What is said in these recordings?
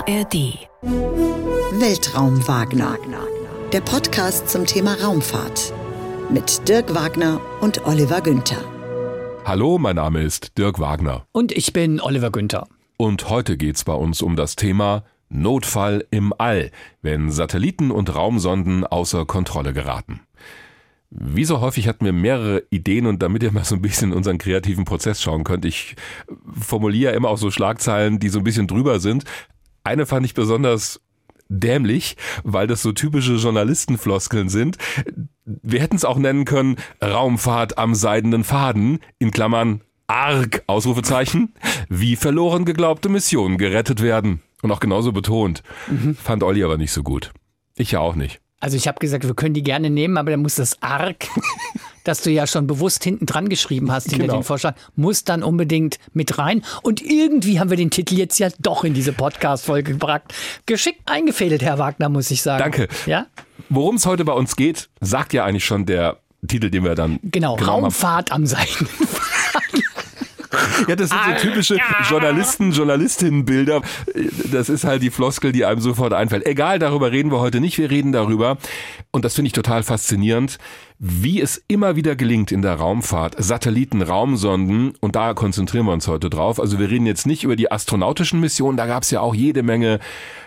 ARD. Weltraum Wagner. Der Podcast zum Thema Raumfahrt. Mit Dirk Wagner und Oliver Günther. Hallo, mein Name ist Dirk Wagner. Und ich bin Oliver Günther. Und heute geht's bei uns um das Thema Notfall im All, wenn Satelliten und Raumsonden außer Kontrolle geraten. Wie so häufig hatten wir mehrere Ideen, und damit ihr mal so ein bisschen in unseren kreativen Prozess schauen könnt, ich formuliere immer auch so Schlagzeilen, die so ein bisschen drüber sind. Eine fand ich besonders dämlich, weil das so typische Journalistenfloskeln sind. Wir hätten es auch nennen können, Raumfahrt am seidenen Faden, in Klammern ARG, Ausrufezeichen, wie verloren geglaubte Missionen gerettet werden. Und auch genauso betont. Fand Olli aber nicht so gut. Ich ja auch nicht. Also ich habe gesagt, wir können die gerne nehmen, aber dann muss das ARG, das du ja schon bewusst hinten dran geschrieben hast, hinter den Vorschlag, muss dann unbedingt mit rein. Und irgendwie haben wir den Titel jetzt ja doch in diese Podcast-Folge gebracht. Geschickt eingefädelt, Herr Wagner, muss ich sagen. Danke. Ja? Worum es heute bei uns geht, sagt ja eigentlich schon der Titel, den wir dann... Genau, Raumfahrt am seidenen Faden. Ja, das sind so typische Journalistinnenbilder. Das ist halt die Floskel, die einem sofort einfällt. Egal, darüber reden wir heute nicht. Wir reden darüber, und das finde ich total faszinierend, wie es immer wieder gelingt in der Raumfahrt, Satelliten, Raumsonden, und da konzentrieren wir uns heute drauf. Also wir reden jetzt nicht über die astronautischen Missionen, da gab es ja auch jede Menge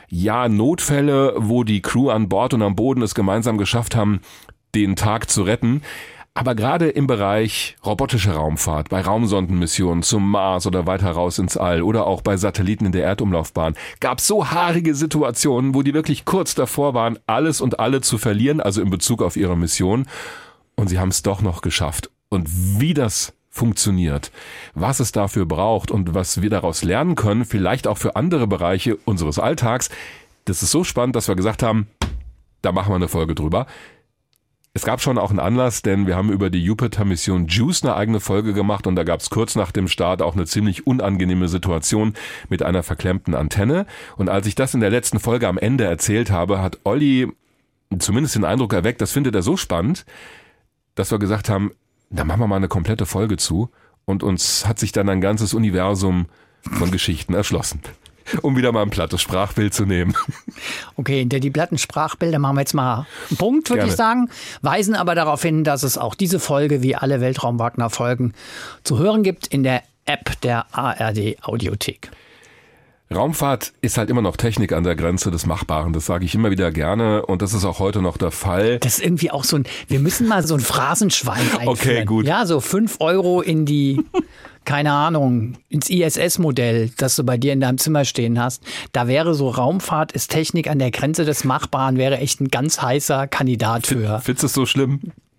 Notfälle, wo die Crew an Bord und am Boden es gemeinsam geschafft haben, den Tag zu retten. Aber gerade im Bereich robotische Raumfahrt, bei Raumsondenmissionen zum Mars oder weiter raus ins All oder auch bei Satelliten in der Erdumlaufbahn gab es so haarige Situationen, wo die wirklich kurz davor waren, alles und alle zu verlieren, also in Bezug auf ihre Mission. Und sie haben es doch noch geschafft. Und wie das funktioniert, was es dafür braucht und was wir daraus lernen können, vielleicht auch für andere Bereiche unseres Alltags, das ist so spannend, dass wir gesagt haben, da machen wir eine Folge drüber. Es gab schon auch einen Anlass, denn wir haben über die Jupiter-Mission JUICE eine eigene Folge gemacht, und da gab es kurz nach dem Start auch eine ziemlich unangenehme Situation mit einer verklemmten Antenne. Und als ich das in der letzten Folge am Ende erzählt habe, hat Olli zumindest den Eindruck erweckt, das findet er so spannend, dass wir gesagt haben, da machen wir mal eine komplette Folge zu, und uns hat sich dann ein ganzes Universum von Geschichten erschlossen. Um wieder mal ein plattes Sprachbild zu nehmen. Okay, hinter die platten Sprachbilder machen wir jetzt mal einen Punkt, würde ich sagen. Weisen aber darauf hin, dass es auch diese Folge, wie alle Weltraum-Wagner-Folgen, zu hören gibt in der App der ARD-Audiothek. Raumfahrt ist halt immer noch Technik an der Grenze des Machbaren. Das sage ich immer wieder gerne, und das ist auch heute noch der Fall. Das ist irgendwie auch wir müssen mal so ein Phrasenschwein einführen. Okay, gut. Ja, so 5 Euro in die... keine Ahnung, ins ISS-Modell, das du bei dir in deinem Zimmer stehen hast. Da wäre so Raumfahrt ist Technik an der Grenze des Machbaren, wäre echt ein ganz heißer Kandidat für. Findest du es so schlimm?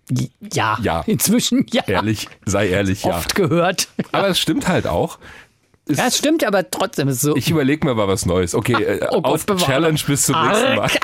Ja, inzwischen ja. Ehrlich, sei ehrlich, ja. Oft gehört. Aber es stimmt halt auch. Ja, es stimmt, aber trotzdem ist es so. Ich überlege mir mal was Neues. Okay, auf Challenge bis zum nächsten Mal.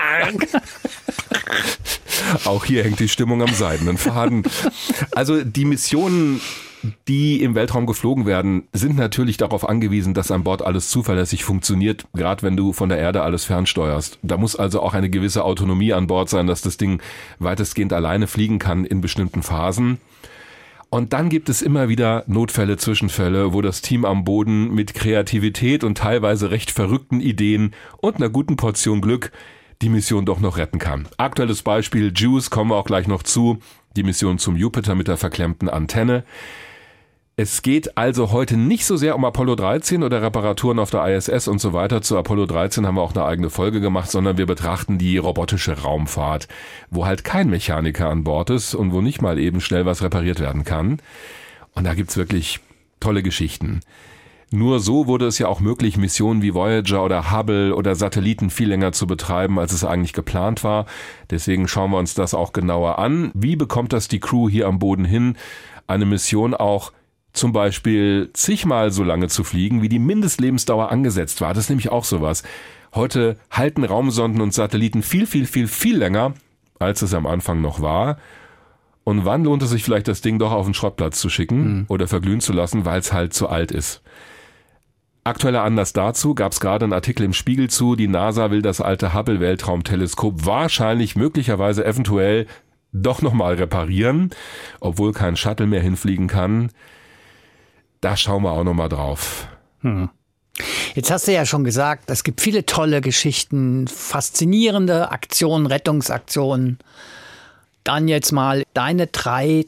Auch hier hängt die Stimmung am seidenen Faden. Also die Missionen, die im Weltraum geflogen werden, sind natürlich darauf angewiesen, dass an Bord alles zuverlässig funktioniert, gerade wenn du von der Erde alles fernsteuerst. Da muss also auch eine gewisse Autonomie an Bord sein, dass das Ding weitestgehend alleine fliegen kann in bestimmten Phasen. Und dann gibt es immer wieder Notfälle, Zwischenfälle, wo das Team am Boden mit Kreativität und teilweise recht verrückten Ideen und einer guten Portion Glück die Mission doch noch retten kann. Aktuelles Beispiel JUICE, kommen wir auch gleich noch zu, die Mission zum Jupiter mit der verklemmten Antenne. Es geht also heute nicht so sehr um Apollo 13 oder Reparaturen auf der ISS und so weiter. Zu Apollo 13 haben wir auch eine eigene Folge gemacht, sondern wir betrachten die robotische Raumfahrt, wo halt kein Mechaniker an Bord ist und wo nicht mal eben schnell was repariert werden kann. Und da gibt's wirklich tolle Geschichten. Nur so wurde es ja auch möglich, Missionen wie Voyager oder Hubble oder Satelliten viel länger zu betreiben, als es eigentlich geplant war. Deswegen schauen wir uns das auch genauer an. Wie bekommt das die Crew hier am Boden hin, eine Mission auch zum Beispiel zigmal so lange zu fliegen, wie die Mindestlebensdauer angesetzt war? Das ist nämlich auch sowas. Heute halten Raumsonden und Satelliten viel länger, als es am Anfang noch war. Und wann lohnt es sich vielleicht, das Ding doch auf den Schrottplatz zu schicken oder verglühen zu lassen, weil es halt zu alt ist? Aktueller Anlass dazu gab es gerade einen Artikel im Spiegel zu, die NASA will das alte Hubble-Weltraumteleskop möglicherweise eventuell doch nochmal reparieren, obwohl kein Shuttle mehr hinfliegen kann. Da schauen wir auch nochmal drauf. Jetzt hast du ja schon gesagt, es gibt viele tolle Geschichten, faszinierende Aktionen, Rettungsaktionen. Dann jetzt mal deine 3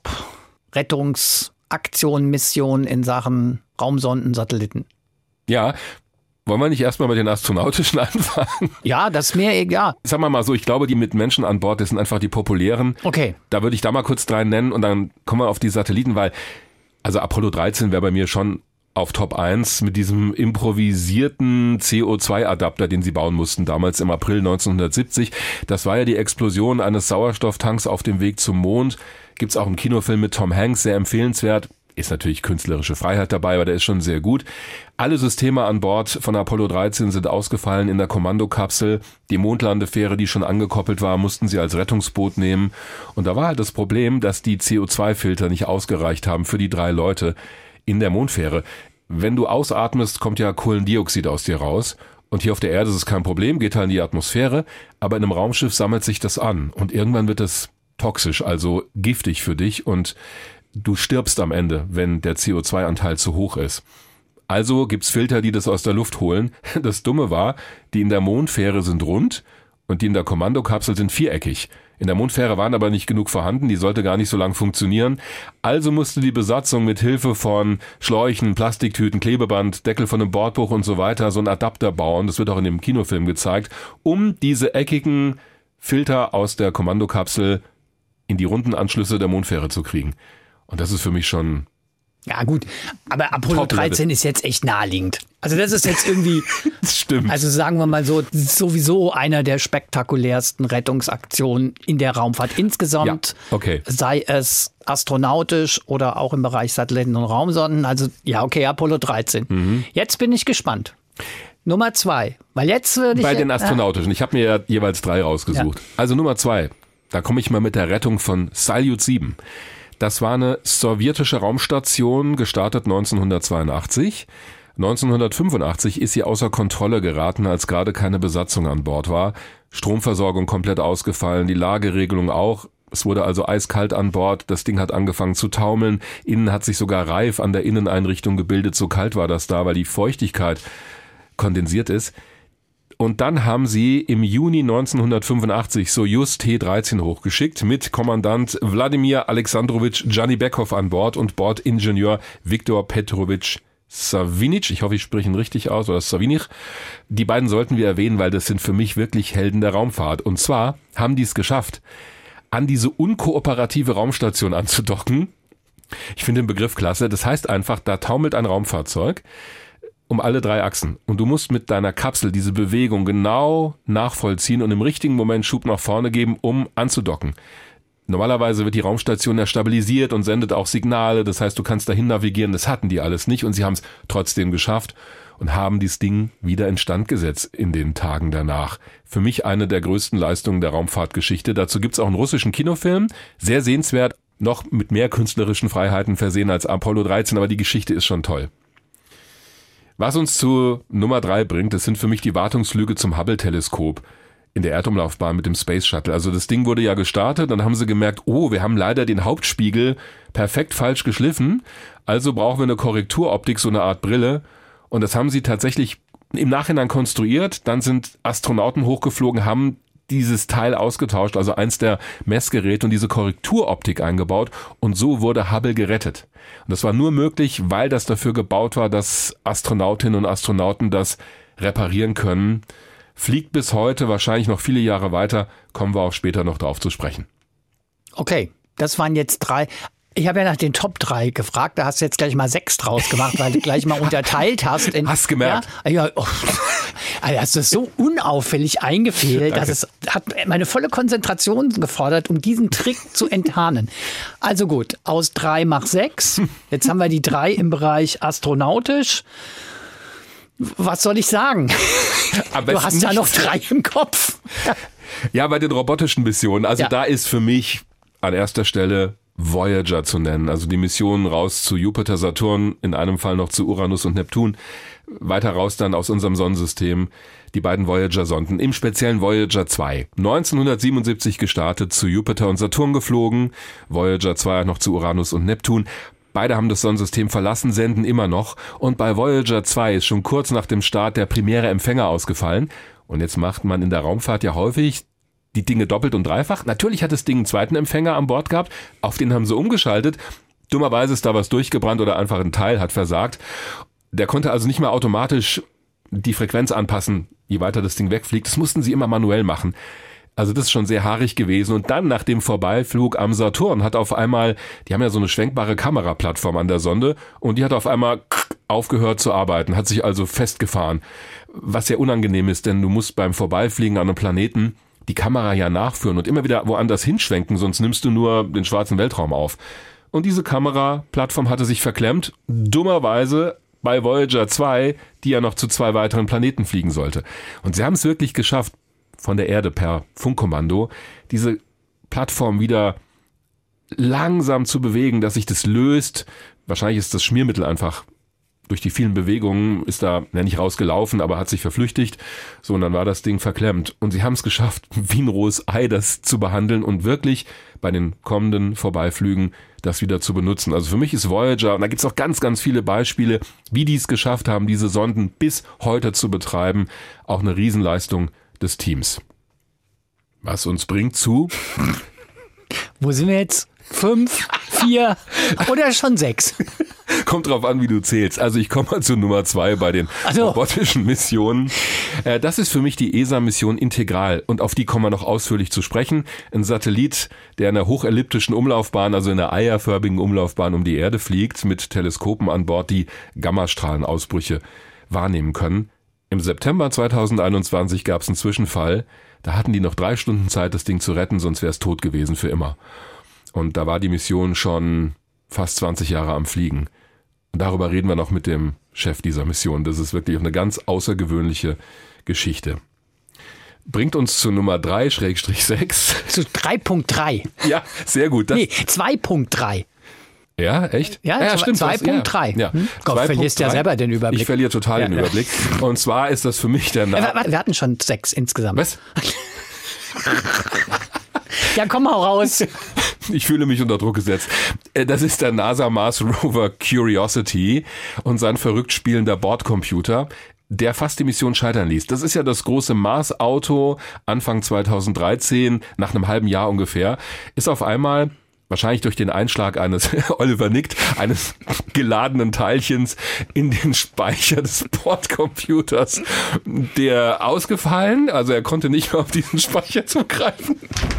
Top-Rettungsaktionen, Missionen in Sachen Raumsonden, Satelliten. Ja, wollen wir nicht erstmal mit den astronautischen anfangen? Ja, das ist mir egal. Sagen wir mal so, ich glaube, die mit Menschen an Bord, das sind einfach die populären. Okay. Da würde ich da mal kurz 3 nennen und dann kommen wir auf die Satelliten, weil also Apollo 13 wäre bei mir schon auf Top 1 mit diesem improvisierten CO2-Adapter, den sie bauen mussten, damals im April 1970. Das war ja die Explosion eines Sauerstofftanks auf dem Weg zum Mond. Gibt's auch einen Kinofilm mit Tom Hanks, sehr empfehlenswert. Ist natürlich künstlerische Freiheit dabei, aber der ist schon sehr gut. Alle Systeme an Bord von Apollo 13 sind ausgefallen in der Kommandokapsel. Die Mondlandefähre, die schon angekoppelt war, mussten sie als Rettungsboot nehmen. Und da war halt das Problem, dass die CO2-Filter nicht ausgereicht haben für die 3 Leute in der Mondfähre. Wenn du ausatmest, kommt ja Kohlendioxid aus dir raus. Und hier auf der Erde ist es kein Problem, geht halt in die Atmosphäre. Aber in einem Raumschiff sammelt sich das an. Und irgendwann wird es toxisch, also giftig für dich. Und du stirbst am Ende, wenn der CO2-Anteil zu hoch ist. Also gibt's Filter, die das aus der Luft holen. Das Dumme war, die in der Mondfähre sind rund und die in der Kommandokapsel sind viereckig. In der Mondfähre waren aber nicht genug vorhanden, die sollte gar nicht so lang funktionieren. Also musste die Besatzung mit Hilfe von Schläuchen, Plastiktüten, Klebeband, Deckel von einem Bordbuch und so weiter so einen Adapter bauen, das wird auch in dem Kinofilm gezeigt, um diese eckigen Filter aus der Kommandokapsel in die runden Anschlüsse der Mondfähre zu kriegen. Und das ist für mich schon... Ja gut, aber Apollo 13 ist jetzt echt naheliegend. Also das ist jetzt irgendwie, das stimmt. Also sagen wir mal so, sowieso einer der spektakulärsten Rettungsaktionen in der Raumfahrt insgesamt. Ja, okay. Sei es astronautisch oder auch im Bereich Satelliten und Raumsonden. Also ja, okay, Apollo 13. Mhm. Jetzt bin ich gespannt. Nummer 2, weil jetzt würde ich... Bei den astronautischen, ich habe mir ja jeweils 3 rausgesucht. Ja. Also Nummer 2, da komme ich mal mit der Rettung von Salyut 7. Das war eine sowjetische Raumstation, gestartet 1982. 1985 ist sie außer Kontrolle geraten, als gerade keine Besatzung an Bord war. Stromversorgung komplett ausgefallen, die Lageregelung auch. Es wurde also eiskalt an Bord, das Ding hat angefangen zu taumeln. Innen hat sich sogar Reif an der Inneneinrichtung gebildet, so kalt war das da, weil die Feuchtigkeit kondensiert ist. Und dann haben sie im Juni 1985 Sojus T-13 hochgeschickt mit Kommandant Wladimir Alexandrowitsch Janibekov an Bord und Bordingenieur Viktor Petrovich Savinic. Ich hoffe, ich spreche ihn richtig aus, oder Savinic. Die beiden sollten wir erwähnen, weil das sind für mich wirklich Helden der Raumfahrt. Und zwar haben die es geschafft, an diese unkooperative Raumstation anzudocken. Ich finde den Begriff klasse. Das heißt einfach, da taumelt ein Raumfahrzeug um alle 3 Achsen. Und du musst mit deiner Kapsel diese Bewegung genau nachvollziehen und im richtigen Moment Schub nach vorne geben, um anzudocken. Normalerweise wird die Raumstation ja stabilisiert und sendet auch Signale. Das heißt, du kannst dahin navigieren. Das hatten die alles nicht und sie haben es trotzdem geschafft und haben dieses Ding wieder instand gesetzt in den Tagen danach. Für mich eine der größten Leistungen der Raumfahrtgeschichte. Dazu gibt's auch einen russischen Kinofilm. Sehr sehenswert, noch mit mehr künstlerischen Freiheiten versehen als Apollo 13, aber die Geschichte ist schon toll. Was uns zu Nummer 3 bringt, das sind für mich die Wartungsflüge zum Hubble-Teleskop in der Erdumlaufbahn mit dem Space Shuttle. Also das Ding wurde ja gestartet, dann haben sie gemerkt, oh, wir haben leider den Hauptspiegel perfekt falsch geschliffen, also brauchen wir eine Korrekturoptik, so eine Art Brille. Und das haben sie tatsächlich im Nachhinein konstruiert. Dann sind Astronauten hochgeflogen, haben dieses Teil ausgetauscht, also eins der Messgeräte und diese Korrekturoptik eingebaut und so wurde Hubble gerettet. Und das war nur möglich, weil das dafür gebaut war, dass Astronautinnen und Astronauten das reparieren können. Fliegt bis heute, wahrscheinlich noch viele Jahre weiter, kommen wir auch später noch drauf zu sprechen. Okay, das waren jetzt 3. Ich habe ja nach den Top 3 gefragt, da hast du jetzt gleich mal 6 draus gemacht, weil du gleich mal unterteilt hast. Hast gemerkt. Ja, oh, also hast du es so unauffällig eingefehlt, dass es hat meine volle Konzentration gefordert, um diesen Trick zu enttarnen. Also gut, aus 3 mach 6. Jetzt haben wir die 3 im Bereich astronautisch. Was soll ich sagen? Du hast ja noch 3 im Kopf. Ja, bei den robotischen Missionen. Also da ist für mich an erster Stelle Voyager zu nennen. Also die Missionen raus zu Jupiter, Saturn, in einem Fall noch zu Uranus und Neptun. Weiter raus dann aus unserem Sonnensystem. Die beiden Voyager-Sonden, im speziellen Voyager 2. 1977 gestartet, zu Jupiter und Saturn geflogen. Voyager 2 noch zu Uranus und Neptun. Beide haben das Sonnensystem verlassen, senden immer noch. Und bei Voyager 2 ist schon kurz nach dem Start der primäre Empfänger ausgefallen. Und jetzt macht man in der Raumfahrt ja häufig die Dinge doppelt und dreifach. Natürlich hat das Ding einen zweiten Empfänger an Bord gehabt. Auf den haben sie umgeschaltet. Dummerweise ist da was durchgebrannt oder einfach ein Teil hat versagt. Der konnte also nicht mehr automatisch die Frequenz anpassen, je weiter das Ding wegfliegt. Das mussten sie immer manuell machen. Also das ist schon sehr haarig gewesen. Und dann nach dem Vorbeiflug am Saturn hat auf einmal, die haben ja so eine schwenkbare Kameraplattform an der Sonde und die hat auf einmal aufgehört zu arbeiten, hat sich also festgefahren. Was sehr unangenehm ist, denn du musst beim Vorbeifliegen an einem Planeten die Kamera ja nachführen und immer wieder woanders hinschwenken, sonst nimmst du nur den schwarzen Weltraum auf. Und diese Kameraplattform hatte sich verklemmt, dummerweise bei Voyager 2, die ja noch zu 2 weiteren Planeten fliegen sollte. Und sie haben es wirklich geschafft, von der Erde per Funkkommando diese Plattform wieder langsam zu bewegen, dass sich das löst. Wahrscheinlich ist das Schmiermittel einfach durch die vielen Bewegungen, ist da nicht rausgelaufen, aber hat sich verflüchtigt. So, und dann war das Ding verklemmt. Und sie haben es geschafft, wie ein rohes Ei das zu behandeln und wirklich bei den kommenden Vorbeiflügen das wieder zu benutzen. Also für mich ist Voyager, und da gibt es auch ganz, ganz viele Beispiele, wie die es geschafft haben, diese Sonden bis heute zu betreiben, auch eine Riesenleistung des Teams. Was uns bringt zu... Wo sind wir jetzt? 5, 4 oder schon 6? Kommt drauf an, wie du zählst. Also ich komme mal zu Nummer 2 bei den robotischen Missionen. Das ist für mich die ESA-Mission Integral und auf die kommen wir noch ausführlich zu sprechen. Ein Satellit, der in einer hochelliptischen Umlaufbahn, also in einer eierförmigen Umlaufbahn um die Erde fliegt, mit Teleskopen an Bord, die Gammastrahlenausbrüche wahrnehmen können. Im September 2021 gab es einen Zwischenfall. Da hatten die noch 3 Stunden Zeit, das Ding zu retten, sonst wäre es tot gewesen für immer. Und da war die Mission schon fast 20 Jahre am Fliegen. Und darüber reden wir noch mit dem Chef dieser Mission. Das ist wirklich eine ganz außergewöhnliche Geschichte. Bringt uns zu Nummer 3/6. Zu 3.3. Ja, sehr gut. 2.3. Ja, echt? Ja, stimmt. 2.3. Ja. Gott, verlierst ja selber den Überblick. Ich verliere total den Überblick. Und zwar ist das für mich der Warte, wir hatten schon 6 insgesamt. Was? Ja, komm, hau raus. Ich fühle mich unter Druck gesetzt. Das ist der NASA Mars Rover Curiosity und sein verrückt spielender Bordcomputer, der fast die Mission scheitern ließ. Das ist ja das große Mars-Auto, Anfang 2013, nach einem halben Jahr ungefähr, ist auf einmal... wahrscheinlich durch den Einschlag eines, Oliver nickt, eines geladenen Teilchens in den Speicher des Bordcomputers, der ausgefallen, also er konnte nicht mehr auf diesen Speicher zugreifen.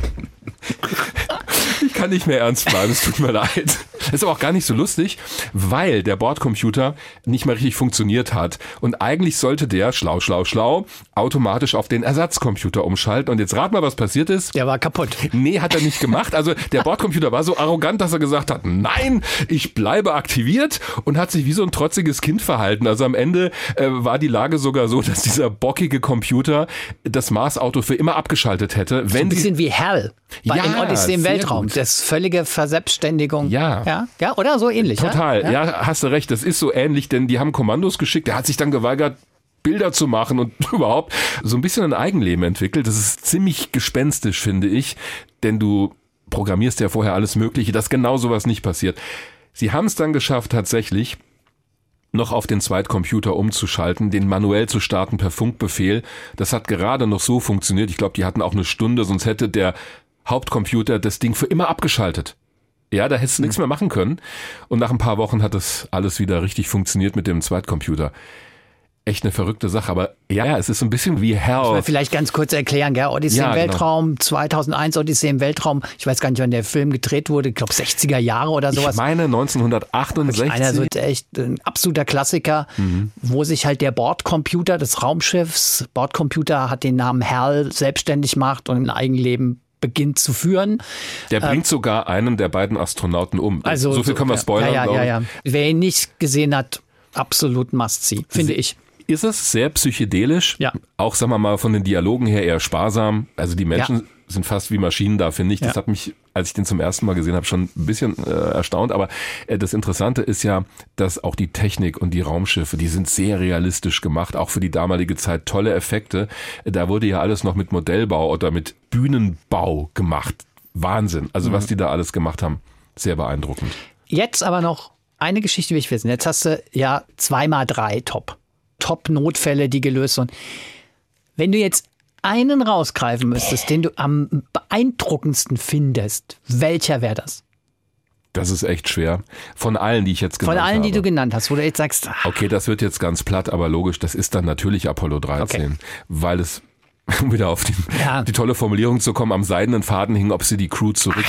Ich kann nicht mehr ernst bleiben, es tut mir leid. Das ist aber auch gar nicht so lustig, weil der Bordcomputer nicht mehr richtig funktioniert hat. Und eigentlich sollte der, schlau, automatisch auf den Ersatzcomputer umschalten. Und jetzt rat mal, was passiert ist. Der war kaputt. Nee, hat er nicht gemacht. Also der Bordcomputer war so arrogant, dass er gesagt hat, nein, ich bleibe aktiviert und hat sich wie so ein trotziges Kind verhalten. Also am Ende war die Lage sogar so, dass dieser bockige Computer das Mars-Auto für immer abgeschaltet hätte. So ein bisschen wie Hell in Odyssey im Weltraum. Gut. Das völlige Verselbstständigung. Ja, oder so ähnlich. Total, ja, hast du recht. Das ist so ähnlich, denn die haben Kommandos geschickt. Der hat sich dann geweigert, Bilder zu machen und überhaupt so ein bisschen ein Eigenleben entwickelt. Das ist ziemlich gespenstisch, finde ich, denn du programmierst ja vorher alles Mögliche, dass genau sowas nicht passiert. Sie haben es dann geschafft, tatsächlich noch auf den Zweitcomputer umzuschalten, den manuell zu starten per Funkbefehl. Das hat gerade noch so funktioniert. Ich glaube, die hatten auch eine Stunde, sonst hätte der Hauptcomputer das Ding für immer abgeschaltet. Ja, da hättest du nichts mehr machen können. Und nach ein paar Wochen hat das alles wieder richtig funktioniert mit dem Zweitcomputer. Echt eine verrückte Sache, aber ja, es ist so ein bisschen wie Hell. Vielleicht ganz kurz erklären, gell? Odyssey im Weltraum, 2001 Odyssey im Weltraum. Ich weiß gar nicht, wann der Film gedreht wurde. Ich glaube 60er Jahre oder sowas. Ich meine 1968. Einer so echt ein absoluter Klassiker, wo sich halt der Bordcomputer des Raumschiffs, Bordcomputer hat den Namen Hal, selbstständig macht und ein Eigenleben beginnt zu führen. Der bringt sogar einen der beiden Astronauten um. Also so viel können wir spoilern. Ja. Wer ihn nicht gesehen hat, absolut must-see, finde ich. Ist es sehr psychedelisch, auch sagen wir mal von den Dialogen her eher sparsam. Also die Menschen sind fast wie Maschinen da, finde ich. Das hat mich, als ich den zum ersten Mal gesehen habe, schon ein bisschen erstaunt. Aber das Interessante ist ja, dass auch die Technik und die Raumschiffe, die sind sehr realistisch gemacht, auch für die damalige Zeit tolle Effekte. Da wurde ja alles noch mit Modellbau oder mit Bühnenbau gemacht. Wahnsinn. Also was die da alles gemacht haben, sehr beeindruckend. Jetzt aber noch eine Geschichte will ich wissen. Jetzt hast du ja 2x3 Top-Notfälle, die gelöst wurden. Wenn du jetzt einen rausgreifen müsstest, den du am beeindruckendsten findest, welcher wäre das? Das ist echt schwer. Von allen, die ich jetzt genannt habe. Von allen, die du genannt hast, wo du jetzt sagst... Okay, das wird jetzt ganz platt, aber logisch, das ist dann natürlich Apollo 13. Okay. Weil es, um wieder auf die tolle Formulierung zu kommen, am seidenen Faden hing, ob sie die Crew zurück...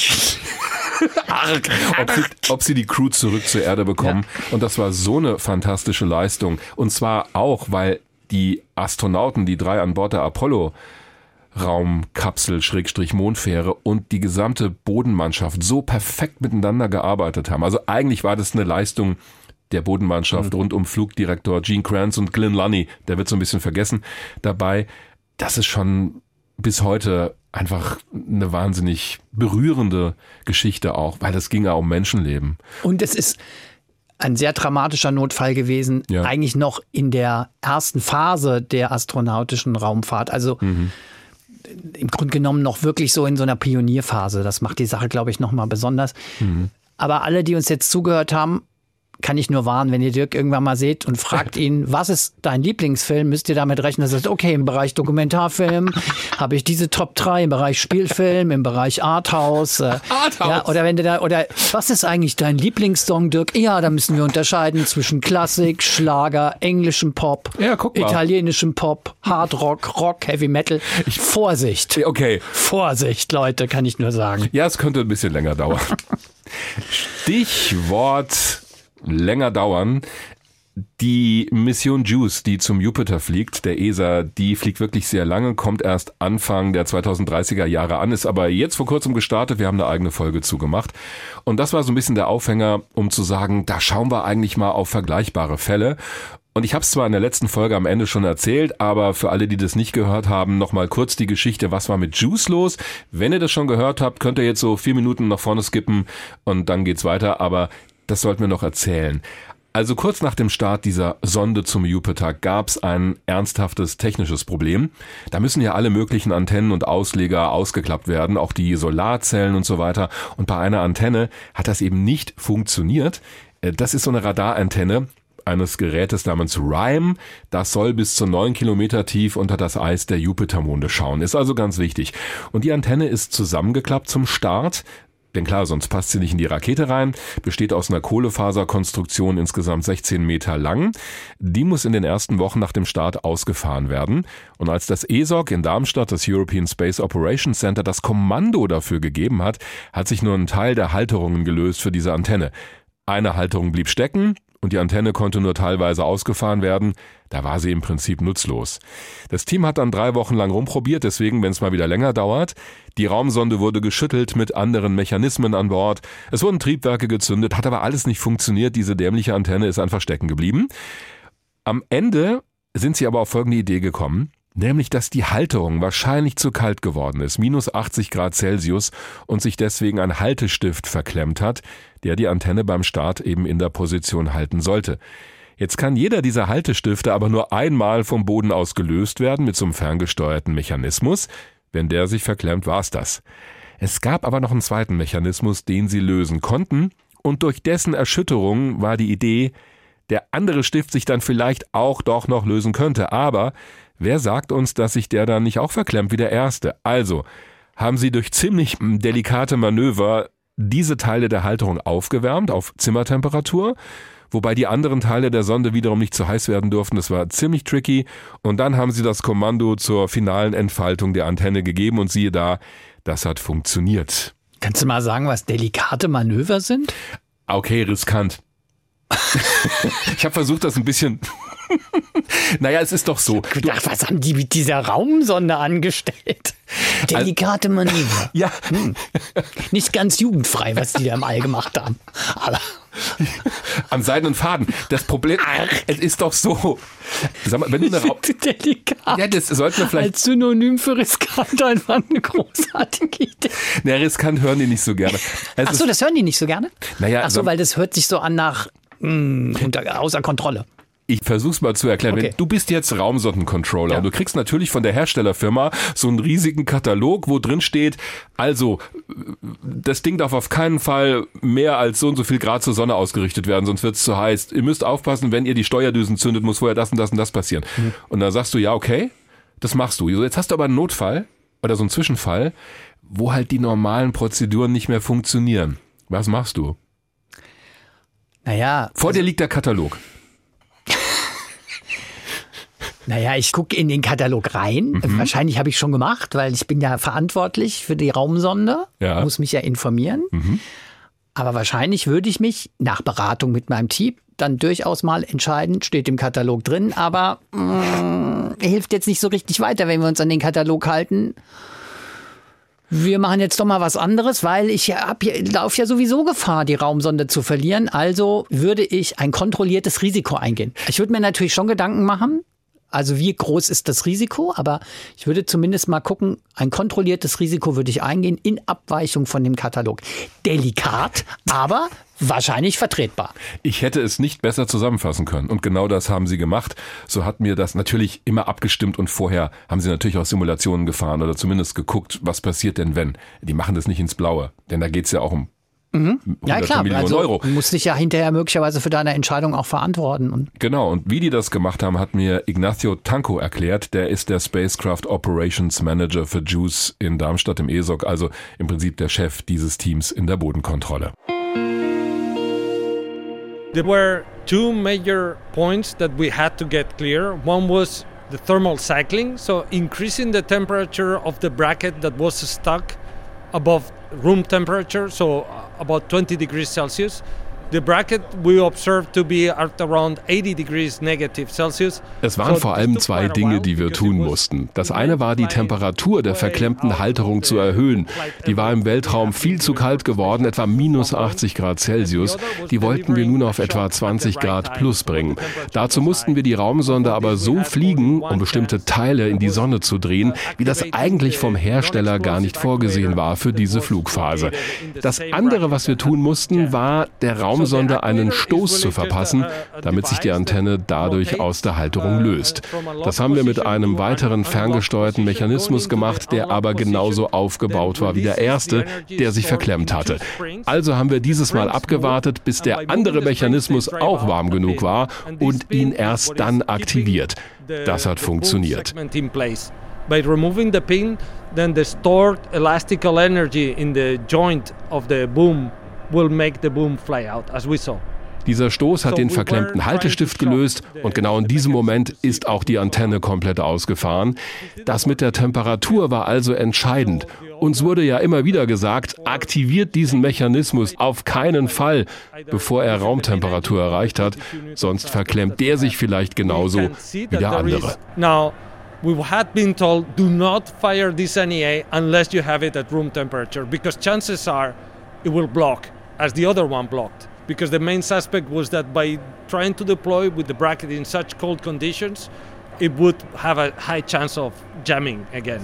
ob sie die Crew zurück zur Erde bekommen. Ja. Und das war so eine fantastische Leistung. Und zwar auch, weil die Astronauten, die 3 an Bord der Apollo Raumkapsel / Mondfähre und die gesamte Bodenmannschaft so perfekt miteinander gearbeitet haben. Also eigentlich war das eine Leistung der Bodenmannschaft rund um Flugdirektor Gene Kranz und Glyn Lunny, der wird so ein bisschen vergessen dabei. Das ist schon bis heute einfach eine wahnsinnig berührende Geschichte auch, weil es ging ja um Menschenleben. Und es ist ein sehr dramatischer Notfall gewesen, eigentlich noch in der ersten Phase der astronautischen Raumfahrt. Also im Grunde genommen noch wirklich so in so einer Pionierphase. Das macht die Sache, glaube ich, nochmal besonders. Aber alle, die uns jetzt zugehört haben, kann ich nur warnen, wenn ihr Dirk irgendwann mal seht und fragt ihn, was ist dein Lieblingsfilm, müsst ihr damit rechnen, dass er sagt, okay, im Bereich Dokumentarfilm habe ich diese Top 3, im Bereich Spielfilm, im Bereich Arthouse. Ja, oder wenn du da, oder was ist eigentlich dein Lieblingssong, Dirk? Ja, da müssen wir unterscheiden zwischen Klassik, Schlager, englischem Pop, italienischem Pop, Hard Rock, Rock, Heavy Metal. Vorsicht. Okay. Vorsicht, Leute, kann ich nur sagen. Ja, es könnte ein bisschen länger dauern. Stichwort länger dauern. Die Mission JUICE, die zum Jupiter fliegt, der ESA, die fliegt wirklich sehr lange, kommt erst Anfang der 2030er Jahre an, ist aber jetzt vor kurzem gestartet. Wir haben eine eigene Folge zugemacht. Und das war so ein bisschen der Aufhänger, um zu sagen, da schauen wir eigentlich mal auf vergleichbare Fälle. Und ich habe es zwar in der letzten Folge am Ende schon erzählt, aber für alle, die das nicht gehört haben, nochmal kurz die Geschichte, was war mit JUICE los? Wenn ihr das schon gehört habt, könnt ihr jetzt so 4 Minuten nach vorne skippen und dann geht's weiter, aber das sollten wir noch erzählen. Also kurz nach dem Start dieser Sonde zum Jupiter gab es ein ernsthaftes technisches Problem. Da müssen ja alle möglichen Antennen und Ausleger ausgeklappt werden, auch die Solarzellen und so weiter. Und bei einer Antenne hat das eben nicht funktioniert. Das ist so eine Radarantenne eines Gerätes namens RIME. Das soll bis zu 9 Kilometer tief unter das Eis der Jupitermonde schauen. Ist also ganz wichtig. Und die Antenne ist zusammengeklappt zum Start. Denn klar, sonst passt sie nicht in die Rakete rein, besteht aus einer Kohlefaserkonstruktion insgesamt 16 Meter lang. Die muss in den ersten Wochen nach dem Start ausgefahren werden. Und als das ESOC in Darmstadt, das European Space Operations Center, das Kommando dafür gegeben hat, hat sich nur ein Teil der Halterungen gelöst für diese Antenne. Eine Halterung blieb stecken und die Antenne konnte nur teilweise ausgefahren werden. Da war sie im Prinzip nutzlos. Das Team hat dann 3 Wochen lang rumprobiert, deswegen, wenn es mal wieder länger dauert. Die Raumsonde wurde geschüttelt mit anderen Mechanismen an Bord. Es wurden Triebwerke gezündet, hat aber alles nicht funktioniert. Diese dämliche Antenne ist einfach stecken geblieben. Am Ende sind sie aber auf folgende Idee gekommen, nämlich, dass die Halterung wahrscheinlich zu kalt geworden ist, minus 80 Grad Celsius, und sich deswegen ein Haltestift verklemmt hat, der die Antenne beim Start eben in der Position halten sollte. Jetzt kann jeder dieser Haltestifte aber nur einmal vom Boden aus gelöst werden mit so einem ferngesteuerten Mechanismus. Wenn der sich verklemmt, war's das. Es gab aber noch einen zweiten Mechanismus, den sie lösen konnten, und durch dessen Erschütterung war die Idee, der andere Stift sich dann vielleicht auch doch noch lösen könnte. Aber wer sagt uns, dass sich der dann nicht auch verklemmt wie der erste? Also haben sie durch ziemlich delikate Manöver diese Teile der Halterung aufgewärmt auf Zimmertemperatur, wobei die anderen Teile der Sonde wiederum nicht zu heiß werden durften. Das war ziemlich tricky. Und dann haben sie das Kommando zur finalen Entfaltung der Antenne gegeben und siehe da, das hat funktioniert. Kannst du mal sagen, was delikate Manöver sind? Okay, riskant. Ich habe versucht, das ein bisschen... Naja, es ist doch so. Ach, was haben die mit dieser Raumsonde angestellt? Delikate Manöver. Ja. Nicht ganz jugendfrei, was die da im All gemacht haben. Aber am seidenen Faden. Das Problem, es ist doch so. Sag mal, wenn du eine delikat. Ja, das sollten wir vielleicht. Als Synonym für riskant einfach eine großartige Idee. Na, riskant hören die nicht so gerne. Ach so, das hören die nicht so gerne? Naja, ach so, weil das hört sich so an nach außer Kontrolle. Ich versuch's mal zu erklären. Okay. Du bist jetzt Raumsondencontroller und du kriegst natürlich von der Herstellerfirma so einen riesigen Katalog, wo drin steht, also das Ding darf auf keinen Fall mehr als so und so viel Grad zur Sonne ausgerichtet werden, sonst wird's zu heiß. Ihr müsst aufpassen, wenn ihr die Steuerdüsen zündet, muss vorher das und das und das passieren. Und dann sagst du, ja, okay, das machst du. Jetzt hast du aber einen Notfall oder so einen Zwischenfall, wo halt die normalen Prozeduren nicht mehr funktionieren. Was machst du? Naja. Vor dir liegt der Katalog. Naja, ich gucke in den Katalog rein. Wahrscheinlich habe ich schon gemacht, weil ich bin ja verantwortlich für die Raumsonde. Ja. Muss mich ja informieren. Aber wahrscheinlich würde ich mich nach Beratung mit meinem Team dann durchaus mal entscheiden, steht im Katalog drin, aber hilft jetzt nicht so richtig weiter, wenn wir uns an den Katalog halten. Wir machen jetzt doch mal was anderes, weil ich laufe ja sowieso Gefahr, die Raumsonde zu verlieren. Also würde ich ein kontrolliertes Risiko eingehen. Ich würde mir natürlich schon Gedanken machen, also wie groß ist das Risiko, aber ich würde zumindest mal gucken, ein kontrolliertes Risiko würde ich eingehen in Abweichung von dem Katalog. Delikat, aber wahrscheinlich vertretbar. Ich hätte es nicht besser zusammenfassen können und genau das haben sie gemacht. So hat mir das natürlich immer abgestimmt und vorher haben sie natürlich auch Simulationen gefahren oder zumindest geguckt, was passiert denn wenn. Die machen das nicht ins Blaue, denn da geht's ja auch um Ja klar, Millionen also Euro. du musst dich ja hinterher möglicherweise für deine Entscheidung auch verantworten. Genau, und wie die das gemacht haben, hat mir Ignacio Tanco erklärt. Der ist der Spacecraft Operations Manager für JUICE in Darmstadt im ESOC, also im Prinzip der Chef dieses Teams in der Bodenkontrolle. There were two major points that we had to get clear. One was the thermal cycling, so increasing the temperature of the bracket that was stuck above room temperature, so about 20 degrees Celsius. The bracket we observed to be at around 80 degrees negative Celsius. Es waren vor allem zwei Dinge, die wir tun mussten. Das eine war, die Temperatur der verklemmten Halterung zu erhöhen. Die war im Weltraum viel zu kalt geworden, etwa minus 80 Grad Celsius. Die wollten wir nun auf etwa 20 Grad plus bringen. Dazu mussten wir die Raumsonde aber so fliegen, um bestimmte Teile in die Sonne zu drehen, wie das eigentlich vom Hersteller gar nicht vorgesehen war für diese Flugphase. Das andere, was wir tun mussten, war, der Raumsonde einen Stoß zu verpassen, damit sich die Antenne dadurch aus der Halterung löst. Das haben wir mit einem weiteren ferngesteuerten Mechanismus gemacht, der aber genauso aufgebaut war wie der erste, der sich verklemmt hatte. Also haben wir dieses Mal abgewartet, bis der andere Mechanismus auch warm genug war und ihn erst dann aktiviert. Das hat funktioniert. By removing the pin, then the stored elastical energy in the joint of the boom will make the boom fly out, as we saw. Dieser Stoß hat den verklemmten Haltestift gelöst und genau in diesem Moment ist auch die Antenne komplett ausgefahren. Das mit der Temperatur war also entscheidend. Uns wurde ja immer wieder gesagt, aktiviert diesen Mechanismus auf keinen Fall, bevor er Raumtemperatur erreicht hat, sonst verklemmt der sich vielleicht genauso wie der andere. Now, we had been told, do not fire this NEA unless you have it at room temperature, because chances are it will block, as the other one blocked. Because the main suspect was that by trying to deploy with the bracket in such cold conditions, it would have a high chance of jamming again.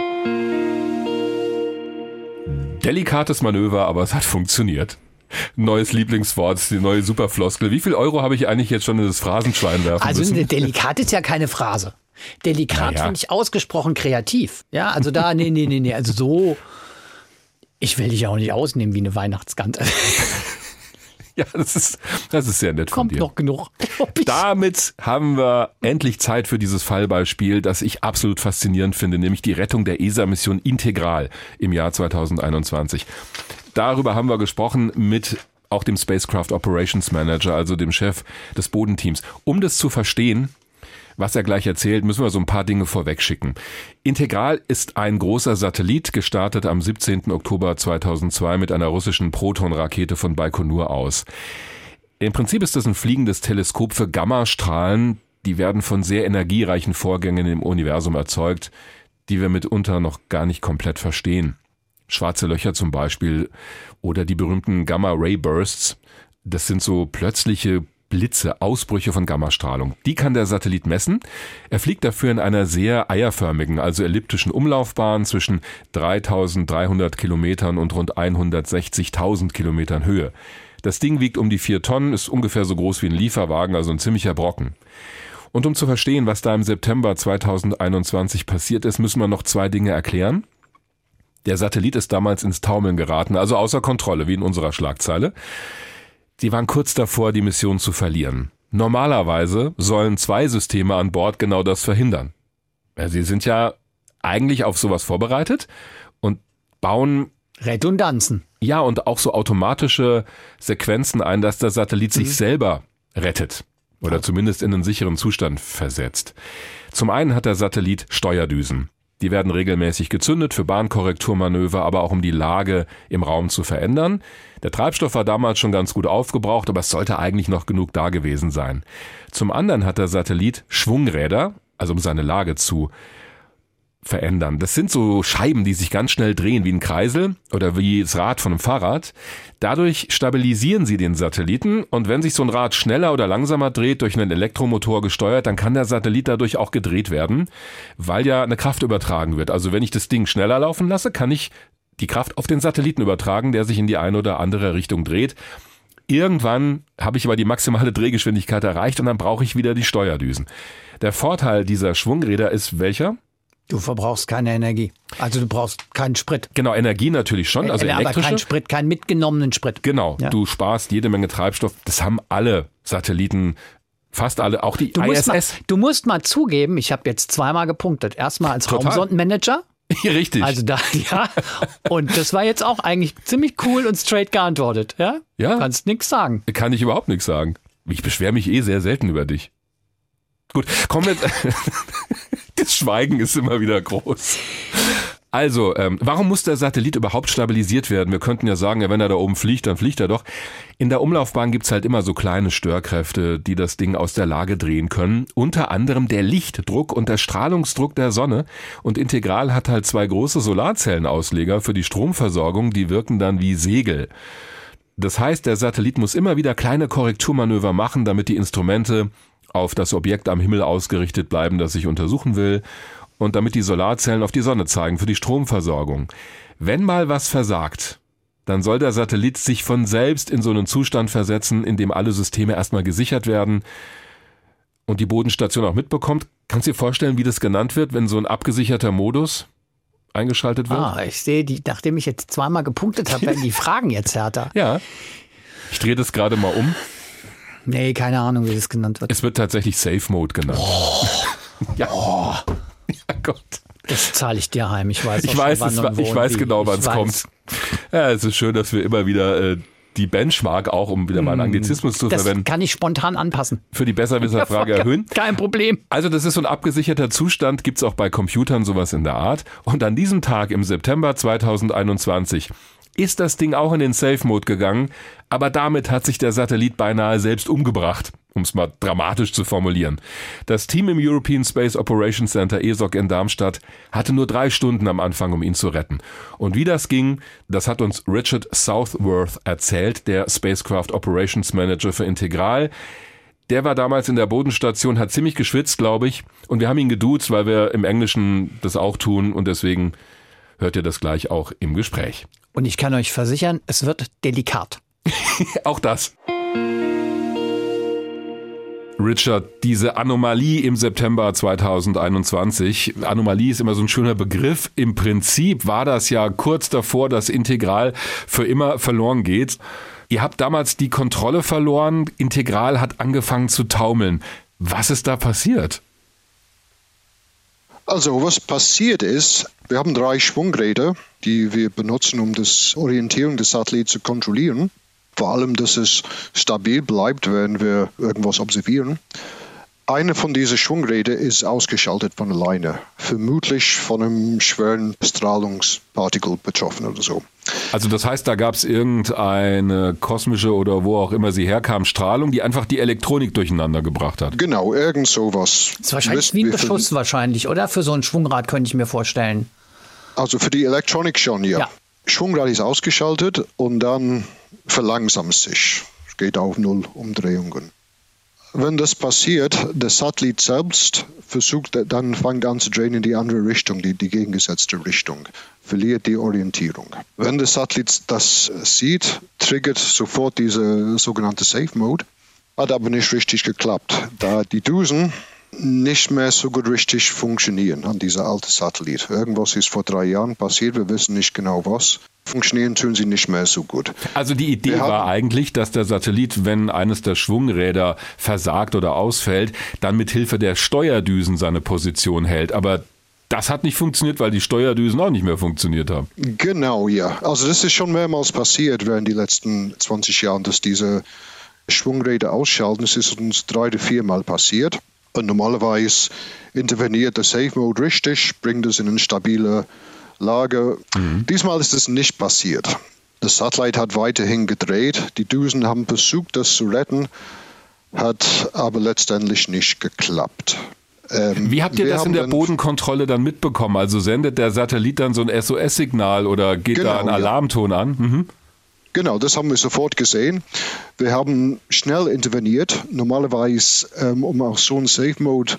Delikates Manöver, aber es hat funktioniert. Neues Lieblingswort, die neue Superfloskel. Wie viel Euro habe ich eigentlich jetzt schon in das Phrasenschwein werfen müssen? Also delikat ist ja keine Phrase. Delikat finde ich ausgesprochen kreativ. Ja, also da, nee. Also so, ich will dich ja auch nicht ausnehmen wie eine Weihnachtsgans. Ja, das ist sehr nett von dir. Kommt noch genug. Damit haben wir endlich Zeit für dieses Fallbeispiel, das ich absolut faszinierend finde, nämlich die Rettung der ESA-Mission Integral im Jahr 2021. Darüber haben wir gesprochen mit auch dem Spacecraft Operations Manager, also dem Chef des Bodenteams. Um das zu verstehen, was er gleich erzählt, müssen wir so ein paar Dinge vorwegschicken. Integral ist ein großer Satellit, gestartet am 17. Oktober 2002 mit einer russischen Proton-Rakete von Baikonur aus. Im Prinzip ist das ein fliegendes Teleskop für Gammastrahlen. Die werden von sehr energiereichen Vorgängen im Universum erzeugt, die wir mitunter noch gar nicht komplett verstehen. Schwarze Löcher zum Beispiel oder die berühmten Gamma-Ray-Bursts. Das sind so plötzliche Blitze, Ausbrüche von Gammastrahlung. Die kann der Satellit messen. Er fliegt dafür in einer sehr eierförmigen, also elliptischen Umlaufbahn zwischen 3.300 Kilometern und rund 160.000 Kilometern Höhe. Das Ding wiegt um die 4 Tonnen, ist ungefähr so groß wie ein Lieferwagen, also ein ziemlicher Brocken. Und um zu verstehen, was da im September 2021 passiert ist, müssen wir noch 2 Dinge erklären. Der Satellit ist damals ins Taumeln geraten, also außer Kontrolle, wie in unserer Schlagzeile. Sie waren kurz davor, die Mission zu verlieren. Normalerweise sollen 2 Systeme an Bord genau das verhindern. Sie sind ja eigentlich auf sowas vorbereitet und bauen Redundanzen. Ja, und auch so automatische Sequenzen ein, dass der Satellit sich selber rettet oder zumindest in einen sicheren Zustand versetzt. Zum einen hat der Satellit Steuerdüsen. Die werden regelmäßig gezündet für Bahnkorrekturmanöver, aber auch um die Lage im Raum zu verändern. Der Treibstoff war damals schon ganz gut aufgebraucht, aber es sollte eigentlich noch genug da gewesen sein. Zum anderen hat der Satellit Schwungräder, also um seine Lage zu verändern. Das sind so Scheiben, die sich ganz schnell drehen wie ein Kreisel oder wie das Rad von einem Fahrrad. Dadurch stabilisieren sie den Satelliten und wenn sich so ein Rad schneller oder langsamer dreht, durch einen Elektromotor gesteuert, dann kann der Satellit dadurch auch gedreht werden, weil ja eine Kraft übertragen wird. Also wenn ich das Ding schneller laufen lasse, kann ich die Kraft auf den Satelliten übertragen, der sich in die eine oder andere Richtung dreht. Irgendwann habe ich aber die maximale Drehgeschwindigkeit erreicht und dann brauche ich wieder die Steuerdüsen. Der Vorteil dieser Schwungräder ist welcher? Du verbrauchst keine Energie. Also du brauchst keinen Sprit. Genau, Energie natürlich schon, also elektrische. Aber kein Sprit, keinen mitgenommenen Sprit. Genau, ja. Du sparst jede Menge Treibstoff. Das haben alle Satelliten, fast alle, auch die ISS. Du musst mal zugeben, ich habe jetzt 2-mal gepunktet. Erstmal als Raumsondenmanager. Richtig. Also da, ja. Und das war jetzt auch eigentlich ziemlich cool und straight geantwortet. Ja? Ja. Kannst nichts sagen. Kann ich überhaupt nichts sagen. Ich beschwere mich sehr selten über dich. Gut, kommen wir... Das Schweigen ist immer wieder groß. Also, warum muss der Satellit überhaupt stabilisiert werden? Wir könnten ja sagen, ja, wenn er da oben fliegt, dann fliegt er doch. In der Umlaufbahn gibt's halt immer so kleine Störkräfte, die das Ding aus der Lage drehen können. Unter anderem der Lichtdruck und der Strahlungsdruck der Sonne. Und Integral hat halt 2 große Solarzellenausleger für die Stromversorgung, die wirken dann wie Segel. Das heißt, der Satellit muss immer wieder kleine Korrekturmanöver machen, damit die Instrumente auf das Objekt am Himmel ausgerichtet bleiben, das ich untersuchen will, und damit die Solarzellen auf die Sonne zeigen für die Stromversorgung. Wenn mal was versagt, dann soll der Satellit sich von selbst in so einen Zustand versetzen, in dem alle Systeme erstmal gesichert werden und die Bodenstation auch mitbekommt. Kannst du dir vorstellen, wie das genannt wird, wenn so ein abgesicherter Modus eingeschaltet wird? Ich sehe, nachdem ich jetzt 2-mal gepunktet habe, werden die Fragen jetzt härter. Ja, ich drehe das gerade mal um. Nee, keine Ahnung, wie das genannt wird. Es wird tatsächlich Safe Mode genannt. Ja. Ja, Gott. Das zahle ich dir heim. Ich weiß genau, wann es kommt. Ja, es ist schön, dass wir immer wieder die Benchmark auch, um wieder mal einen Anglizismus zu verwenden. Das kann ich spontan anpassen. Für die Besserwisserfrage erhöhen. Kein Problem. Also das ist so ein abgesicherter Zustand, gibt's auch bei Computern sowas in der Art. Und an diesem Tag im September 2021 ist das Ding auch in den Safe-Mode gegangen, aber damit hat sich der Satellit beinahe selbst umgebracht, um es mal dramatisch zu formulieren. Das Team im European Space Operations Center ESOC in Darmstadt hatte nur 3 Stunden am Anfang, um ihn zu retten. Und wie das ging, das hat uns Richard Southworth erzählt, der Spacecraft Operations Manager für Integral. Der war damals in der Bodenstation, hat ziemlich geschwitzt, glaube ich, und wir haben ihn geduzt, weil wir im Englischen das auch tun und deswegen hört ihr das gleich auch im Gespräch. Und ich kann euch versichern, es wird delikat. Auch das. Richard, diese Anomalie im September 2021, Anomalie ist immer so ein schöner Begriff. Im Prinzip war das ja kurz davor, dass Integral für immer verloren geht. Ihr habt damals die Kontrolle verloren, Integral hat angefangen zu taumeln. Was ist da passiert? Also was passiert ist, wir haben 3 Schwungräder, die wir benutzen, um die Orientierung des Satelliten zu kontrollieren. Vor allem, dass es stabil bleibt, wenn wir irgendwas observieren. Eine von diesen Schwungrädern ist ausgeschaltet von alleine, vermutlich von einem schweren Strahlungspartikel betroffen oder so. Also das heißt, da gab es irgendeine kosmische oder wo auch immer sie herkam, Strahlung, die einfach die Elektronik durcheinander gebracht hat. Genau, irgend sowas. Das ist wahrscheinlich wie ein Beschuss wahrscheinlich, oder? Für so ein Schwungrad könnte ich mir vorstellen. Also für die Elektronik schon, ja. Schwungrad ist ausgeschaltet und dann verlangsamt sich. Es geht auf 0 Umdrehungen. wenn das passiert, der Satellit selbst fängt an zu drehen in die andere Richtung, die gegengesetzte Richtung, verliert die Orientierung. Wenn der Satellit das sieht, triggert sofort diese sogenannte Safe Mode, hat aber nicht richtig geklappt, da die Düsen nicht mehr so gut richtig funktionieren an dieser alten Satellit. Irgendwas ist vor 3 Jahren passiert, wir wissen nicht genau was. Funktionieren tun sie nicht mehr so gut. Also die Idee war eigentlich, dass der Satellit, wenn eines der Schwungräder versagt oder ausfällt, dann mit Hilfe der Steuerdüsen seine Position hält. Aber das hat nicht funktioniert, weil die Steuerdüsen auch nicht mehr funktioniert haben. Genau, ja. Also das ist schon mehrmals passiert während die letzten 20 Jahren, dass diese Schwungräder ausschalten. Es ist uns 3 oder 4 Mal passiert. Und normalerweise interveniert der Safe Mode richtig, bringt es in eine stabile Lage. Diesmal ist es nicht passiert. Der Satellit hat weiterhin gedreht. Die Düsen haben versucht, das zu retten, hat aber letztendlich nicht geklappt. Wie habt ihr das in der Bodenkontrolle dann mitbekommen? Also sendet der Satellit dann so ein SOS-Signal oder geht da ein Alarmton an? Mhm. Genau, das haben wir sofort gesehen. Wir haben schnell interveniert. Normalerweise, um auf so einen Safe Mode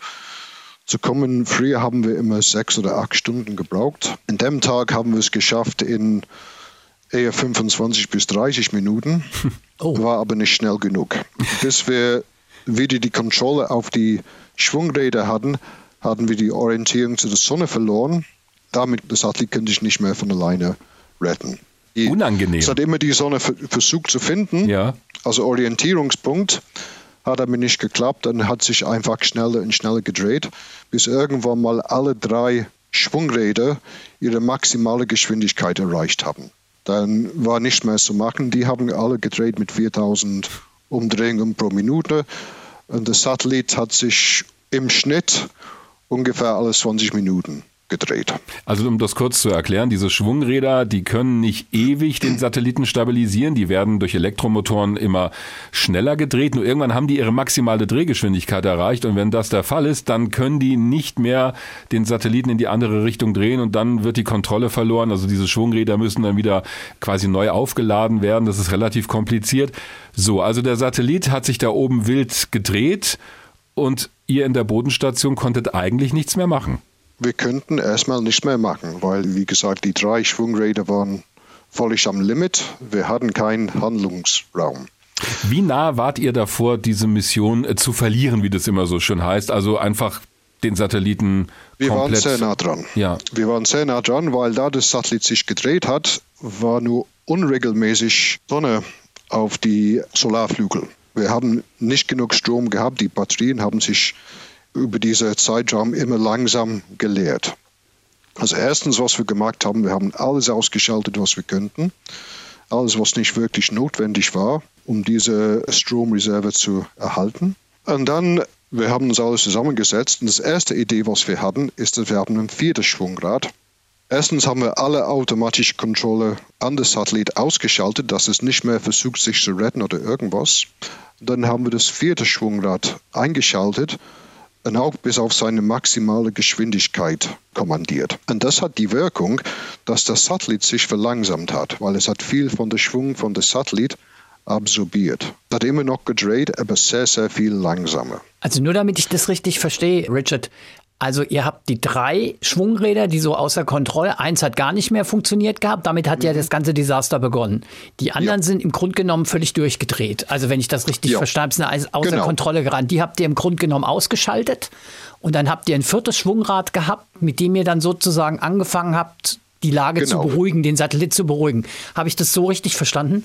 zu kommen, früher haben wir immer 6 oder 8 Stunden gebraucht. An dem Tag haben wir es geschafft in eher 25 bis 30 Minuten. War aber nicht schnell genug. Bis wir wieder die Kontrolle auf die Schwungräder hatten wir die Orientierung zu der Sonne verloren. Damit das Satellit könnte ich nicht mehr von alleine retten. Unangenehm. Es hat immer die Sonne versucht zu finden, also Orientierungspunkt, hat aber nicht geklappt, dann hat sich einfach schneller und schneller gedreht, bis irgendwann mal alle 3 Schwungräder ihre maximale Geschwindigkeit erreicht haben. Dann war nichts mehr zu machen, die haben alle gedreht mit 4000 Umdrehungen pro Minute und der Satellit hat sich im Schnitt ungefähr alle 20 Minuten gedreht. Also um das kurz zu erklären, diese Schwungräder, die können nicht ewig den Satelliten stabilisieren, die werden durch Elektromotoren immer schneller gedreht, nur irgendwann haben die ihre maximale Drehgeschwindigkeit erreicht und wenn das der Fall ist, dann können die nicht mehr den Satelliten in die andere Richtung drehen und dann wird die Kontrolle verloren, also diese Schwungräder müssen dann wieder quasi neu aufgeladen werden, das ist relativ kompliziert. So, also der Satellit hat sich da oben wild gedreht und ihr in der Bodenstation konntet eigentlich nichts mehr machen. Wir könnten erstmal nichts mehr machen, weil, wie gesagt, die 3 Schwungräder waren völlig am Limit. Wir hatten keinen Handlungsraum. Wie nah wart ihr davor, diese Mission zu verlieren, wie das immer so schön heißt? Also einfach den Satelliten Wir komplett... waren sehr nah dran. Ja. Wir waren sehr nah dran, weil da das Satellit sich gedreht hat, war nur unregelmäßig Sonne auf die Solarflügel. Wir haben nicht genug Strom gehabt. Die Batterien haben sich über diesen Zeitraum immer langsam geleert. Also erstens, was wir gemacht haben, wir haben alles ausgeschaltet, was wir könnten. Alles, was nicht wirklich notwendig war, um diese Stromreserve zu erhalten. Und dann, wir haben uns alles zusammengesetzt. Und das erste Idee, was wir hatten, ist, dass wir haben ein 4. Schwungrad. Erstens haben wir alle automatische Kontrolle an das Satellit ausgeschaltet, dass es nicht mehr versucht, sich zu retten oder irgendwas. Dann haben wir das 4. Schwungrad eingeschaltet und auch bis auf seine maximale Geschwindigkeit kommandiert. Und das hat die Wirkung, dass der Satellit sich verlangsamt hat, weil es hat viel von der Schwung von der Satellit absorbiert. Es hat immer noch gedreht, aber sehr, sehr viel langsamer. Also nur damit ich das richtig verstehe, Richard, also ihr habt die 3 Schwungräder, die so außer Kontrolle, 1 hat gar nicht mehr funktioniert gehabt, damit hat ja das ganze Desaster begonnen. Die anderen sind im Grunde genommen völlig durchgedreht. Also wenn ich das richtig verstanden habe, sind außer Kontrolle geraten. Die habt ihr im Grunde genommen ausgeschaltet und dann habt ihr ein 4. Schwungrad gehabt, mit dem ihr dann sozusagen angefangen habt, die Lage zu beruhigen, den Satellit zu beruhigen. Habe ich das so richtig verstanden?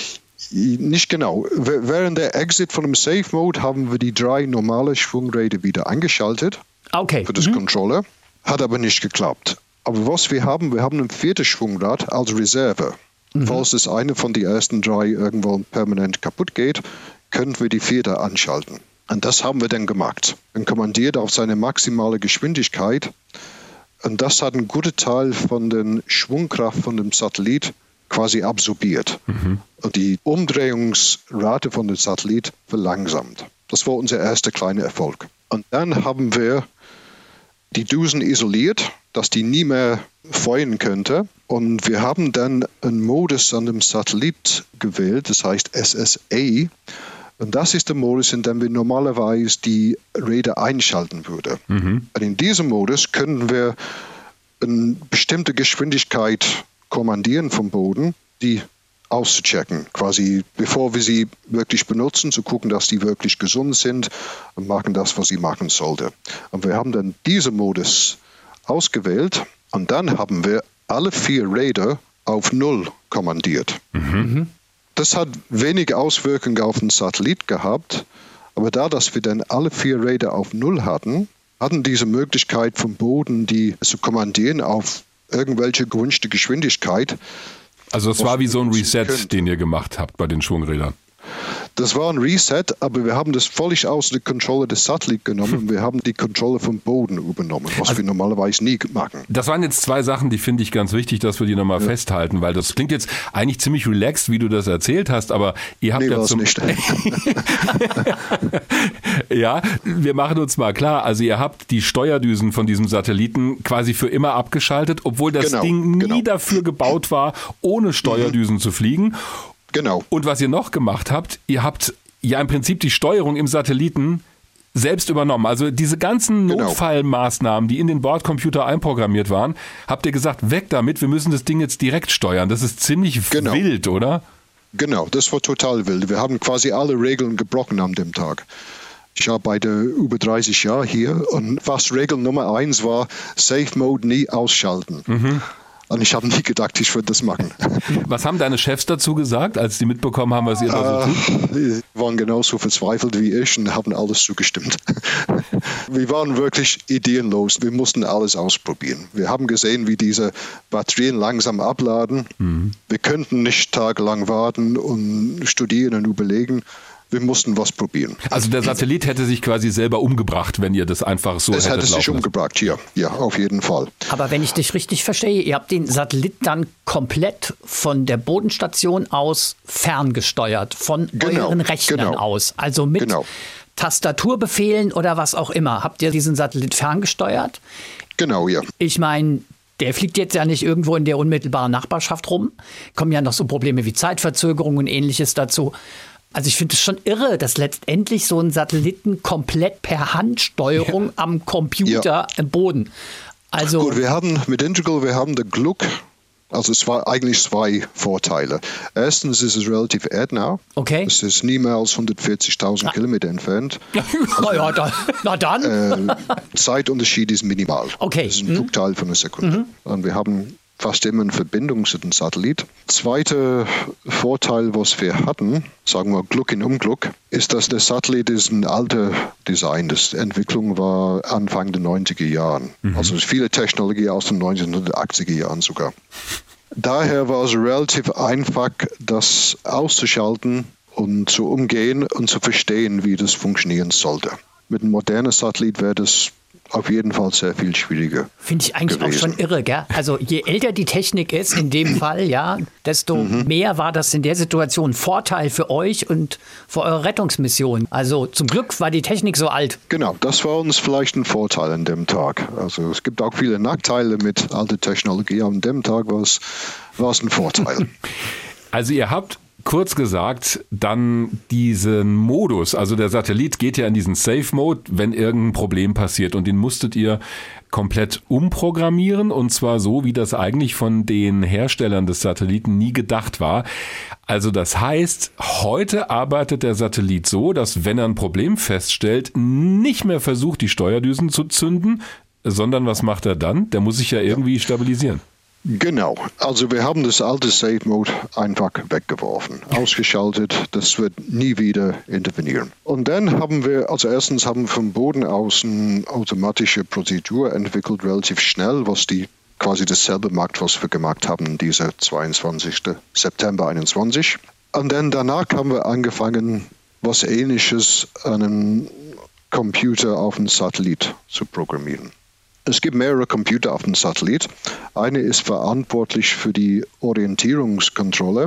Nicht genau. Während der Exit von dem Safe Mode haben wir die 3 normale Schwungräder wieder eingeschaltet. Okay. Für das Kontrolle. Hat aber nicht geklappt. Aber was wir haben ein 4. Schwungrad als Reserve. Falls das eine von den ersten 3 irgendwo permanent kaputt geht, können wir die 4. anschalten. Und das haben wir dann gemacht. Dann kommandiert auf seine maximale Geschwindigkeit. Und das hat einen guten Teil von der Schwungkraft von dem Satellit quasi absorbiert. Und die Umdrehungsrate von dem Satellit verlangsamt. Das war unser erster kleiner Erfolg. Und dann haben wir die Düsen isoliert, dass die nie mehr feuern könnte. Und wir haben dann einen Modus an dem Satellit gewählt, das heißt SSA. Und das ist der Modus, in dem wir normalerweise die Räder einschalten würden. Und in diesem Modus können wir eine bestimmte Geschwindigkeit kommandieren vom Boden, die auszuchecken, quasi bevor wir sie wirklich benutzen, zu gucken, dass die wirklich gesund sind und machen das, was sie machen sollte. Und wir haben dann diesen Modus ausgewählt und dann haben wir alle 4 Räder auf 0 kommandiert. Das hat wenig Auswirkungen auf den Satellit gehabt, aber da, dass wir dann alle 4 Räder auf 0 hatten diese Möglichkeit vom Boden, die zu kommandieren auf irgendwelche gewünschte Geschwindigkeit. Also es war wie so ein Reset, den ihr gemacht habt bei den Schwungrädern. Das war ein Reset, aber wir haben das völlig aus der Kontrolle des Satelliten genommen und wir haben die Kontrolle vom Boden übernommen, was wir normalerweise nie machen. Das waren jetzt 2 Sachen, die finde ich ganz wichtig, dass wir die nochmal festhalten, weil das klingt jetzt eigentlich ziemlich relaxed, wie du das erzählt hast, aber ihr habt nicht. Ja, wir machen uns mal klar, also ihr habt die Steuerdüsen von diesem Satelliten quasi für immer abgeschaltet, obwohl das Ding nie dafür gebaut war, ohne Steuerdüsen zu fliegen. Genau. Und was ihr noch gemacht habt, ihr habt ja im Prinzip die Steuerung im Satelliten selbst übernommen. Also diese ganzen Notfallmaßnahmen, die in den Bordcomputer einprogrammiert waren, habt ihr gesagt, weg damit, wir müssen das Ding jetzt direkt steuern. Das ist ziemlich wild, oder? Genau, das war total wild. Wir haben quasi alle Regeln gebrochen an dem Tag. Ich arbeite über 30 Jahre hier und fast Regel Nummer 1 war, Safe Mode nie ausschalten. Und ich habe nie gedacht, ich würde das machen. Was haben deine Chefs dazu gesagt, als die mitbekommen haben, was ihr da so tut? Die waren genauso verzweifelt wie ich und haben alles zugestimmt. Wir waren wirklich ideenlos. Wir mussten alles ausprobieren. Wir haben gesehen, wie diese Batterien langsam abladen. Wir könnten nicht tagelang warten und studieren und überlegen. Wir mussten was probieren. Also der Satellit hätte sich quasi selber umgebracht, wenn ihr das einfach so hättet laufen lassen. Es hätte sich umgebracht, ja, auf jeden Fall. Aber wenn ich dich richtig verstehe, ihr habt den Satellit dann komplett von der Bodenstation aus ferngesteuert, von euren Rechnern aus, also mit Tastaturbefehlen oder was auch immer. Habt ihr diesen Satellit ferngesteuert? Genau, ja. Ich meine, der fliegt jetzt ja nicht irgendwo in der unmittelbaren Nachbarschaft rum. Kommen ja noch so Probleme wie Zeitverzögerung und Ähnliches dazu. Also ich finde es schon irre, dass letztendlich so ein Satelliten komplett per Handsteuerung am Computer im Boden. Also gut, wir haben mit Integral, wir haben das Glück, also es war eigentlich 2 Vorteile. Erstens ist es relativ nah. Okay. Es ist niemals 140.000 Kilometer entfernt. Also, na dann. Zeitunterschied ist minimal. Okay. Das ist ein Bruchteil von einer Sekunde. Und wir haben fast immer eine Verbindung zu dem Satellit. Zweiter Vorteil, was wir hatten, sagen wir Glück in Unglück, ist, dass der Satellit ist ein alter Design. Die Entwicklung war Anfang der 90er Jahren. Also viele Technologie aus den 1980er Jahren sogar. Daher war es relativ einfach, das auszuschalten und zu umgehen und zu verstehen, wie das funktionieren sollte. Mit einem modernen Satellit wäre das auf jeden Fall sehr viel schwieriger. Finde ich eigentlich auch schon irre, gell? Also je älter die Technik ist, in dem Fall, ja, desto mehr war das in der Situation ein Vorteil für euch und für eure Rettungsmission. Also zum Glück war die Technik so alt. Genau, das war uns vielleicht ein Vorteil an dem Tag. Also es gibt auch viele Nachteile mit alter Technologie, aber an dem Tag war es ein Vorteil. Also ihr habt kurz gesagt, dann diesen Modus, also der Satellit geht ja in diesen Safe-Mode, wenn irgendein Problem passiert und den musstet ihr komplett umprogrammieren und zwar so, wie das eigentlich von den Herstellern des Satelliten nie gedacht war. Also das heißt, heute arbeitet der Satellit so, dass wenn er ein Problem feststellt, nicht mehr versucht, die Steuerdüsen zu zünden, sondern was macht er dann? Der muss sich ja irgendwie stabilisieren. Genau, also wir haben das alte Safe Mode einfach weggeworfen, ausgeschaltet, das wird nie wieder intervenieren. Und dann haben wir, also erstens haben wir vom Boden aus eine automatische Prozedur entwickelt, relativ schnell, was die quasi dasselbe macht, was wir gemacht haben, dieser 22. September 21. Und dann danach haben wir angefangen, was Ähnliches an einem Computer auf dem Satellit zu programmieren. Es gibt mehrere Computer auf dem Satellit. Eine ist verantwortlich für die Orientierungskontrolle.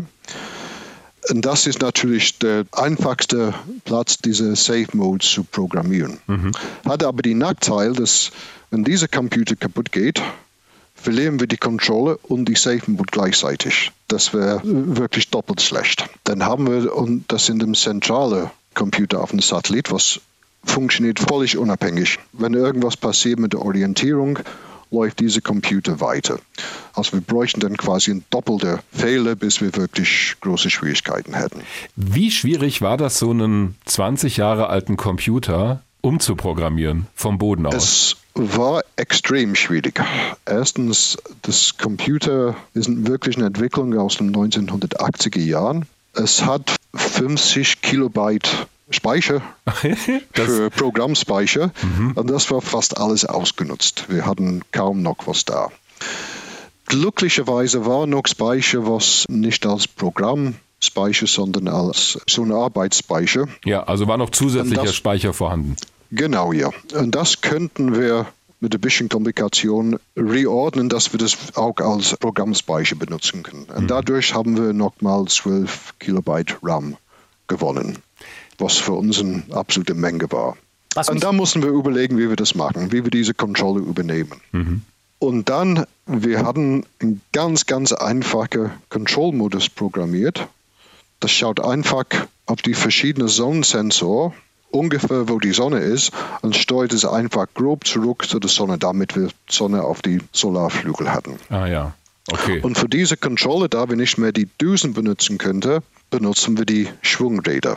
Und das ist natürlich der einfachste Platz, diese Safe Mode zu programmieren. Hat aber den Nachteil, dass wenn dieser Computer kaputt geht, verlieren wir die Kontrolle und die Safe Mode gleichzeitig. Das wäre wirklich doppelt schlecht. Dann haben wir das in dem zentralen Computer auf dem Satellit, was funktioniert völlig unabhängig. Wenn irgendwas passiert mit der Orientierung, läuft dieser Computer weiter. Also wir bräuchten dann quasi ein doppelter Fehler, bis wir wirklich große Schwierigkeiten hätten. Wie schwierig war das, so einen 20 Jahre alten Computer umzuprogrammieren vom Boden aus? Es war extrem schwierig. Erstens, das Computer ist wirklich eine Entwicklung aus den 1980er Jahren. Es hat 50 Kilobyte Speicher für Programmspeicher und das war fast alles ausgenutzt. Wir hatten kaum noch was da. Glücklicherweise war noch Speicher, was nicht als Programmspeicher, sondern als so ein Arbeitsspeicher. Ja, also war noch zusätzlicher Speicher vorhanden. Genau, ja. Und das könnten wir mit ein bisschen Komplikation reordnen, dass wir das auch als Programmspeicher benutzen können. Und dadurch haben wir nochmal 12 Kilobyte RAM gewonnen, was für uns eine absolute Menge war. Und da mussten wir überlegen, wie wir das machen, wie wir diese Kontrolle übernehmen. Und dann, wir hatten einen ganz, ganz einfachen Control-Modus programmiert. Das schaut einfach auf die verschiedenen Sonnensensoren, ungefähr wo die Sonne ist, und steuert es einfach grob zurück zu der Sonne, damit wir Sonne auf die Solarflügel hatten. Ah ja, okay. Und für diese Kontrolle, da wir nicht mehr die Düsen benutzen könnten, benutzen wir die Schwungräder.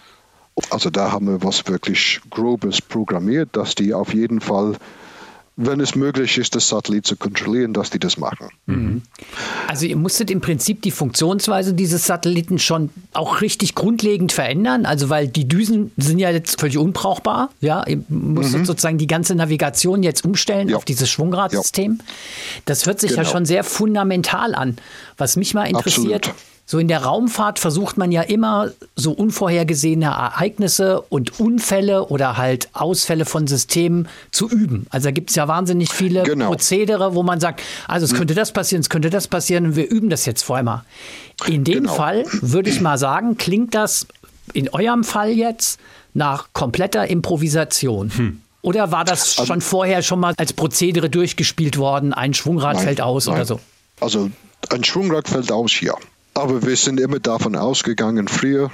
Also da haben wir was wirklich Grobes programmiert, dass die auf jeden Fall, wenn es möglich ist, das Satellit zu kontrollieren, dass die das machen. Also ihr musstet im Prinzip die Funktionsweise dieses Satelliten schon auch richtig grundlegend verändern, also weil die Düsen sind ja jetzt völlig unbrauchbar. Ja, ihr musstet sozusagen die ganze Navigation jetzt umstellen auf dieses Schwungradsystem. Das hört sich ja schon sehr fundamental an. Was mich mal interessiert, so in der Raumfahrt versucht man ja immer so unvorhergesehene Ereignisse und Unfälle oder halt Ausfälle von Systemen zu üben. Also da gibt es ja wahnsinnig viele Prozedere, wo man sagt, also es könnte das passieren und wir üben das jetzt vorher mal. In dem Fall würde ich mal sagen, klingt das in eurem Fall jetzt nach kompletter Improvisation. Oder war das schon vorher schon mal als Prozedere durchgespielt worden, ein Schwungrad fällt aus oder so? Also ein Schwungrad fällt aus, ja. Aber wir sind immer davon ausgegangen, früher,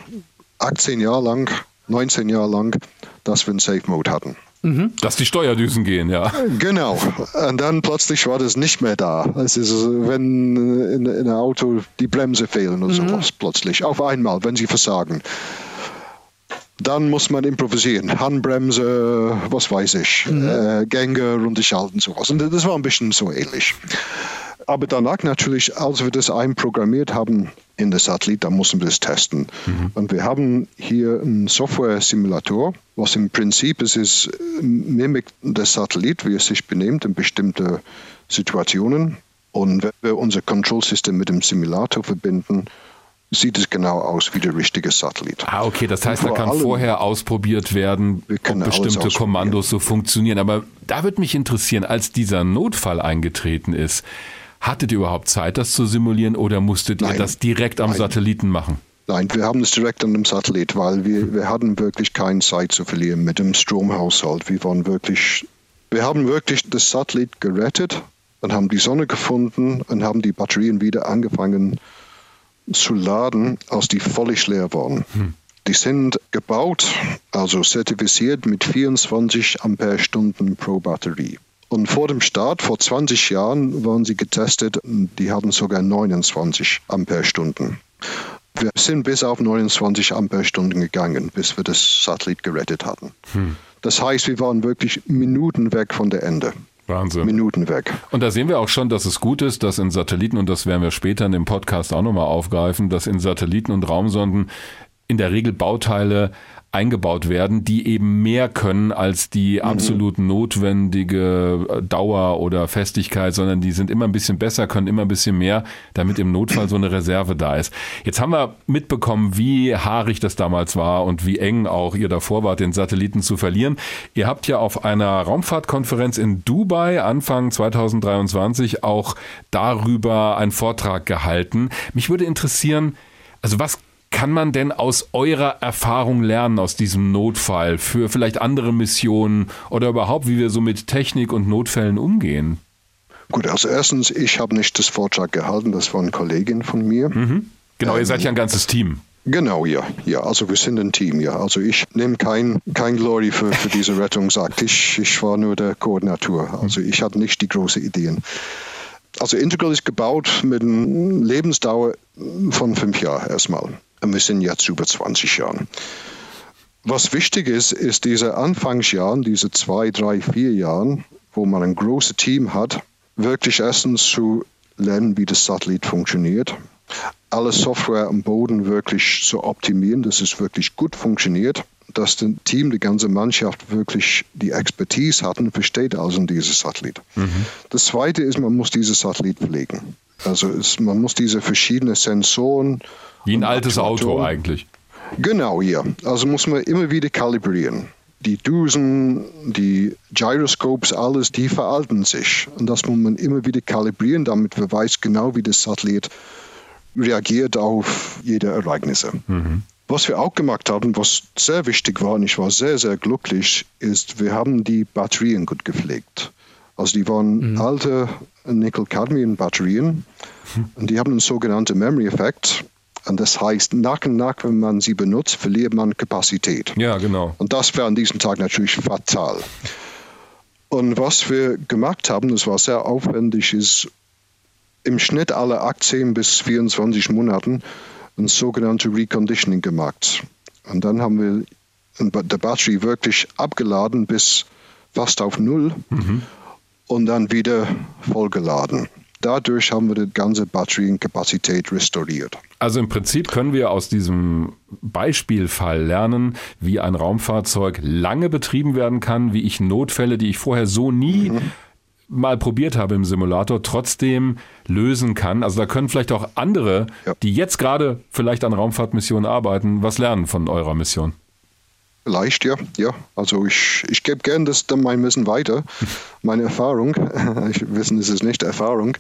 18 Jahre lang, 19 Jahre lang, dass wir einen Safe Mode hatten. Dass die Steuerdüsen gehen, ja. Genau. Und dann plötzlich war das nicht mehr da. Es ist, wenn in einem Auto die Bremse fehlen oder sowas plötzlich, auf einmal, wenn sie versagen. Dann muss man improvisieren. Handbremse, was weiß ich, Gänge runterschalten, sowas. Und das war ein bisschen so ähnlich. Aber danach natürlich, als wir das einprogrammiert haben in das Satellit, da mussten wir es testen. Und wir haben hier einen Software-Simulator, was im Prinzip ist, mimikt das Satellit, wie es sich benimmt in bestimmten Situationen. Und wenn wir unser Control-System mit dem Simulator verbinden, sieht es genau aus wie der richtige Satellit. Ah, okay, das heißt, da kann vorher ausprobiert werden, ob bestimmte Kommandos so funktionieren. Aber da würde mich interessieren, als dieser Notfall eingetreten ist, hattet ihr überhaupt Zeit, das zu simulieren oder musstet ihr das direkt am Satelliten machen? Nein, wir haben es direkt an dem Satellit, weil wir hatten wirklich keine Zeit zu verlieren mit dem Stromhaushalt. Wir haben wirklich das Satellit gerettet und haben die Sonne gefunden und haben die Batterien wieder angefangen zu laden, als die völlig leer waren. Die sind gebaut, also zertifiziert mit 24 Ampere-Stunden pro Batterie. Und vor dem Start, vor 20 Jahren, waren sie getestet, die hatten sogar 29 Ampere-Stunden. Wir sind bis auf 29 Ampere-Stunden gegangen, bis wir das Satellit gerettet hatten. Das heißt, wir waren wirklich Minuten weg von der Ende. Wahnsinn. Minuten weg. Und da sehen wir auch schon, dass es gut ist, dass in Satelliten, und das werden wir später in dem Podcast auch nochmal aufgreifen, dass in Satelliten und Raumsonden in der Regel Bauteile eingebaut werden, die eben mehr können als die absolut notwendige Dauer oder Festigkeit, sondern die sind immer ein bisschen besser, können immer ein bisschen mehr, damit im Notfall so eine Reserve da ist. Jetzt haben wir mitbekommen, wie haarig das damals war und wie eng auch ihr davor wart, den Satelliten zu verlieren. Ihr habt ja auf einer Raumfahrtkonferenz in Dubai Anfang 2023 auch darüber einen Vortrag gehalten. Mich würde interessieren, also was kann man denn aus eurer Erfahrung lernen, aus diesem Notfall, für vielleicht andere Missionen oder überhaupt, wie wir so mit Technik und Notfällen umgehen? Gut, also erstens, ich habe nicht das Vortrag gehalten, das war eine Kollegin von mir. Genau, ihr seid ja ein ganzes Team. Genau, ja. Also wir sind ein Team, ja. Also ich nehme kein Glory für diese Rettungsakt. Ich war nur der Koordinator. Also ich hatte nicht die großen Ideen. Also Integral ist gebaut mit einer Lebensdauer von 5 Jahren erstmal. Und wir sind jetzt über 20 Jahren. Was wichtig ist diese Anfangsjahren, diese 2, 3, 4 Jahren, wo man ein großes Team hat, wirklich erstens zu lernen, wie das Satellit funktioniert. Alle Software am Boden wirklich zu optimieren, dass es wirklich gut funktioniert, dass das Team, die ganze Mannschaft wirklich die Expertise hat und versteht also dieses Satellit. Das Zweite ist, man muss dieses Satellit pflegen. Also man muss diese verschiedenen Sensoren... Wie ein altes Auto eigentlich. Genau, ja. Also muss man immer wieder kalibrieren. Die Düsen, die Gyroscopes, alles, die veralten sich. Und das muss man immer wieder kalibrieren, damit man weiß genau, wie das Satellit reagiert auf jede Ereignisse. Was wir auch gemacht haben, was sehr wichtig war, und ich war sehr, sehr glücklich, ist, wir haben die Batterien gut gepflegt. Also die waren alte Nickel-Cadmium-Batterien und die haben einen sogenannten Memory-Effekt. Und das heißt, nach und nach, wenn man sie benutzt, verliert man Kapazität. Ja, genau. Und das wäre an diesem Tag natürlich fatal. Und was wir gemacht haben, das war sehr aufwendig, ist im Schnitt alle 18 bis 24 Monaten ein sogenanntes Reconditioning gemacht. Und dann haben wir die Batterie wirklich abgeladen bis fast auf 0 und dann wieder vollgeladen. Dadurch haben wir die ganze Batterienkapazität restauriert. Also im Prinzip können wir aus diesem Beispielfall lernen, wie ein Raumfahrzeug lange betrieben werden kann, wie ich Notfälle, die ich vorher so nie mal probiert habe im Simulator, trotzdem lösen kann. Also da können vielleicht auch andere, die jetzt gerade vielleicht an Raumfahrtmissionen arbeiten, was lernen von eurer Mission. Vielleicht, ja. Also ich gebe gerne mein Wissen weiter, meine Erfahrung. Wissen ist es nicht, Erfahrung.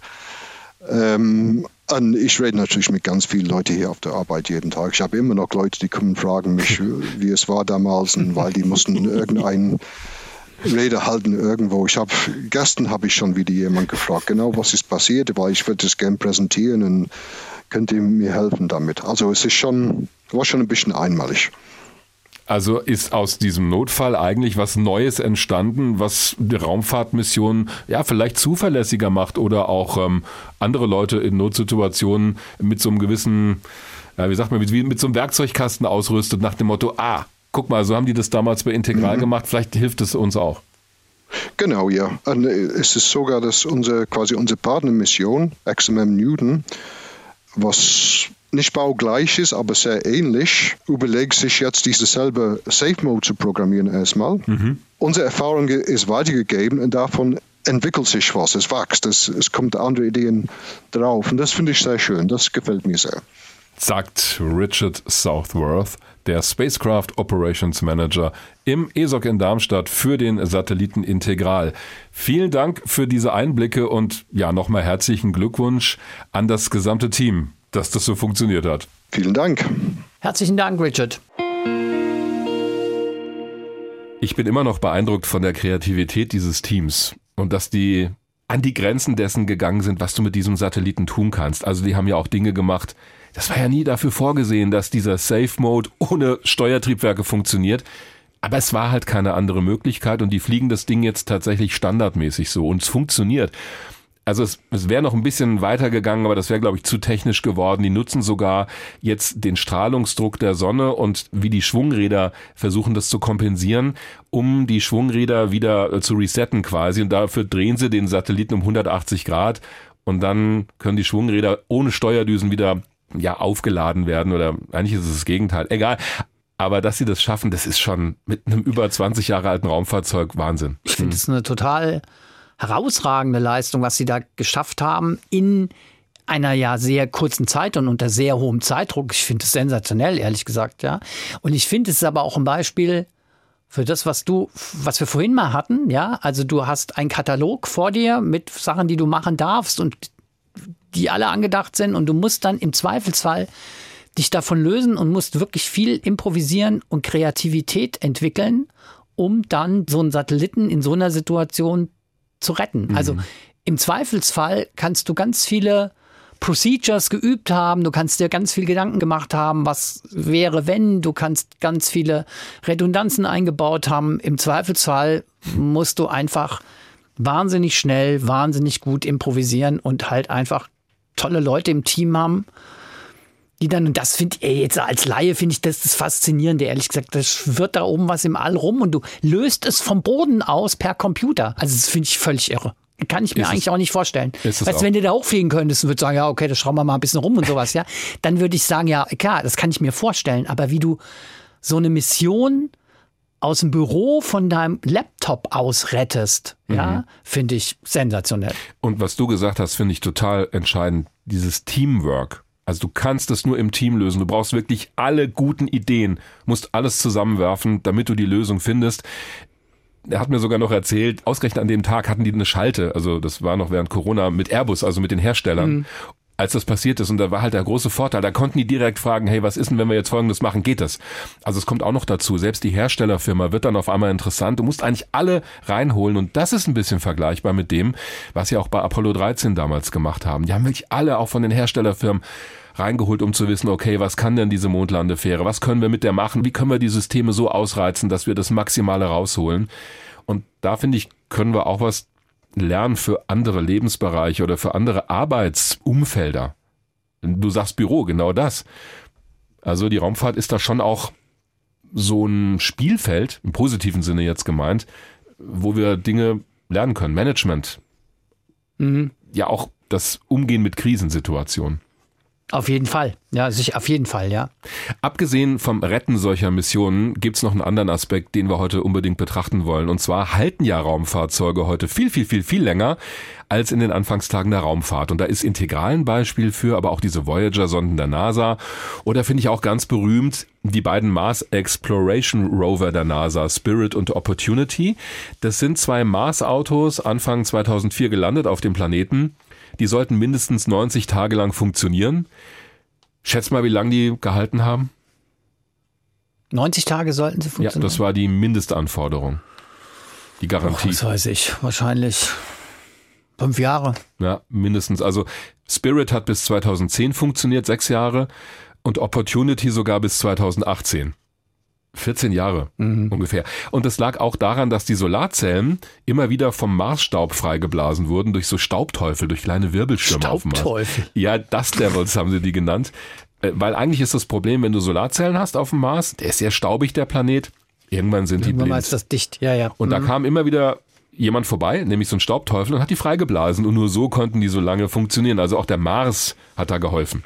Und ich rede natürlich mit ganz vielen Leuten hier auf der Arbeit jeden Tag. Ich habe immer noch Leute, die kommen und fragen mich, wie es war damals, weil die mussten irgendeine Rede halten irgendwo. Gestern habe ich schon wieder jemanden gefragt, genau was ist passiert, weil ich würde es gerne präsentieren und könnt ihr mir helfen damit. Also es war schon ein bisschen einmalig. Also ist aus diesem Notfall eigentlich was Neues entstanden, was die Raumfahrtmission vielleicht zuverlässiger macht oder auch andere Leute in Notsituationen mit so einem gewissen, wie sagt man, mit so einem Werkzeugkasten ausrüstet nach dem Motto, guck mal, so haben die das damals bei Integral gemacht, vielleicht hilft es uns auch. Genau, ja. Und es ist sogar, dass unsere Partnermission, XMM Newton, was nicht baugleich ist, aber sehr ähnlich, überlegt sich jetzt diese selbe Safe Mode zu programmieren erstmal. Unsere Erfahrung ist weitergegeben und davon entwickelt sich was, es wächst, es kommt andere Ideen drauf und das finde ich sehr schön, das gefällt mir sehr. Sagt Richard Southworth, der Spacecraft Operations Manager im ESOC in Darmstadt für den Satelliten Integral. Vielen Dank für diese Einblicke und nochmal herzlichen Glückwunsch an das gesamte Team, dass das so funktioniert hat. Vielen Dank. Herzlichen Dank, Richard. Ich bin immer noch beeindruckt von der Kreativität dieses Teams und dass die an die Grenzen dessen gegangen sind, was du mit diesem Satelliten tun kannst. Also die haben ja auch Dinge gemacht, das war ja nie dafür vorgesehen, dass dieser Safe Mode ohne Steuertriebwerke funktioniert. Aber es war halt keine andere Möglichkeit und die fliegen das Ding jetzt tatsächlich standardmäßig so und es funktioniert. Also es wäre noch ein bisschen weitergegangen, aber das wäre, glaube ich, zu technisch geworden. Die nutzen sogar jetzt den Strahlungsdruck der Sonne und wie die Schwungräder versuchen das zu kompensieren, um die Schwungräder wieder zu resetten quasi. Und dafür drehen sie den Satelliten um 180 Grad und dann können die Schwungräder ohne Steuerdüsen wieder aufgeladen werden oder eigentlich ist es das Gegenteil. Egal. Aber dass sie das schaffen, das ist schon mit einem über 20 Jahre alten Raumfahrzeug Wahnsinn. Ich finde es eine total herausragende Leistung, was sie da geschafft haben in einer sehr kurzen Zeit und unter sehr hohem Zeitdruck. Ich finde es sensationell, ehrlich gesagt, ja. Und ich finde, es ist aber auch ein Beispiel für das, was wir vorhin mal hatten, ja. Also du hast einen Katalog vor dir mit Sachen, die du machen darfst und die alle angedacht sind und du musst dann im Zweifelsfall dich davon lösen und musst wirklich viel improvisieren und Kreativität entwickeln, um dann so einen Satelliten in so einer Situation zu retten. Also im Zweifelsfall kannst du ganz viele Procedures geübt haben, du kannst dir ganz viel Gedanken gemacht haben, was wäre, wenn, du kannst ganz viele Redundanzen eingebaut haben. Im Zweifelsfall musst du einfach wahnsinnig schnell, wahnsinnig gut improvisieren und halt einfach tolle Leute im Team haben, die dann, und das finde ich, jetzt als Laie finde ich das Faszinierende, ehrlich gesagt, das schwirrt da oben was im All rum und du löst es vom Boden aus per Computer. Also das finde ich völlig irre. Kann ich mir eigentlich auch nicht vorstellen. Weißt, wenn du da hochfliegen könntest und würdest sagen, ja, okay, das schrauben wir mal ein bisschen rum und sowas, ja, dann würde ich sagen, ja, klar, das kann ich mir vorstellen. Aber wie du so eine Mission aus dem Büro von deinem Laptop aus rettest, ja, finde ich sensationell. Und was du gesagt hast, finde ich total entscheidend. Dieses Teamwork. Also du kannst es nur im Team lösen. Du brauchst wirklich alle guten Ideen, musst alles zusammenwerfen, damit du die Lösung findest. Er hat mir sogar noch erzählt, ausgerechnet an dem Tag hatten die eine Schalte, also das war noch während Corona, mit Airbus, also mit den Herstellern, als das passiert ist. Und da war halt der große Vorteil, da konnten die direkt fragen, hey, was ist denn, wenn wir jetzt Folgendes machen, geht das? Also es kommt auch noch dazu, selbst die Herstellerfirma wird dann auf einmal interessant. Du musst eigentlich alle reinholen und das ist ein bisschen vergleichbar mit dem, was sie auch bei Apollo 13 damals gemacht haben. Die haben wirklich alle auch von den Herstellerfirmen reingeholt, um zu wissen, okay, was kann denn diese Mondlandefähre? Was können wir mit der machen? Wie können wir die Systeme so ausreizen, dass wir das Maximale rausholen? Und da, finde ich, können wir auch was lernen für andere Lebensbereiche oder für andere Arbeitsumfelder. Du sagst Büro, genau das. Also die Raumfahrt ist da schon auch so ein Spielfeld, im positiven Sinne jetzt gemeint, wo wir Dinge lernen können. Management. Ja, auch das Umgehen mit Krisensituationen. Auf jeden Fall. Ja, sicher, auf jeden Fall, ja. Abgesehen vom Retten solcher Missionen gibt's noch einen anderen Aspekt, den wir heute unbedingt betrachten wollen. Und zwar halten ja Raumfahrzeuge heute viel länger als in den Anfangstagen der Raumfahrt. Und da ist Integral ein Beispiel für, aber auch diese Voyager-Sonden der NASA. Oder finde ich auch ganz berühmt, die beiden Mars Exploration Rover der NASA, Spirit und Opportunity. Das sind 2 Mars-Autos, Anfang 2004 gelandet auf dem Planeten. Die sollten mindestens 90 Tage lang funktionieren. Schätz mal, wie lange die gehalten haben? 90 Tage sollten sie funktionieren? Ja, das war die Mindestanforderung. Die Garantie. Das weiß ich. Wahrscheinlich 5 Jahre. Ja, mindestens. Also Spirit hat bis 2010 funktioniert, 6 Jahre. Und Opportunity sogar bis 2018. 14 Jahre ungefähr. Und das lag auch daran, dass die Solarzellen immer wieder vom Marsstaub freigeblasen wurden durch so Staubteufel, durch kleine Wirbelstürme auf dem Mars. Staubteufel? Ja, Dust Devils haben sie die genannt. Weil eigentlich ist das Problem, wenn du Solarzellen hast auf dem Mars, der ist sehr staubig, der Planet. Irgendwann sind die blind. Irgendwann ist das dicht, ja. Und da kam immer wieder jemand vorbei, nämlich so ein Staubteufel, und hat die freigeblasen. Und nur so konnten die so lange funktionieren. Also auch der Mars hat da geholfen.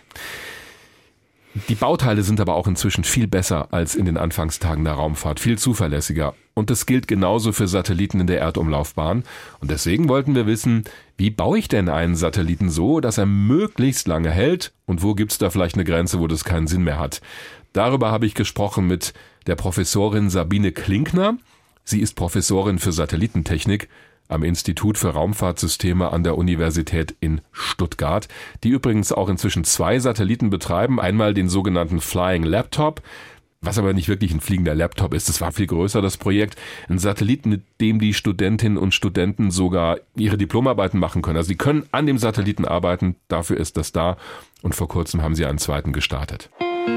Die Bauteile sind aber auch inzwischen viel besser als in den Anfangstagen der Raumfahrt, viel zuverlässiger. Und das gilt genauso für Satelliten in der Erdumlaufbahn. Und deswegen wollten wir wissen, wie baue ich denn einen Satelliten so, dass er möglichst lange hält? Und wo gibt's da vielleicht eine Grenze, wo das keinen Sinn mehr hat? Darüber habe ich gesprochen mit der Professorin Sabine Klinkner. Sie ist Professorin für Satellitentechnik am Institut für Raumfahrtsysteme an der Universität in Stuttgart, die übrigens auch inzwischen 2 Satelliten betreiben. Einmal den sogenannten Flying Laptop, was aber nicht wirklich ein fliegender Laptop ist. Das war viel größer, das Projekt. Ein Satellit, mit dem die Studentinnen und Studenten sogar ihre Diplomarbeiten machen können. Also sie können an dem Satelliten arbeiten, dafür ist das da. Und vor kurzem haben sie einen zweiten gestartet.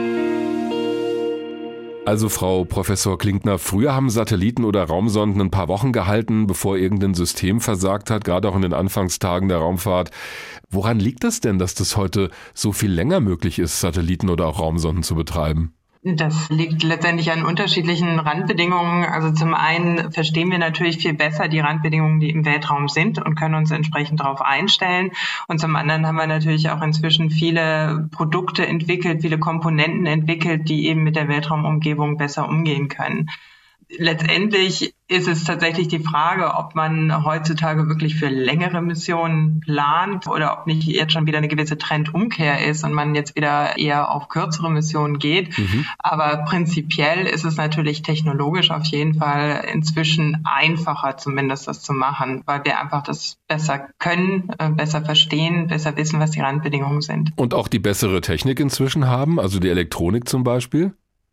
Also Frau Professor Klinkner, früher haben Satelliten oder Raumsonden ein paar Wochen gehalten, bevor irgendein System versagt hat, gerade auch in den Anfangstagen der Raumfahrt. Woran liegt das denn, dass das heute so viel länger möglich ist, Satelliten oder auch Raumsonden zu betreiben? Das liegt letztendlich an unterschiedlichen Randbedingungen. Also zum einen verstehen wir natürlich viel besser die Randbedingungen, die im Weltraum sind und können uns entsprechend darauf einstellen. Und zum anderen haben wir natürlich auch inzwischen viele Produkte entwickelt, viele Komponenten entwickelt, die eben mit der Weltraumumgebung besser umgehen können. Letztendlich ist es tatsächlich die Frage, ob man heutzutage wirklich für längere Missionen plant oder ob nicht jetzt schon wieder eine gewisse Trendumkehr ist und man jetzt wieder eher auf kürzere Missionen geht. Aber prinzipiell ist es natürlich technologisch auf jeden Fall inzwischen einfacher, zumindest das zu machen, weil wir einfach das besser können, besser verstehen, besser wissen, was die Randbedingungen sind. Und auch die bessere Technik inzwischen haben, also die Elektronik zum Beispiel?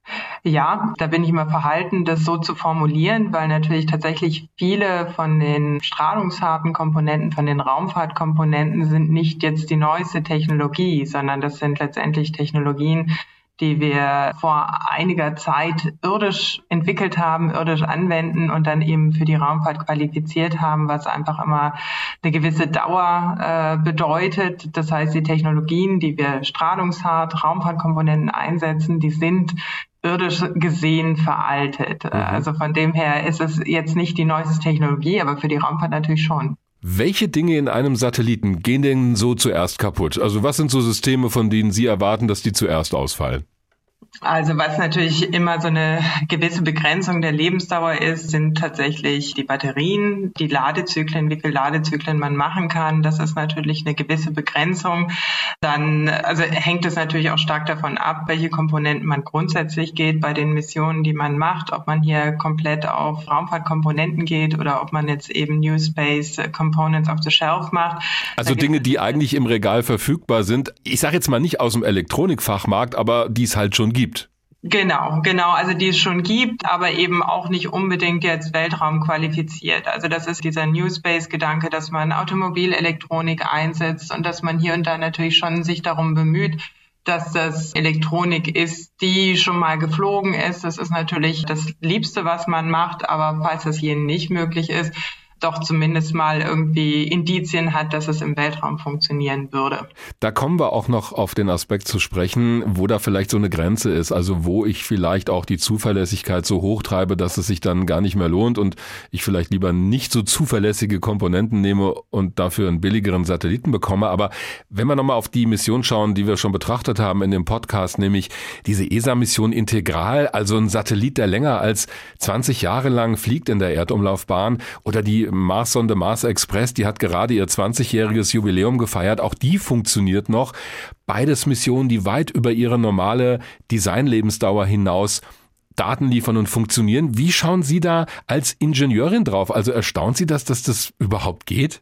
Ja, da bin ich immer verhalten, das so zu formulieren, weil natürlich tatsächlich viele von den strahlungsharten Komponenten, von den Raumfahrtkomponenten sind nicht jetzt die neueste Technologie, sondern das sind letztendlich Technologien, die wir vor einiger Zeit irdisch entwickelt haben, irdisch anwenden und dann eben für die Raumfahrt qualifiziert haben, was einfach immer eine gewisse Dauer bedeutet. Das heißt, die Technologien, die wir strahlungshart, Raumfahrtkomponenten einsetzen, die sind irdisch gesehen veraltet. Also von dem her ist es jetzt nicht die neueste Technologie, aber für die Raumfahrt natürlich schon. Welche Dinge in einem Satelliten gehen denn so zuerst kaputt? Also was sind so Systeme, von denen Sie erwarten, dass die zuerst ausfallen? Also was natürlich immer so eine gewisse Begrenzung der Lebensdauer ist, sind tatsächlich die Batterien, die Ladezyklen, wie viele Ladezyklen man machen kann. Das ist natürlich eine gewisse Begrenzung. Dann hängt es natürlich auch stark davon ab, welche Komponenten man grundsätzlich geht bei den Missionen, die man macht, ob man hier komplett auf Raumfahrtkomponenten geht oder ob man jetzt eben New Space Components off the Shelf macht. Also Dinge, die eigentlich im Regal verfügbar sind. Ich sage jetzt mal nicht aus dem Elektronikfachmarkt, aber die es halt schon gibt. Genau. Also die es schon gibt, aber eben auch nicht unbedingt jetzt Weltraum qualifiziert. Also das ist dieser New Space-Gedanke, dass man Automobilelektronik einsetzt und dass man hier und da natürlich schon sich darum bemüht, dass das Elektronik ist, die schon mal geflogen ist. Das ist natürlich das Liebste, was man macht, aber falls das hier nicht möglich ist, doch zumindest mal irgendwie Indizien hat, dass es im Weltraum funktionieren würde. Da kommen wir auch noch auf den Aspekt zu sprechen, wo da vielleicht so eine Grenze ist, also wo ich vielleicht auch die Zuverlässigkeit so hoch treibe, dass es sich dann gar nicht mehr lohnt und ich vielleicht lieber nicht so zuverlässige Komponenten nehme und dafür einen billigeren Satelliten bekomme. Aber wenn wir nochmal auf die Mission schauen, die wir schon betrachtet haben in dem Podcast, nämlich diese ESA-Mission Integral, also ein Satellit, der länger als 20 Jahre lang fliegt in der Erdumlaufbahn, oder die Mars-Sonde Mars Express, die hat gerade ihr 20-jähriges Jubiläum gefeiert. Auch die funktioniert noch. Beides Missionen, die weit über ihre normale Designlebensdauer hinaus Daten liefern und funktionieren. Wie schauen Sie da als Ingenieurin drauf? Also erstaunt Sie dass das überhaupt geht?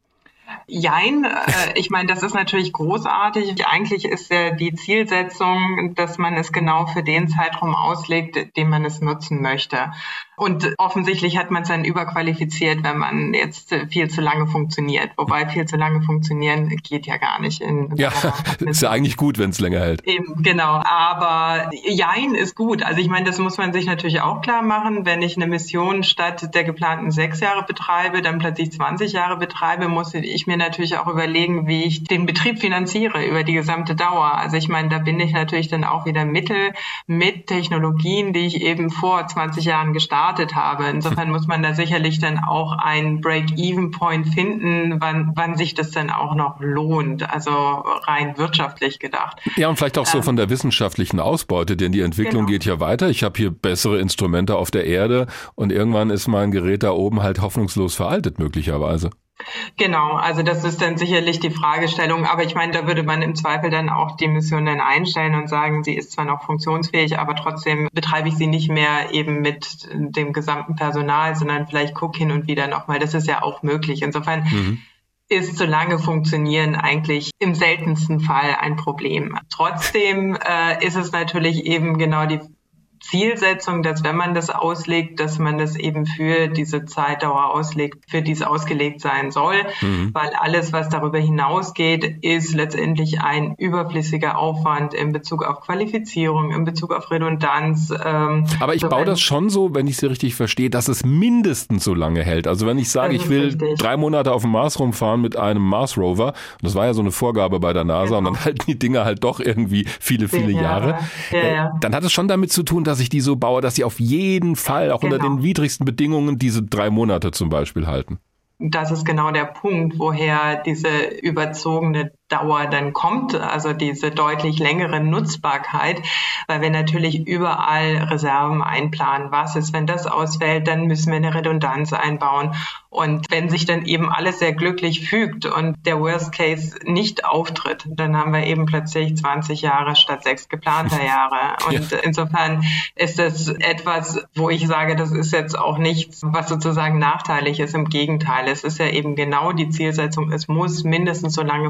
Jein, ich meine, das ist natürlich großartig. Eigentlich ist ja die Zielsetzung, dass man es genau für den Zeitraum auslegt, den man es nutzen möchte. Und offensichtlich hat man es dann überqualifiziert, wenn man jetzt viel zu lange funktioniert. Wobei viel zu lange funktionieren geht ja gar nicht. Ja, ist ja eigentlich gut, wenn es länger hält. Eben, genau. Aber Jein ist gut. Also ich meine, das muss man sich natürlich auch klar machen. Wenn ich eine Mission statt der geplanten 6 Jahre betreibe, dann plötzlich 20 Jahre betreibe, muss ich mir natürlich auch überlegen, wie ich den Betrieb finanziere über die gesamte Dauer. Also ich meine, da bin ich natürlich dann auch wieder Mittel mit Technologien, die ich eben vor 20 Jahren gestartet habe. Insofern muss man da sicherlich dann auch einen Break-Even-Point finden, wann sich das dann auch noch lohnt, also rein wirtschaftlich gedacht. Ja, und vielleicht auch so von der wissenschaftlichen Ausbeute, denn die Entwicklung geht ja weiter. Ich habe hier bessere Instrumente auf der Erde und irgendwann ist mein Gerät da oben halt hoffnungslos veraltet möglicherweise. Genau, also das ist dann sicherlich die Fragestellung, aber ich meine, da würde man im Zweifel dann auch die Mission dann einstellen und sagen, sie ist zwar noch funktionsfähig, aber trotzdem betreibe ich sie nicht mehr eben mit dem gesamten Personal, sondern vielleicht gucke hin und wieder nochmal, das ist ja auch möglich. Insofern ist so lange funktionieren eigentlich im seltensten Fall ein Problem. Trotzdem ist es natürlich eben genau die Zielsetzung, dass wenn man das auslegt, dass man das eben für diese Zeitdauer auslegt, für die es ausgelegt sein soll, weil alles, was darüber hinausgeht, ist letztendlich ein überflüssiger Aufwand in Bezug auf Qualifizierung, in Bezug auf Redundanz. Aber ich baue das schon so, wenn ich Sie richtig verstehe, dass es mindestens so lange hält. Also wenn ich sage, ich will 3 Monate auf dem Mars rumfahren mit einem Mars Rover, und das war ja so eine Vorgabe bei der NASA, und dann halten die Dinger halt doch irgendwie viele Jahre, dann hat es schon damit zu tun, dass ich die so baue, dass sie auf jeden Fall auch unter den widrigsten Bedingungen diese 3 Monate zum Beispiel halten. Das ist genau der Punkt, woher diese überzogene Dauer dann kommt, also diese deutlich längere Nutzbarkeit, weil wir natürlich überall Reserven einplanen. Was ist, wenn das ausfällt, dann müssen wir eine Redundanz einbauen. Und wenn sich dann eben alles sehr glücklich fügt und der Worst Case nicht auftritt, dann haben wir eben plötzlich 20 Jahre statt 6 geplanter Jahre. Und insofern ist das etwas, wo ich sage, das ist jetzt auch nichts, was sozusagen nachteilig ist. Im Gegenteil, es ist ja eben genau die Zielsetzung, es muss mindestens so lange funktionieren,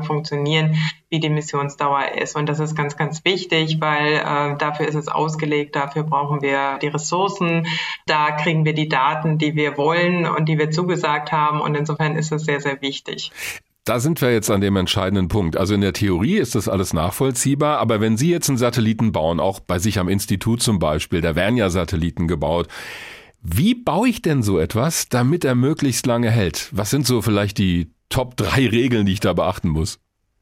definieren, wie die Missionsdauer ist. Und das ist ganz, ganz wichtig, weil dafür ist es ausgelegt, dafür brauchen wir die Ressourcen, da kriegen wir die Daten, die wir wollen und die wir zugesagt haben. Und insofern ist es sehr, sehr wichtig. Da sind wir jetzt an dem entscheidenden Punkt. Also in der Theorie ist das alles nachvollziehbar, aber wenn Sie jetzt einen Satelliten bauen, auch bei sich am Institut zum Beispiel, da werden ja Satelliten gebaut, wie baue ich denn so etwas, damit er möglichst lange hält? Was sind so vielleicht die Top 3 Regeln, die ich da beachten muss?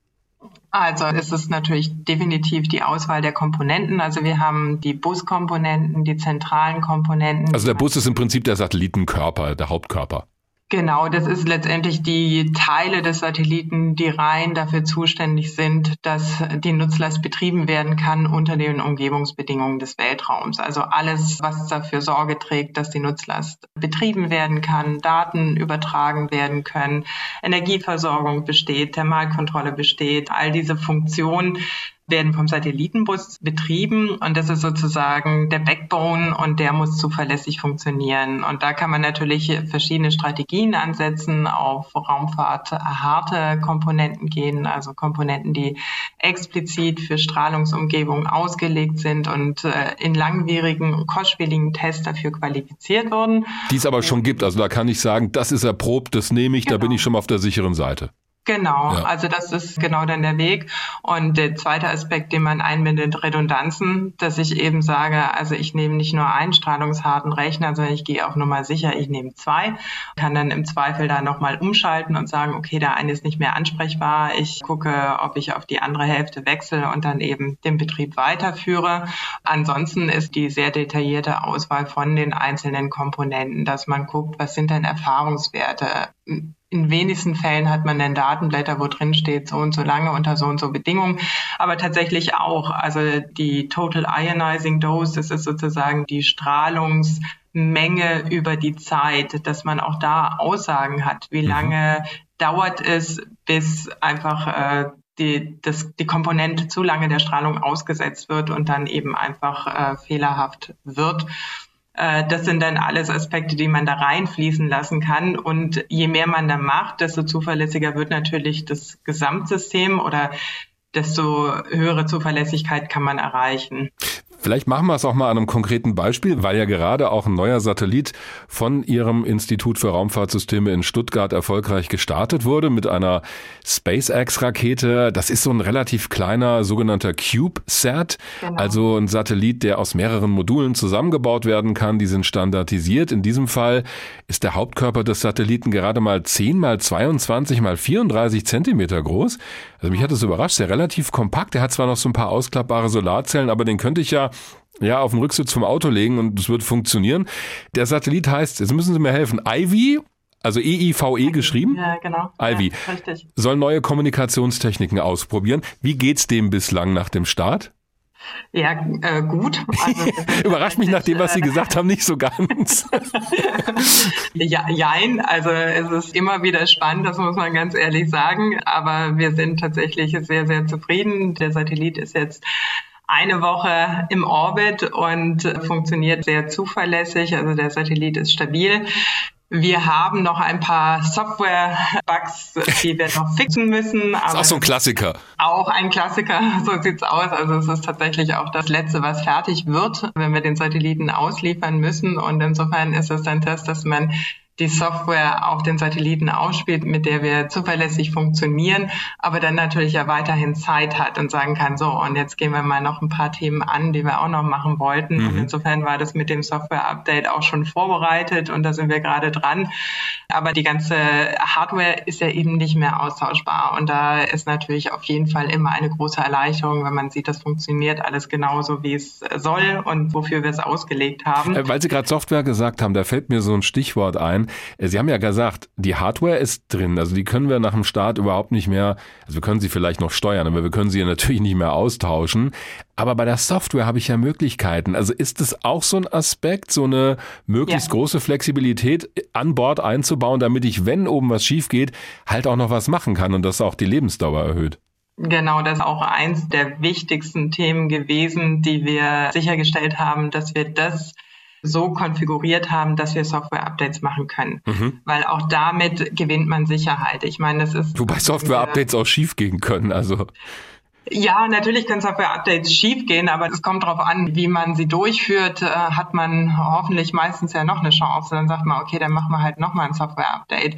Also es ist natürlich definitiv die Auswahl der Komponenten. Also wir haben die Buskomponenten, die zentralen Komponenten. Also der Bus ist im Prinzip der Satellitenkörper, der Hauptkörper. Genau, das ist letztendlich die Teile des Satelliten, die rein dafür zuständig sind, dass die Nutzlast betrieben werden kann unter den Umgebungsbedingungen des Weltraums. Also alles, was dafür Sorge trägt, dass die Nutzlast betrieben werden kann, Daten übertragen werden können, Energieversorgung besteht, Thermalkontrolle besteht, all diese Funktionen werden vom Satellitenbus betrieben und das ist sozusagen der Backbone und der muss zuverlässig funktionieren. Und da kann man natürlich verschiedene Strategien ansetzen, auf Raumfahrt harte Komponenten gehen, also Komponenten, die explizit für Strahlungsumgebung ausgelegt sind und in langwierigen, kostspieligen Tests dafür qualifiziert wurden. Die es aber schon gibt, also da kann ich sagen, das ist erprobt, das nehme ich, da bin ich schon mal auf der sicheren Seite. Genau, ja. Also das ist genau dann der Weg. Und der zweite Aspekt, den man einbindet, Redundanzen, dass ich eben sage, also ich nehme nicht nur einen strahlungsharten Rechner, sondern ich gehe auf Nummer sicher, ich nehme 2, kann dann im Zweifel da nochmal umschalten und sagen, okay, der eine ist nicht mehr ansprechbar, ich gucke, ob ich auf die andere Hälfte wechsle und dann eben den Betrieb weiterführe. Ansonsten ist die sehr detaillierte Auswahl von den einzelnen Komponenten, dass man guckt, was sind denn Erfahrungswerte. In wenigsten Fällen hat man dann Datenblätter, wo drin steht, so und so lange unter so und so Bedingungen. Aber tatsächlich auch, also die Total Ionizing Dose, das ist sozusagen die Strahlungsmenge über die Zeit, dass man auch da Aussagen hat, wie lange dauert es, bis einfach die Komponente zu lange der Strahlung ausgesetzt wird und dann eben einfach fehlerhaft wird. Das sind dann alles Aspekte, die man da reinfließen lassen kann. Und je mehr man da macht, desto zuverlässiger wird natürlich das Gesamtsystem oder desto höhere Zuverlässigkeit kann man erreichen. Vielleicht machen wir es auch mal an einem konkreten Beispiel, weil ja gerade auch ein neuer Satellit von Ihrem Institut für Raumfahrtsysteme in Stuttgart erfolgreich gestartet wurde mit einer SpaceX-Rakete. Das ist so ein relativ kleiner sogenannter CubeSat, also ein Satellit, der aus mehreren Modulen zusammengebaut werden kann. Die sind standardisiert. In diesem Fall ist der Hauptkörper des Satelliten gerade mal 10 mal 22 mal 34 Zentimeter groß. Also mich hat das überrascht, sehr relativ kompakt. Er hat zwar noch so ein paar ausklappbare Solarzellen, aber den könnte ich ja auf den Rücksitz vom Auto legen und es wird funktionieren. Der Satellit heißt, jetzt müssen Sie mir helfen, Ivy, also EIVE geschrieben. Ja, genau. Ivy. Ja, richtig. Soll neue Kommunikationstechniken ausprobieren. Wie geht's dem bislang nach dem Start? Ja, gut. Also, überrascht mich nach dem, was Sie gesagt haben, nicht so ganz. Jein, also es ist immer wieder spannend, das muss man ganz ehrlich sagen, aber wir sind tatsächlich sehr, sehr zufrieden. Der Satellit ist jetzt eine Woche im Orbit und funktioniert sehr zuverlässig, also der Satellit ist stabil. Wir haben noch ein paar Software-Bugs, die wir noch fixen müssen. Das ist auch so ein Klassiker. Auch ein Klassiker, so sieht's aus. Also es ist tatsächlich auch das Letzte, was fertig wird, wenn wir den Satelliten ausliefern müssen. Und insofern ist es dann das, dass man die Software auf den Satelliten ausspielt, mit der wir zuverlässig funktionieren, aber dann natürlich ja weiterhin Zeit hat und sagen kann, so, und jetzt gehen wir mal noch ein paar Themen an, die wir auch noch machen wollten. Und insofern war das mit dem Software-Update auch schon vorbereitet und da sind wir gerade dran. Aber die ganze Hardware ist ja eben nicht mehr austauschbar und da ist natürlich auf jeden Fall immer eine große Erleichterung, wenn man sieht, das funktioniert alles genauso, wie es soll und wofür wir es ausgelegt haben. Weil Sie gerade Software gesagt haben, da fällt mir so ein Stichwort ein. Sie haben ja gesagt, die Hardware ist drin, also die können wir nach dem Start überhaupt nicht mehr, also wir können sie vielleicht noch steuern, aber wir können sie ja natürlich nicht mehr austauschen. Aber bei der Software habe ich ja Möglichkeiten. Also ist es auch so ein Aspekt, so eine möglichst große Flexibilität an Bord einzubauen, damit ich, wenn oben was schief geht, halt auch noch was machen kann und das auch die Lebensdauer erhöht? Genau, das ist auch eins der wichtigsten Themen gewesen, die wir sichergestellt haben, dass wir das so konfiguriert haben, dass wir Software-Updates machen können. Weil auch damit gewinnt man Sicherheit. Ich meine, das ist... Wobei Software-Updates auch schief gehen können, also... Ja, natürlich können Software-Updates schief gehen, aber es kommt darauf an, wie man sie durchführt. Hat man hoffentlich meistens ja noch eine Chance. Dann sagt man, okay, dann machen wir halt nochmal ein Software-Update.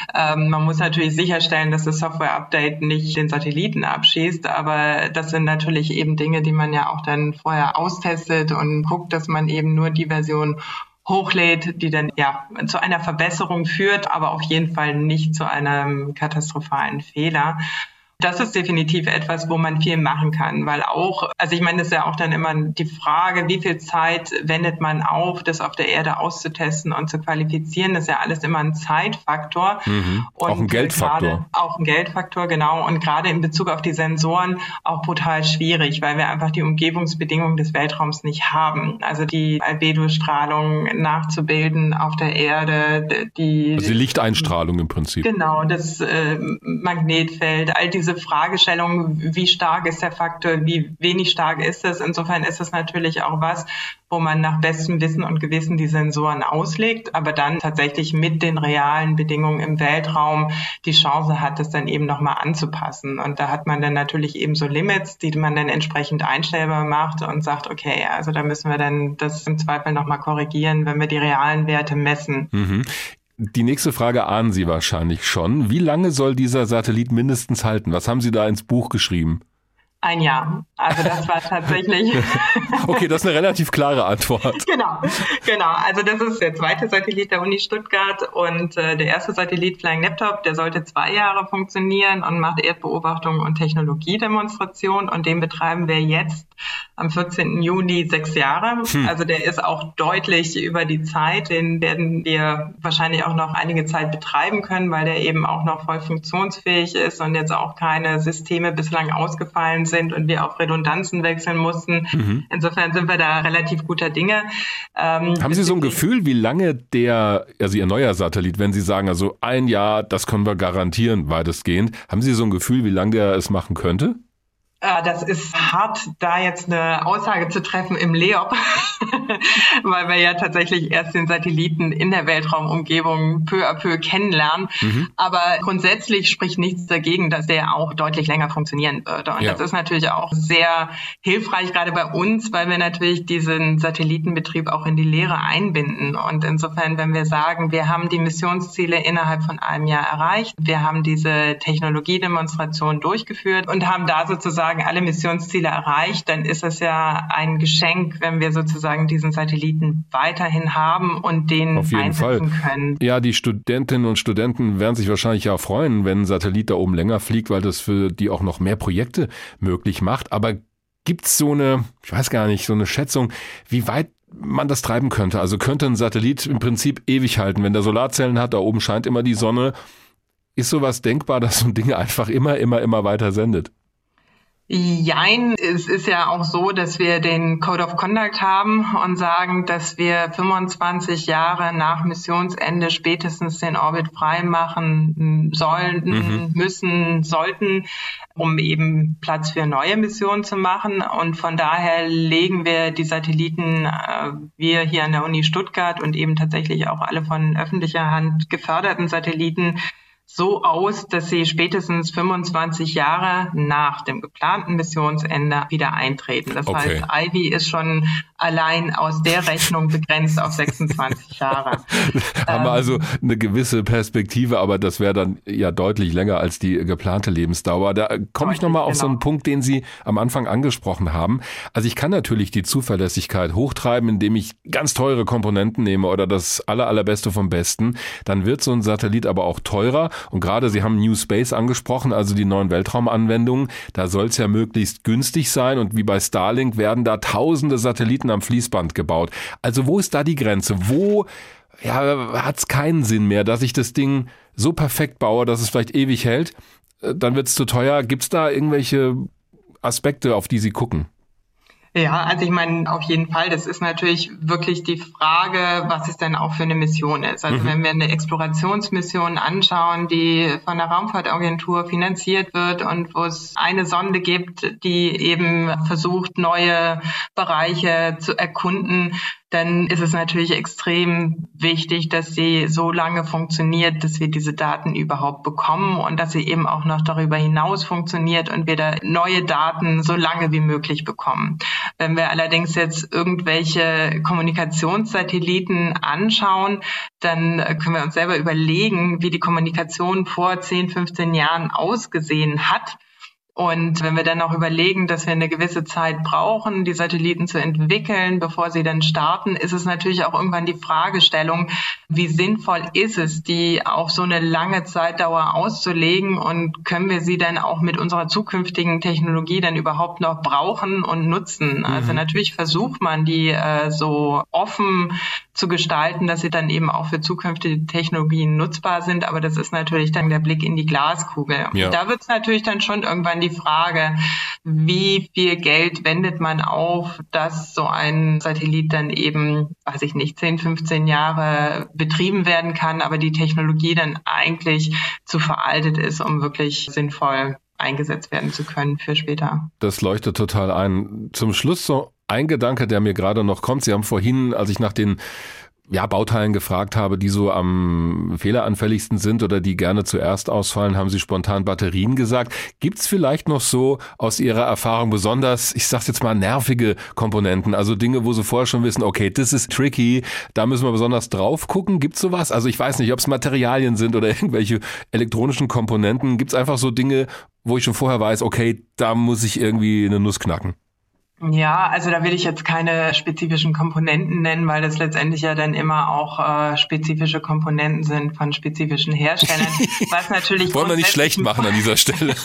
Man muss natürlich sicherstellen, dass das Software-Update nicht den Satelliten abschießt, aber das sind natürlich eben Dinge, die man ja auch dann vorher austestet und guckt, dass man eben nur die Version hochlädt, die dann ja zu einer Verbesserung führt, aber auf jeden Fall nicht zu einem katastrophalen Fehler. Das ist definitiv etwas, wo man viel machen kann, weil auch, also ich meine, das ist ja auch dann immer die Frage, wie viel Zeit wendet man auf, das auf der Erde auszutesten und zu qualifizieren. Das ist ja alles immer ein Zeitfaktor. Und auch ein Geldfaktor. Auch ein Geldfaktor, genau. Und gerade in Bezug auf die Sensoren auch brutal schwierig, weil wir einfach die Umgebungsbedingungen des Weltraums nicht haben. Also die Albedo-Strahlung nachzubilden auf der Erde, also die Lichteinstrahlung im Prinzip. Genau, das Magnetfeld, all diese Fragestellungen, wie stark ist der Faktor, wie wenig stark ist es. Insofern ist es natürlich auch was, wo man nach bestem Wissen und Gewissen die Sensoren auslegt, aber dann tatsächlich mit den realen Bedingungen im Weltraum die Chance hat, das dann eben nochmal anzupassen. Und da hat man dann natürlich eben so Limits, die man dann entsprechend einstellbar macht und sagt, okay, also da müssen wir dann das im Zweifel nochmal korrigieren, wenn wir die realen Werte messen. Die nächste Frage ahnen Sie wahrscheinlich schon. Wie lange soll dieser Satellit mindestens halten? Was haben Sie da ins Buch geschrieben? Ein Jahr. Also das war tatsächlich... Okay, das ist eine relativ klare Antwort. Genau. Also das ist der zweite Satellit der Uni Stuttgart und der erste Satellit Flying Laptop, der sollte 2 Jahre funktionieren und macht Erdbeobachtung und Technologiedemonstration und den betreiben wir jetzt am 14. Juni 6 Jahre. Also der ist auch deutlich über die Zeit. Den werden wir wahrscheinlich auch noch einige Zeit betreiben können, weil der eben auch noch voll funktionsfähig ist und jetzt auch keine Systeme bislang ausgefallen sind und wir auf Redundanzen wechseln mussten. Insofern sind wir da relativ guter Dinge. Haben Sie so ein Gefühl, wie lange also Ihr neuer Satellit, wenn Sie sagen, also 1 Jahr, das können wir garantieren, weitestgehend, haben Sie so ein Gefühl, wie lange der es machen könnte? Das ist hart, da jetzt eine Aussage zu treffen im LEOP, weil wir ja tatsächlich erst den Satelliten in der Weltraumumgebung peu à peu kennenlernen. Aber grundsätzlich spricht nichts dagegen, dass der auch deutlich länger funktionieren würde. Und das ist natürlich auch sehr hilfreich, gerade bei uns, weil wir natürlich diesen Satellitenbetrieb auch in die Lehre einbinden. Und insofern, wenn wir sagen, wir haben die Missionsziele innerhalb von 1 Jahr erreicht, wir haben diese Technologiedemonstration durchgeführt und haben da sozusagen alle Missionsziele erreicht, dann ist es ja ein Geschenk, wenn wir sozusagen diesen Satelliten weiterhin haben und den einsetzen können. Ja, die Studentinnen und Studenten werden sich wahrscheinlich ja freuen, wenn ein Satellit da oben länger fliegt, weil das für die auch noch mehr Projekte möglich macht. Aber gibt's so eine, ich weiß gar nicht, so eine Schätzung, wie weit man das treiben könnte? Also könnte ein Satellit im Prinzip ewig halten, wenn der Solarzellen hat, da oben scheint immer die Sonne. Ist sowas denkbar, dass so ein Ding einfach immer weiter sendet? Jein, es ist ja auch so, dass wir den Code of Conduct haben und sagen, dass wir 25 Jahre nach Missionsende spätestens den Orbit frei machen sollen, müssen, sollten, um eben Platz für neue Missionen zu machen. Und von daher legen wir die Satelliten, wir hier an der Uni Stuttgart und eben tatsächlich auch alle von öffentlicher Hand geförderten Satelliten, so aus, dass sie spätestens 25 Jahre nach dem geplanten Missionsende wieder eintreten. Das heißt, Ivy ist schon allein aus der Rechnung begrenzt auf 26 Jahre. Haben wir also eine gewisse Perspektive, aber das wäre dann ja deutlich länger als die geplante Lebensdauer. Da komme ich nochmal auf so einen Punkt, den Sie am Anfang angesprochen haben. Also ich kann natürlich die Zuverlässigkeit hochtreiben, indem ich ganz teure Komponenten nehme oder das allerbeste vom Besten. Dann wird so ein Satellit aber auch teurer. Und gerade Sie haben New Space angesprochen, also die neuen Weltraumanwendungen. Da soll es ja möglichst günstig sein und wie bei Starlink werden da tausende Satelliten am Fließband gebaut. Also wo ist da die Grenze? Wo hat es keinen Sinn mehr, dass ich das Ding so perfekt baue, dass es vielleicht ewig hält? Dann wird es zu teuer. Gibt es da irgendwelche Aspekte, auf die Sie gucken? Ja, also ich meine, auf jeden Fall. Das ist natürlich wirklich die Frage, was es denn auch für eine Mission ist. Also wenn wir eine Explorationsmission anschauen, die von der Raumfahrtagentur finanziert wird und wo es eine Sonde gibt, die eben versucht, neue Bereiche zu erkunden, dann ist es natürlich extrem wichtig, dass sie so lange funktioniert, dass wir diese Daten überhaupt bekommen und dass sie eben auch noch darüber hinaus funktioniert und wir da neue Daten so lange wie möglich bekommen. Wenn wir allerdings jetzt irgendwelche Kommunikationssatelliten anschauen, dann können wir uns selber überlegen, wie die Kommunikation vor 10, 15 Jahren ausgesehen hat. Und wenn wir dann auch überlegen, dass wir eine gewisse Zeit brauchen, die Satelliten zu entwickeln, bevor sie dann starten, ist es natürlich auch irgendwann die Fragestellung, wie sinnvoll ist es, die auf so eine lange Zeitdauer auszulegen und können wir sie dann auch mit unserer zukünftigen Technologie dann überhaupt noch brauchen und nutzen? Also natürlich versucht man, die so offen zu gestalten, dass sie dann eben auch für zukünftige Technologien nutzbar sind, aber das ist natürlich dann der Blick in die Glaskugel. Ja. Da wird es natürlich dann schon irgendwann die Frage, wie viel Geld wendet man auf, dass so ein Satellit dann eben, 10, 15 Jahre betrieben werden kann, aber die Technologie dann eigentlich zu veraltet ist, um wirklich sinnvoll eingesetzt werden zu können für später. Das leuchtet total ein. Zum Schluss so ein Gedanke, der mir gerade noch kommt. Sie haben vorhin, als ich nach den Bauteilen gefragt habe, die so am fehleranfälligsten sind oder die gerne zuerst ausfallen, haben Sie spontan Batterien gesagt. Gibt's vielleicht noch so aus Ihrer Erfahrung besonders, ich sag's jetzt mal, nervige Komponenten, also Dinge, wo Sie vorher schon wissen, okay, das ist tricky, da müssen wir besonders drauf gucken. Gibt's sowas? Also ich weiß nicht, ob es Materialien sind oder irgendwelche elektronischen Komponenten. Gibt's einfach so Dinge, wo ich schon vorher weiß, okay, da muss ich irgendwie eine Nuss knacken? Ja, also da will ich jetzt keine spezifischen Komponenten nennen, weil das letztendlich ja dann immer auch spezifische Komponenten sind von spezifischen Herstellern. Was natürlich wollen wir nicht schlecht machen an dieser Stelle.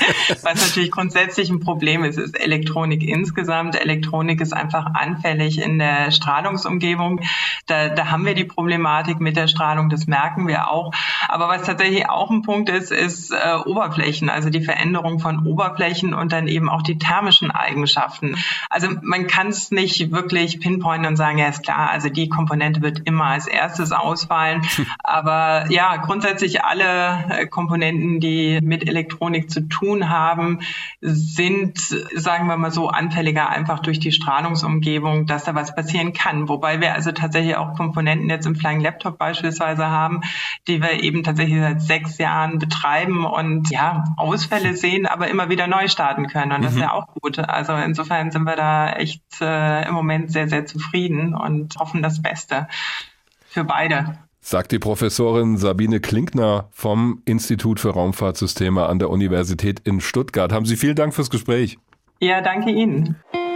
Was natürlich grundsätzlich ein Problem ist Elektronik insgesamt. Elektronik ist einfach anfällig in der Strahlungsumgebung. Da haben wir die Problematik mit der Strahlung, das merken wir auch. Aber was tatsächlich auch ein Punkt ist Oberflächen, also die Veränderung von Oberflächen und dann eben auch die thermischen Eigenschaften. Also man kann es nicht wirklich pinpointen und sagen, ja ist klar, also die Komponente wird immer als erstes ausfallen. Aber ja, grundsätzlich alle Komponenten, die mit Elektronik zu tun haben, sind, sagen wir mal so, anfälliger einfach durch die Strahlungsumgebung, dass da was passieren kann. Wobei wir also tatsächlich auch Komponenten jetzt im Flying Laptop beispielsweise haben, die wir eben tatsächlich seit 6 Jahren betreiben und Ausfälle sehen, aber immer wieder neu starten können. Und das ist ja auch gut. Also insofern sind wir da echt im Moment sehr, sehr zufrieden und hoffen das Beste für beide. Sagt die Professorin Sabine Klinkner vom Institut für Raumfahrtsysteme an der Universität in Stuttgart. Haben Sie vielen Dank fürs Gespräch. Ja, danke Ihnen.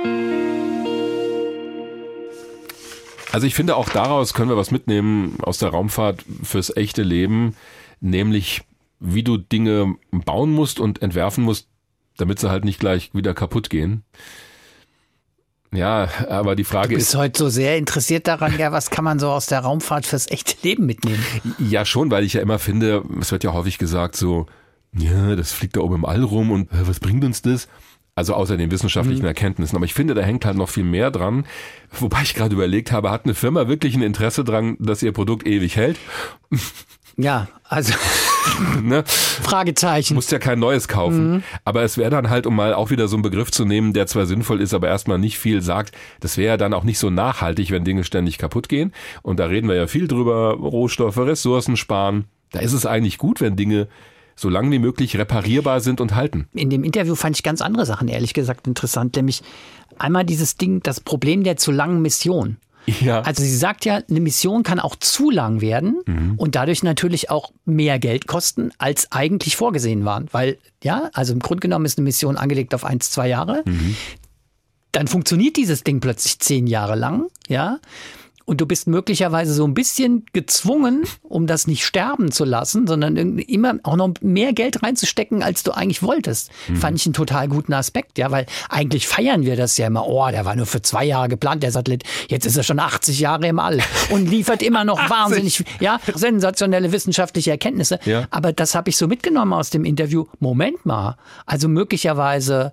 Also ich finde, auch daraus können wir was mitnehmen aus der Raumfahrt fürs echte Leben, nämlich wie du Dinge bauen musst und entwerfen musst, damit sie halt nicht gleich wieder kaputt gehen. Ja, aber die Frage ist... Du bist heute so sehr interessiert daran, was kann man so aus der Raumfahrt fürs echte Leben mitnehmen? Ja, schon, weil ich ja immer finde, es wird ja häufig gesagt so, ja, das fliegt da oben im All rum und was bringt uns das? Also außer den wissenschaftlichen Erkenntnissen. Aber ich finde, da hängt halt noch viel mehr dran. Wobei ich gerade überlegt habe, hat eine Firma wirklich ein Interesse dran, dass ihr Produkt ewig hält? Ja, also... Ne? Fragezeichen. Du musst ja kein neues kaufen. Aber es wäre dann halt, um mal auch wieder so einen Begriff zu nehmen, der zwar sinnvoll ist, aber erstmal nicht viel sagt, das wäre ja dann auch nicht so nachhaltig, wenn Dinge ständig kaputt gehen. Und da reden wir ja viel drüber, Rohstoffe, Ressourcen sparen. Da ist es eigentlich gut, wenn Dinge so lange wie möglich reparierbar sind und halten. In dem Interview fand ich ganz andere Sachen, ehrlich gesagt, interessant. Nämlich einmal dieses Ding, das Problem der zu langen Mission. Ja. Also sie sagt ja, eine Mission kann auch zu lang werden und dadurch natürlich auch mehr Geld kosten, als eigentlich vorgesehen waren. Weil, also im Grunde genommen ist eine Mission angelegt auf 1-2 Jahre. Dann funktioniert dieses Ding plötzlich 10 Jahre lang, Und du bist möglicherweise so ein bisschen gezwungen, um das nicht sterben zu lassen, sondern immer auch noch mehr Geld reinzustecken, als du eigentlich wolltest. Fand ich einen total guten Aspekt, weil eigentlich feiern wir das ja immer. Oh, der war nur für 2 Jahre geplant, der Satellit. Jetzt ist er schon 80 Jahre im All und liefert immer noch wahnsinnig, sensationelle wissenschaftliche Erkenntnisse. Ja. Aber das habe ich so mitgenommen aus dem Interview. Moment mal, also möglicherweise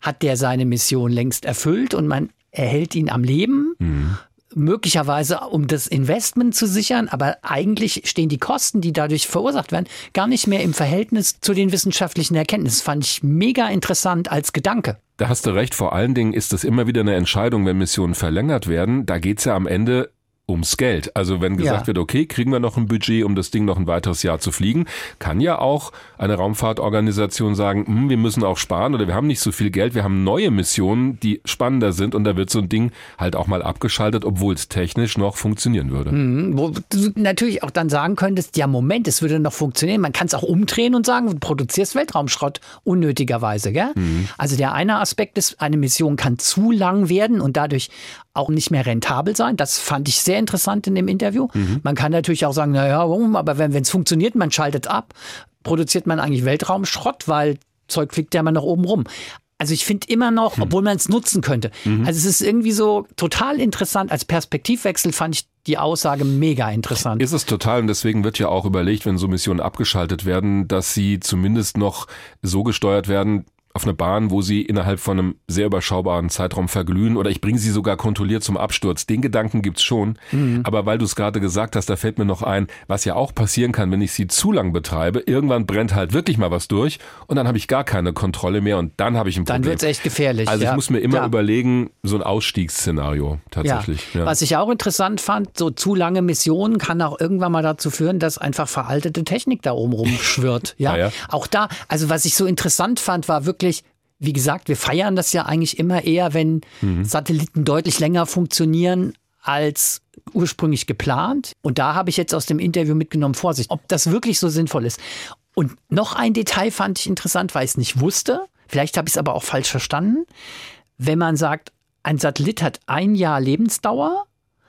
hat der seine Mission längst erfüllt und man erhält ihn am Leben. Möglicherweise, um das Investment zu sichern, aber eigentlich stehen die Kosten, die dadurch verursacht werden, gar nicht mehr im Verhältnis zu den wissenschaftlichen Erkenntnissen. Das fand ich mega interessant als Gedanke. Da hast du recht, vor allen Dingen ist es immer wieder eine Entscheidung, wenn Missionen verlängert werden. Da geht's ja am Ende ums Geld. Also wenn gesagt wird, okay, kriegen wir noch ein Budget, um das Ding noch ein weiteres Jahr zu fliegen, kann ja auch eine Raumfahrtorganisation sagen, wir müssen auch sparen oder wir haben nicht so viel Geld, wir haben neue Missionen, die spannender sind und da wird so ein Ding halt auch mal abgeschaltet, obwohl es technisch noch funktionieren würde. Wo du natürlich auch dann sagen könntest, ja Moment, es würde noch funktionieren. Man kann es auch umdrehen und sagen, du produzierst Weltraumschrott unnötigerweise. Gell? Also der eine Aspekt ist, eine Mission kann zu lang werden und dadurch auch nicht mehr rentabel sein. Das fand ich sehr interessant in dem Interview. Man kann natürlich auch sagen, naja, warum? Aber wenn es funktioniert, man schaltet ab, produziert man eigentlich Weltraumschrott, weil Zeug fliegt ja immer nach oben rum. Also ich finde immer noch, obwohl man es nutzen könnte. Also es ist irgendwie so total interessant. Als Perspektivwechsel fand ich die Aussage mega interessant. Ist es total und deswegen wird ja auch überlegt, wenn so Missionen abgeschaltet werden, dass sie zumindest noch so gesteuert werden, auf eine Bahn, wo sie innerhalb von einem sehr überschaubaren Zeitraum verglühen oder ich bringe sie sogar kontrolliert zum Absturz. Den Gedanken gibt's schon, aber weil du es gerade gesagt hast, da fällt mir noch ein, was ja auch passieren kann, wenn ich sie zu lang betreibe, irgendwann brennt halt wirklich mal was durch und dann habe ich gar keine Kontrolle mehr und dann habe ich ein Problem. Dann wird's echt gefährlich. Also ich muss mir immer überlegen, so ein Ausstiegsszenario tatsächlich. Ja. Was ich auch interessant fand, so zu lange Missionen kann auch irgendwann mal dazu führen, dass einfach veraltete Technik da oben rumschwirrt. Ja? Auch da, also was ich so interessant fand, war wirklich, wie gesagt, wir feiern das ja eigentlich immer eher, wenn Satelliten deutlich länger funktionieren als ursprünglich geplant. Und da habe ich jetzt aus dem Interview mitgenommen, Vorsicht, ob das wirklich so sinnvoll ist. Und noch ein Detail fand ich interessant, weil ich es nicht wusste. Vielleicht habe ich es aber auch falsch verstanden. Wenn man sagt, ein Satellit hat 1 Jahr Lebensdauer,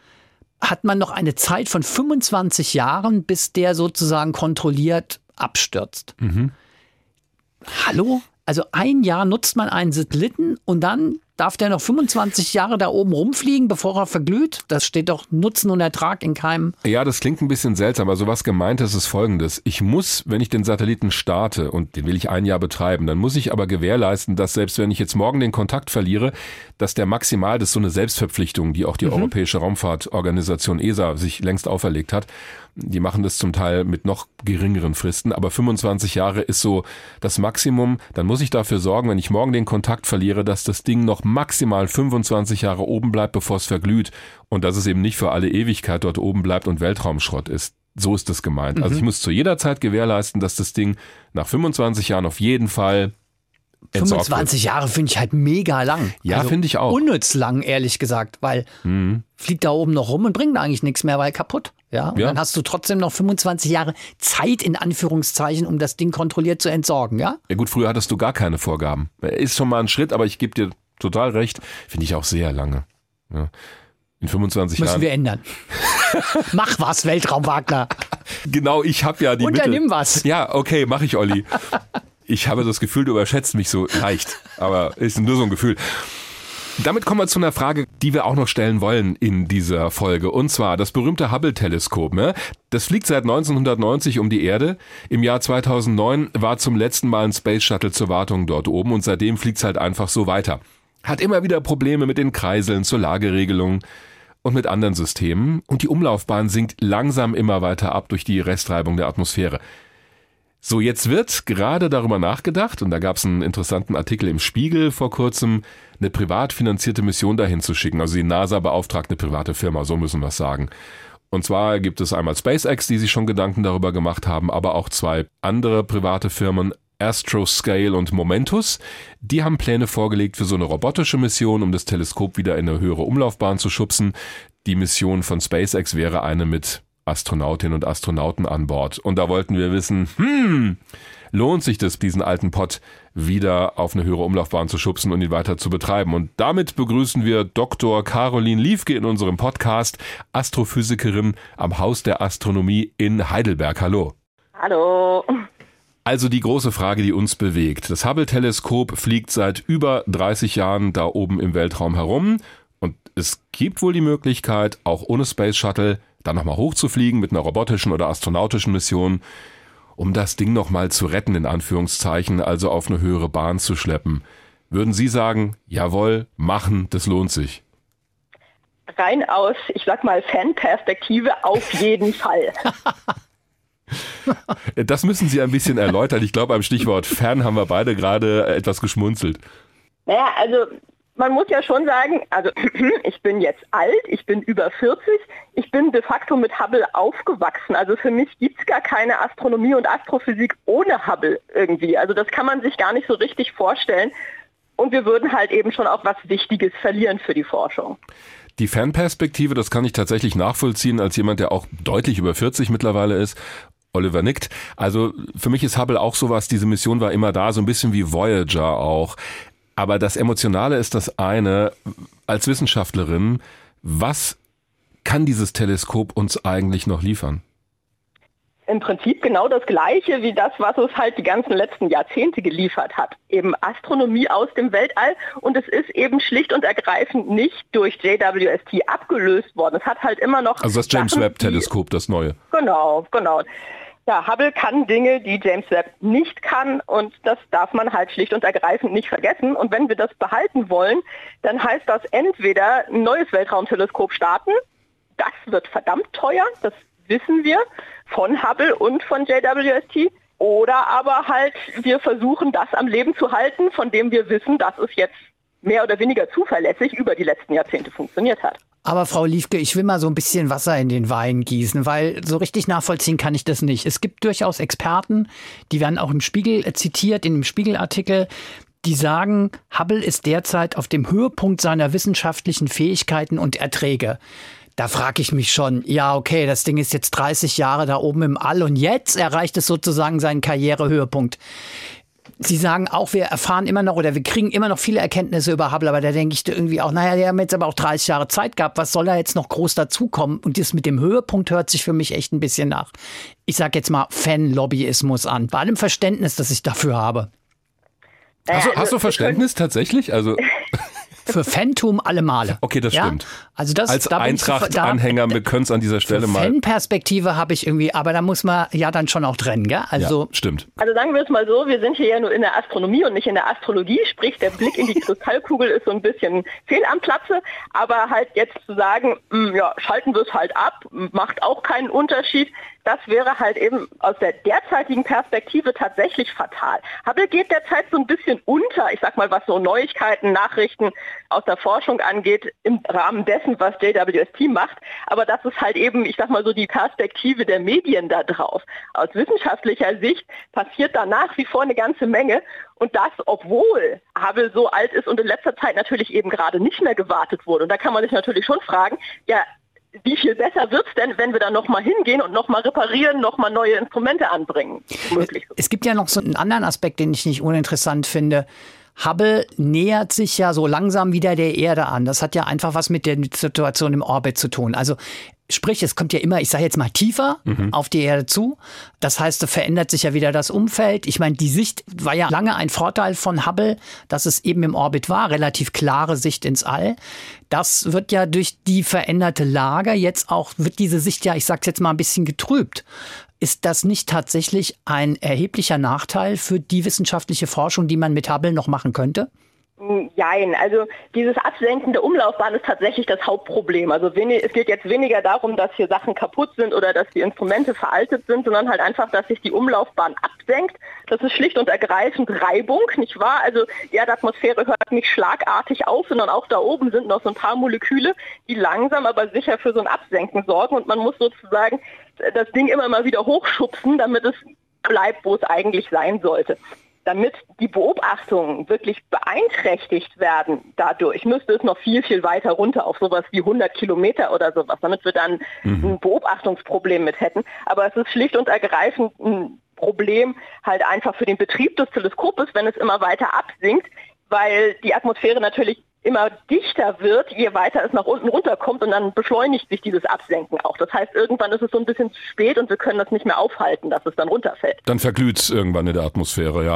hat man noch eine Zeit von 25 Jahren, bis der sozusagen kontrolliert abstürzt. Hallo? Also 1 Jahr nutzt man einen Satelliten und dann darf der noch 25 Jahre da oben rumfliegen, bevor er verglüht? Das steht doch Nutzen und Ertrag in keinem. Ja, das klingt ein bisschen seltsam. Also was gemeint ist, ist Folgendes. Ich muss, wenn ich den Satelliten starte und den will ich 1 Jahr betreiben, dann muss ich aber gewährleisten, dass selbst wenn ich jetzt morgen den Kontakt verliere, dass der maximal, das ist so eine Selbstverpflichtung, die auch die Europäische Raumfahrtorganisation ESA sich längst auferlegt hat. Die machen das zum Teil mit noch geringeren Fristen, aber 25 Jahre ist so das Maximum. Dann muss ich dafür sorgen, wenn ich morgen den Kontakt verliere, dass das Ding noch maximal 25 Jahre oben bleibt, bevor es verglüht und dass es eben nicht für alle Ewigkeit dort oben bleibt und Weltraumschrott ist. So ist das gemeint. Also ich muss zu jeder Zeit gewährleisten, dass das Ding nach 25 Jahren auf jeden Fall 25 Jahre finde ich halt mega lang. Ja, also finde ich auch. Unnütz lang, ehrlich gesagt, weil fliegt da oben noch rum und bringt eigentlich nichts mehr, weil kaputt. Ja, und dann hast du trotzdem noch 25 Jahre Zeit, in Anführungszeichen, um das Ding kontrolliert zu entsorgen, ja? Ja gut, früher hattest du gar keine Vorgaben. Ist schon mal ein Schritt, aber ich gebe dir total recht. Finde ich auch sehr lange. Ja. In 25 Jahren. Müssen wir ändern. Mach was, Weltraum-Wagner. Genau, ich habe ja die Unternimm was. Ja, okay, mache ich, Olli. Ich habe das Gefühl, du überschätzt mich so leicht. Aber ist nur so ein Gefühl. Damit kommen wir zu einer Frage, die wir auch noch stellen wollen in dieser Folge. Und zwar das berühmte Hubble-Teleskop. Ne? Das fliegt seit 1990 um die Erde. Im Jahr 2009 war zum letzten Mal ein Space Shuttle zur Wartung dort oben. Und seitdem fliegt es halt einfach so weiter. Hat immer wieder Probleme mit den Kreiseln zur Lageregelung und mit anderen Systemen. Und die Umlaufbahn sinkt langsam immer weiter ab durch die Restreibung der Atmosphäre. So, jetzt wird gerade darüber nachgedacht, und da gab es einen interessanten Artikel im Spiegel vor kurzem, eine privat finanzierte Mission dahin zu schicken. Also die NASA beauftragt eine private Firma, so müssen wir es sagen. Und zwar gibt es einmal SpaceX, die sich schon Gedanken darüber gemacht haben, aber auch 2 andere private Firmen, Astroscale und Momentus. Die haben Pläne vorgelegt für so eine robotische Mission, um das Teleskop wieder in eine höhere Umlaufbahn zu schubsen. Die Mission von SpaceX wäre eine mit Astronautinnen und Astronauten an Bord. Und da wollten wir wissen, lohnt sich das, diesen alten Pott wieder auf eine höhere Umlaufbahn zu schubsen und ihn weiter zu betreiben? Und damit begrüßen wir Dr. Caroline Liefke in unserem Podcast, Astrophysikerin am Haus der Astronomie in Heidelberg. Hallo. Hallo. Also die große Frage, die uns bewegt. Das Hubble-Teleskop fliegt seit über 30 Jahren da oben im Weltraum herum. Und es gibt wohl die Möglichkeit, auch ohne Space Shuttle dann nochmal hochzufliegen mit einer robotischen oder astronautischen Mission, um das Ding nochmal zu retten, in Anführungszeichen, also auf eine höhere Bahn zu schleppen. würden Sie sagen, jawohl, machen, das lohnt sich? Rein aus, ich sag mal, Fanperspektive auf jeden Fall. Das müssen Sie ein bisschen erläutern. Ich glaube, am Stichwort Fan haben wir beide gerade etwas geschmunzelt. Naja, also man muss ja schon sagen, also ich bin jetzt alt, ich bin über 40, ich bin de facto mit Hubble aufgewachsen. Also für mich gibt es gar keine Astronomie und Astrophysik ohne Hubble irgendwie. Also das kann man sich gar nicht so richtig vorstellen. Und wir würden halt eben schon auch was Wichtiges verlieren für die Forschung. Die Fanperspektive, das kann ich tatsächlich nachvollziehen als jemand, der auch deutlich über 40 mittlerweile ist. Oliver nickt. Also für mich ist Hubble auch sowas, diese Mission war immer da, so ein bisschen wie Voyager auch. Aber das Emotionale ist das eine. Als Wissenschaftlerin, was kann dieses Teleskop uns eigentlich noch liefern? Im Prinzip genau das Gleiche wie das, was es halt die ganzen letzten Jahrzehnte geliefert hat. Eben Astronomie aus dem Weltall, und es ist eben schlicht und ergreifend nicht durch JWST abgelöst worden. Es hat halt immer noch... Also das James Webb-Teleskop, das neue. Genau. Ja, Hubble kann Dinge, die James Webb nicht kann, und das darf man halt schlicht und ergreifend nicht vergessen. Und wenn wir das behalten wollen, dann heißt das entweder ein neues Weltraumteleskop starten, das wird verdammt teuer, das wissen wir, von Hubble und von JWST. Oder aber halt, wir versuchen das am Leben zu halten, von dem wir wissen, dass es jetzt mehr oder weniger zuverlässig über die letzten Jahrzehnte funktioniert hat. Aber Frau Liefke, ich will mal so ein bisschen Wasser in den Wein gießen, weil so richtig nachvollziehen kann ich das nicht. Es gibt durchaus Experten, die werden auch im Spiegel zitiert, in dem Spiegelartikel, die sagen, Hubble ist derzeit auf dem Höhepunkt seiner wissenschaftlichen Fähigkeiten und Erträge. Da frage ich mich schon, ja okay, das Ding ist jetzt 30 Jahre da oben im All und jetzt erreicht es sozusagen seinen Karrierehöhepunkt. Sie sagen auch, wir erfahren immer noch oder wir kriegen immer noch viele Erkenntnisse über Hubble, aber da denke ich irgendwie auch, naja, die haben jetzt aber auch 30 Jahre Zeit gehabt, was soll da jetzt noch groß dazukommen? Und das mit dem Höhepunkt hört sich für mich echt ein bisschen nach, ich sag jetzt mal, Fan-Lobbyismus an, bei allem Verständnis, das ich dafür habe. Hast du Verständnis tatsächlich? Also für Phantom alle Male. Okay, das stimmt. Also das, als Eintracht-Anhänger, wir können es an dieser Stelle mal. Fanperspektive habe ich irgendwie, aber da muss man ja dann schon auch trennen, gell? Also, ja, stimmt. Also sagen wir es mal so, wir sind hier ja nur in der Astronomie und nicht in der Astrologie, sprich der Blick in die Kristallkugel ist so ein bisschen fehl am Platze, aber halt jetzt zu sagen, schalten wir es halt ab, macht auch keinen Unterschied, das wäre halt eben aus der derzeitigen Perspektive tatsächlich fatal. Hubble geht derzeit so ein bisschen unter, ich sag mal, was so Neuigkeiten, Nachrichten aus der Forschung angeht, im Rahmen dessen, was JWST macht. Aber das ist halt eben, ich sag mal so, die Perspektive der Medien da drauf. Aus wissenschaftlicher Sicht passiert da nach wie vor eine ganze Menge. Und das, obwohl Hubble so alt ist und in letzter Zeit natürlich eben gerade nicht mehr gewartet wurde. Und da kann man sich natürlich schon fragen, ja, wie viel besser wird's denn, wenn wir da nochmal hingehen und nochmal reparieren, nochmal neue Instrumente anbringen? Es gibt ja noch so einen anderen Aspekt, den ich nicht uninteressant finde. Hubble nähert sich ja so langsam wieder der Erde an. Das hat ja einfach was mit der Situation im Orbit zu tun. Also sprich, es kommt ja immer, ich sage jetzt mal, tiefer auf die Erde zu. Das heißt, es verändert sich ja wieder das Umfeld. Ich meine, die Sicht war ja lange ein Vorteil von Hubble, dass es eben im Orbit war, relativ klare Sicht ins All. Das wird ja durch die veränderte Lage jetzt auch, wird diese Sicht ja, ich sag's jetzt mal, ein bisschen getrübt. Ist das nicht tatsächlich ein erheblicher Nachteil für die wissenschaftliche Forschung, die man mit Hubble noch machen könnte? Nein, also dieses Absenken der Umlaufbahn ist tatsächlich das Hauptproblem. Also es geht jetzt weniger darum, dass hier Sachen kaputt sind oder dass die Instrumente veraltet sind, sondern halt einfach, dass sich die Umlaufbahn absenkt. Das ist schlicht und ergreifend Reibung, nicht wahr? Also die Erdatmosphäre hört nicht schlagartig auf, sondern auch da oben sind noch so ein paar Moleküle, die langsam aber sicher für so ein Absenken sorgen. Und man muss sozusagen das Ding immer mal wieder hochschubsen, damit es bleibt, wo es eigentlich sein sollte. Damit die Beobachtungen wirklich beeinträchtigt werden dadurch, müsste es noch viel, viel weiter runter auf sowas wie 100 Kilometer oder sowas, damit wir dann ein Beobachtungsproblem mit hätten. Aber es ist schlicht und ergreifend ein Problem halt einfach für den Betrieb des Teleskopes, wenn es immer weiter absinkt, weil die Atmosphäre natürlich immer dichter wird, je weiter es nach unten runterkommt, und dann beschleunigt sich dieses Absenken auch. Das heißt, irgendwann ist es so ein bisschen zu spät und wir können das nicht mehr aufhalten, dass es dann runterfällt. Dann verglüht es irgendwann in der Atmosphäre, ja.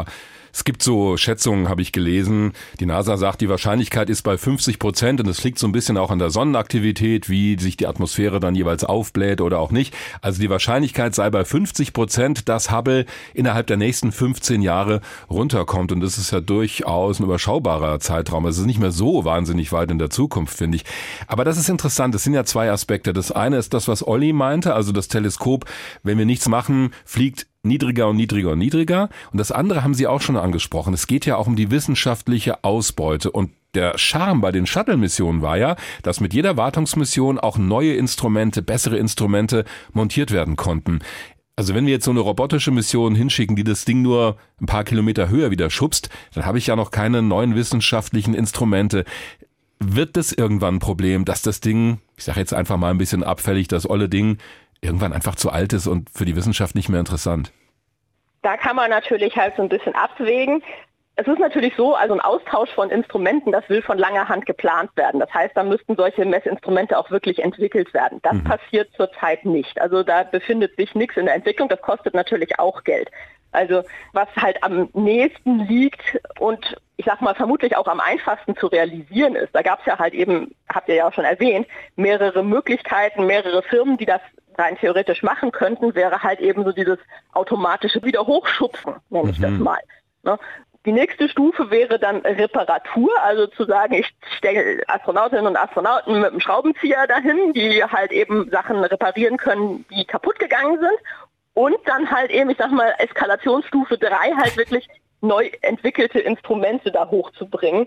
Es gibt so Schätzungen, habe ich gelesen. Die NASA sagt, die Wahrscheinlichkeit ist bei 50% und es liegt so ein bisschen auch an der Sonnenaktivität, wie sich die Atmosphäre dann jeweils aufbläht oder auch nicht. Also die Wahrscheinlichkeit sei bei 50%, dass Hubble innerhalb der nächsten 15 Jahre runterkommt. Und das ist ja durchaus ein überschaubarer Zeitraum. Es ist nicht mehr so wahnsinnig weit in der Zukunft, finde ich. Aber das ist interessant. Es sind ja zwei Aspekte. Das eine ist das, was Olli meinte, also das Teleskop, wenn wir nichts machen, fliegt niedriger und niedriger und niedriger. Und das andere haben Sie auch schon angesprochen. Es geht ja auch um die wissenschaftliche Ausbeute. Und der Charme bei den Shuttle-Missionen war ja, dass mit jeder Wartungsmission auch neue Instrumente, bessere Instrumente montiert werden konnten. Also wenn wir jetzt so eine robotische Mission hinschicken, die das Ding nur ein paar Kilometer höher wieder schubst, dann habe ich ja noch keine neuen wissenschaftlichen Instrumente. Wird das irgendwann ein Problem, dass das Ding, ich sage jetzt einfach mal ein bisschen abfällig, das olle Ding, irgendwann einfach zu alt ist und für die Wissenschaft nicht mehr interessant? Da kann man natürlich halt so ein bisschen abwägen. Es ist natürlich so, also ein Austausch von Instrumenten, das will von langer Hand geplant werden. Das heißt, da müssten solche Messinstrumente auch wirklich entwickelt werden. Das passiert zurzeit nicht. Also da befindet sich nichts in der Entwicklung. Das kostet natürlich auch Geld. Also was halt am nächsten liegt und ich sag mal vermutlich auch am einfachsten zu realisieren ist, da gab es ja halt eben, habt ihr ja auch schon erwähnt, mehrere Möglichkeiten, mehrere Firmen, die das rein theoretisch machen könnten, wäre halt eben so dieses automatische Wiederhochschubsen, nenne ich das mal. Ne? Die nächste Stufe wäre dann Reparatur, also zu sagen, ich stelle Astronautinnen und Astronauten mit einem Schraubenzieher dahin, die halt eben Sachen reparieren können, die kaputt gegangen sind. Und dann halt eben, ich sag mal, Eskalationsstufe 3 halt wirklich neu entwickelte Instrumente da hochzubringen.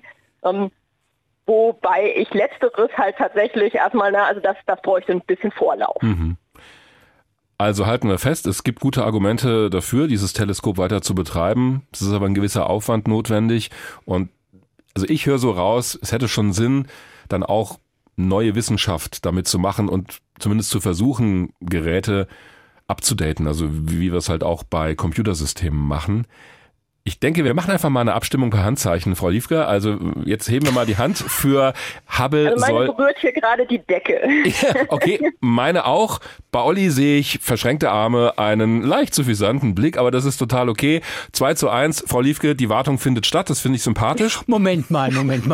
Wobei ich letzteres halt tatsächlich erstmal, also das bräuchte ein bisschen Vorlauf. Also halten wir fest, es gibt gute Argumente dafür, dieses Teleskop weiter zu betreiben. Es ist aber ein gewisser Aufwand notwendig. Und also ich höre so raus, es hätte schon Sinn, dann auch neue Wissenschaft damit zu machen und zumindest zu versuchen, Geräte abzudaten, also wie wir es halt auch bei Computersystemen machen. Ich denke, wir machen einfach mal eine Abstimmung per Handzeichen, Frau Liefke. Also jetzt heben wir mal die Hand für Hubble. Also meine berührt hier gerade die Decke. Okay, meine auch. Bei Olli sehe ich verschränkte Arme, einen leicht suffisanten Blick, aber das ist total okay. 2:1, Frau Liefke, die Wartung findet statt, das finde ich sympathisch. Moment mal.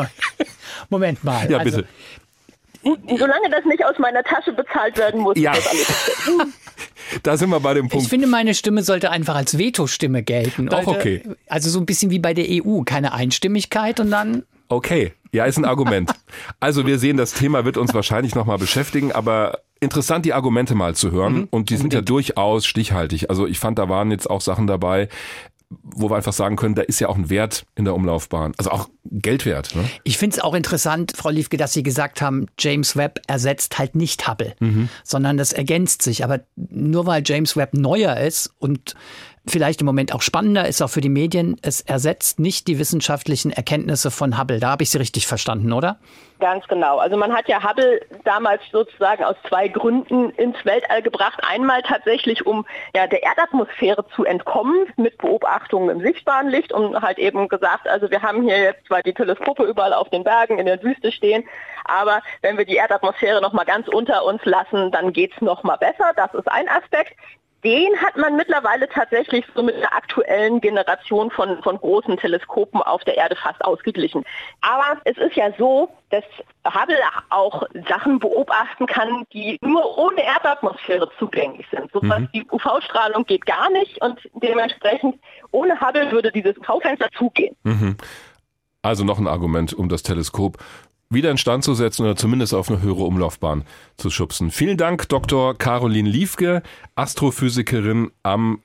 Ja, bitte. Solange das nicht aus meiner Tasche bezahlt werden muss, ja. ist das alles. Da sind wir bei dem Punkt. Ich finde, meine Stimme sollte einfach als Veto-Stimme gelten. Auch okay. Also so ein bisschen wie bei der EU. Keine Einstimmigkeit und dann... Okay, ja, ist ein Argument. Also wir sehen, das Thema wird uns wahrscheinlich nochmal beschäftigen, aber interessant, die Argumente mal zu hören. Und die sind ja durchaus stichhaltig. Also ich fand, da waren jetzt auch Sachen dabei, wo wir einfach sagen können, da ist ja auch ein Wert in der Umlaufbahn, also auch Geldwert. Ne? Ich finde es auch interessant, Frau Liefke, dass Sie gesagt haben, James Webb ersetzt halt nicht Hubble, sondern das ergänzt sich. Aber nur weil James Webb neuer ist und vielleicht im Moment auch spannender ist, auch für die Medien, es ersetzt nicht die wissenschaftlichen Erkenntnisse von Hubble. Da habe ich Sie richtig verstanden, oder? Ganz genau. Also man hat ja Hubble damals sozusagen aus zwei Gründen ins Weltall gebracht. Einmal tatsächlich, um der Erdatmosphäre zu entkommen mit Beobachtungen im sichtbaren Licht und halt eben gesagt, also wir haben hier jetzt zwar die Teleskope überall auf den Bergen in der Wüste stehen, aber wenn wir die Erdatmosphäre noch mal ganz unter uns lassen, dann geht's noch mal besser. Das ist ein Aspekt. Den hat man mittlerweile tatsächlich so mit der aktuellen Generation von großen Teleskopen auf der Erde fast ausgeglichen. Aber es ist ja so, dass Hubble auch Sachen beobachten kann, die nur ohne Erdatmosphäre zugänglich sind. So was die UV-Strahlung geht gar nicht und dementsprechend ohne Hubble würde dieses UV-Fenster zugehen. Also noch ein Argument, um das Teleskop wieder in Stand zu setzen oder zumindest auf eine höhere Umlaufbahn zu schubsen. Vielen Dank, Dr. Caroline Liefke, Astrophysikerin am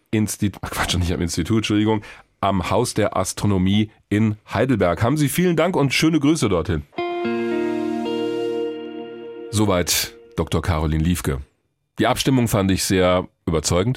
am Haus der Astronomie in Heidelberg. Haben Sie vielen Dank und schöne Grüße dorthin. Soweit Dr. Caroline Liefke. Die Abstimmung fand ich sehr überzeugend.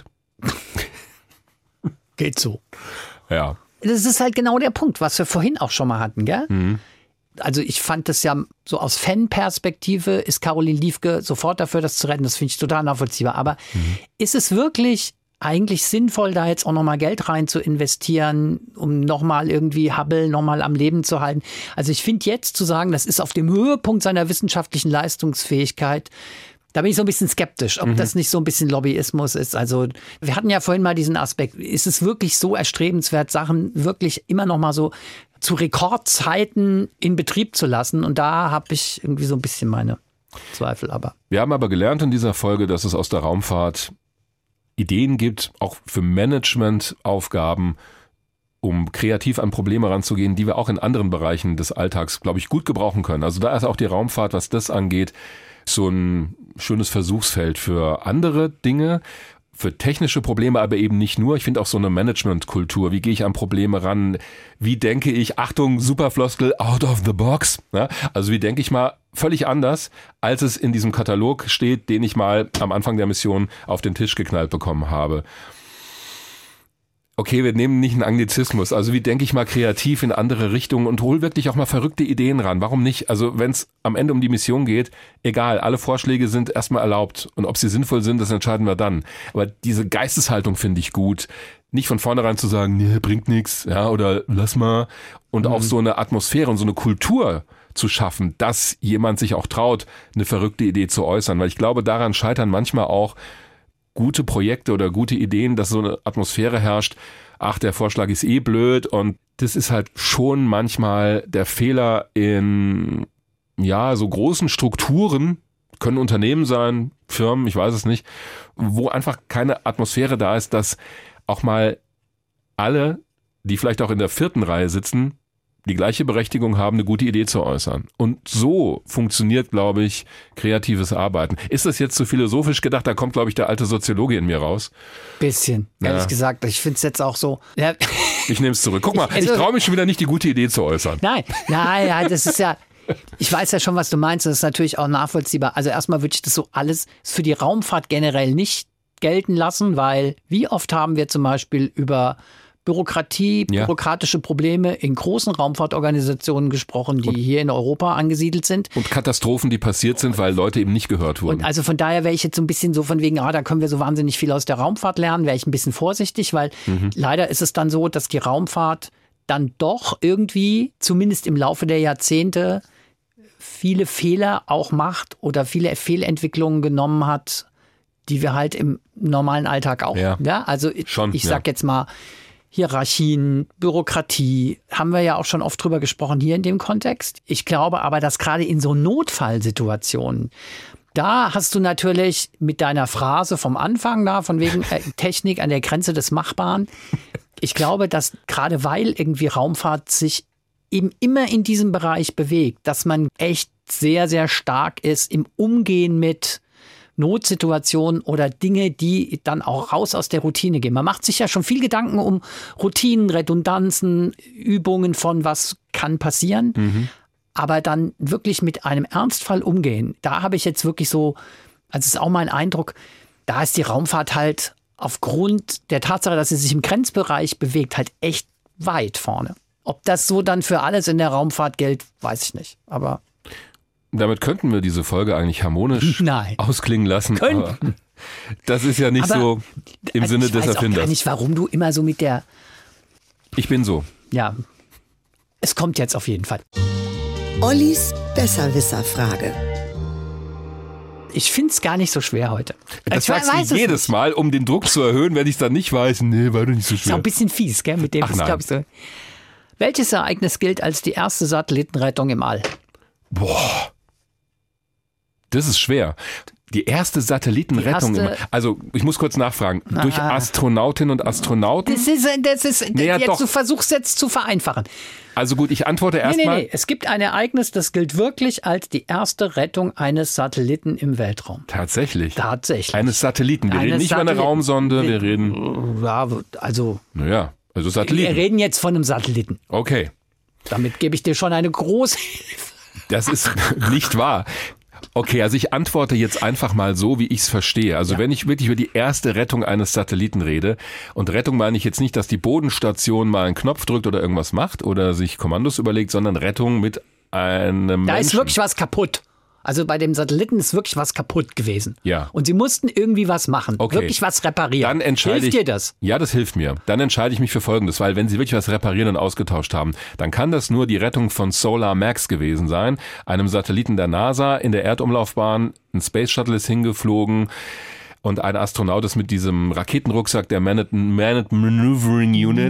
Geht so. Ja. Das ist halt genau der Punkt, was wir vorhin auch schon mal hatten, gell? Also ich fand das ja so aus Fan-Perspektive ist Caroline Liefke sofort dafür, das zu retten. Das finde ich total nachvollziehbar. Aber ist es wirklich eigentlich sinnvoll, da jetzt auch nochmal Geld rein zu investieren, um nochmal irgendwie Hubble nochmal am Leben zu halten? Also ich finde jetzt zu sagen, das ist auf dem Höhepunkt seiner wissenschaftlichen Leistungsfähigkeit, Da bin ich so ein bisschen skeptisch, ob das nicht so ein bisschen Lobbyismus ist. Also wir hatten ja vorhin mal diesen Aspekt. Ist es wirklich so erstrebenswert, Sachen wirklich immer noch mal so zu Rekordzeiten in Betrieb zu lassen? Und da habe ich irgendwie so ein bisschen meine Zweifel. Aber wir haben aber gelernt in dieser Folge, dass es aus der Raumfahrt Ideen gibt, auch für Managementaufgaben, um kreativ an Probleme ranzugehen, die wir auch in anderen Bereichen des Alltags, glaube ich, gut gebrauchen können. Also da ist auch die Raumfahrt, was das angeht, so ein schönes Versuchsfeld für andere Dinge, für technische Probleme, aber eben nicht nur. Ich finde auch so eine Managementkultur. Wie gehe ich an Probleme ran? Wie denke ich, Achtung, Superfloskel, out of the box. Ja, also wie denke ich mal völlig anders, als es in diesem Katalog steht, den ich mal am Anfang der Mission auf den Tisch geknallt bekommen habe. Okay, wir nehmen nicht einen Anglizismus. Also wie denke ich mal kreativ in andere Richtungen und hol wirklich auch mal verrückte Ideen ran. Warum nicht? Also wenn es am Ende um die Mission geht, egal, alle Vorschläge sind erstmal erlaubt. Und ob sie sinnvoll sind, das entscheiden wir dann. Aber diese Geisteshaltung finde ich gut. Nicht von vornherein zu sagen, nee, bringt nichts, ja, oder lass mal. Und auch so eine Atmosphäre und so eine Kultur zu schaffen, dass jemand sich auch traut, eine verrückte Idee zu äußern. Weil ich glaube, daran scheitern manchmal auch gute Projekte oder gute Ideen, dass so eine Atmosphäre herrscht, ach, der Vorschlag ist eh blöd, und das ist halt schon manchmal der Fehler in, ja, so großen Strukturen, können Unternehmen sein, Firmen, ich weiß es nicht, wo einfach keine Atmosphäre da ist, dass auch mal alle, die vielleicht auch in der 4. Reihe sitzen, die gleiche Berechtigung haben, eine gute Idee zu äußern. Und so funktioniert, glaube ich, kreatives Arbeiten. Ist das jetzt zu philosophisch gedacht? Da kommt, glaube ich, der alte Soziologe in mir raus. Bisschen, ehrlich gesagt. Ich finde es jetzt auch so. Ja. Ich nehme es zurück. Guck mal, ich traue mich schon wieder nicht, die gute Idee zu äußern. Nein, das ist ja... Ich weiß ja schon, was du meinst. Das ist natürlich auch nachvollziehbar. Also erstmal würde ich das so alles für die Raumfahrt generell nicht gelten lassen, weil wie oft haben wir zum Beispiel über bürokratische Probleme in großen Raumfahrtorganisationen gesprochen, die hier in Europa angesiedelt sind. Und Katastrophen, die passiert sind, weil Leute eben nicht gehört wurden. Und also von daher wäre ich jetzt so ein bisschen so von wegen, da können wir so wahnsinnig viel aus der Raumfahrt lernen, wäre ich ein bisschen vorsichtig, weil leider ist es dann so, dass die Raumfahrt dann doch irgendwie, zumindest im Laufe der Jahrzehnte, viele Fehler auch macht oder viele Fehlentwicklungen genommen hat, die wir halt im normalen Alltag auch. Ja, also ich sag jetzt mal, Hierarchien, Bürokratie, haben wir ja auch schon oft drüber gesprochen hier in dem Kontext. Ich glaube aber, dass gerade in so Notfallsituationen, da hast du natürlich mit deiner Phrase vom Anfang da, von wegen Technik an der Grenze des Machbaren. Ich glaube, dass gerade weil irgendwie Raumfahrt sich eben immer in diesem Bereich bewegt, dass man echt sehr, sehr stark ist im Umgehen mit Notsituationen oder Dinge, die dann auch raus aus der Routine gehen. Man macht sich ja schon viel Gedanken um Routinen, Redundanzen, Übungen von was kann passieren. Aber dann wirklich mit einem Ernstfall umgehen, da habe ich jetzt wirklich so, also es ist auch mein Eindruck, da ist die Raumfahrt halt aufgrund der Tatsache, dass sie sich im Grenzbereich bewegt, halt echt weit vorne. Ob das so dann für alles in der Raumfahrt gilt, weiß ich nicht. Aber damit könnten wir diese Folge eigentlich harmonisch ausklingen lassen. Aber das ist ja nicht so im Sinne des Erfinders. Ich weiß auch gar nicht, warum du immer so mit der... Ich bin so. Ja, es kommt jetzt auf jeden Fall. Ollis Besserwisser-Frage. Ich finde es gar nicht so schwer heute. Das sagst du jedes Mal, um den Druck zu erhöhen, wenn ich es dann nicht weiß. Nee, war doch nicht so schwer. Ist auch ein bisschen fies, gell? Mit dem ist, glaube ich, so. Welches Ereignis gilt als die erste Satellitenrettung im All? Boah. Das ist schwer. Die erste Satellitenrettung. Also ich muss kurz nachfragen. Durch Astronautinnen und Astronauten? Das ist jetzt, du versuchst jetzt zu vereinfachen. Also gut, ich antworte erstmal. Nee. Es gibt ein Ereignis, das gilt wirklich als die erste Rettung eines Satelliten im Weltraum. Tatsächlich? Eines Satelliten. Wir reden nicht über eine Raumsonde, wir reden... Ja, also Satelliten. Wir reden jetzt von einem Satelliten. Okay. Damit gebe ich dir schon eine große Hilfe. Das ist nicht wahr. Okay, also ich antworte jetzt einfach mal so, wie ich es verstehe. Also wenn ich wirklich über die erste Rettung eines Satelliten rede, und Rettung meine ich jetzt nicht, dass die Bodenstation mal einen Knopf drückt oder irgendwas macht oder sich Kommandos überlegt, sondern Rettung mit einem Menschen. Da ist wirklich was kaputt. Also bei dem Satelliten ist wirklich was kaputt gewesen. Ja. Und sie mussten irgendwie was machen. Okay. Wirklich was reparieren. Dann Hilft dir das? Ja, das hilft mir. Dann entscheide ich mich für Folgendes, weil wenn sie wirklich was reparieren und ausgetauscht haben, dann kann das nur die Rettung von Solar Max gewesen sein, einem Satelliten der NASA in der Erdumlaufbahn. Ein Space Shuttle ist hingeflogen. Und ein Astronaut ist mit diesem Raketenrucksack der Managed Maneuvering Unit.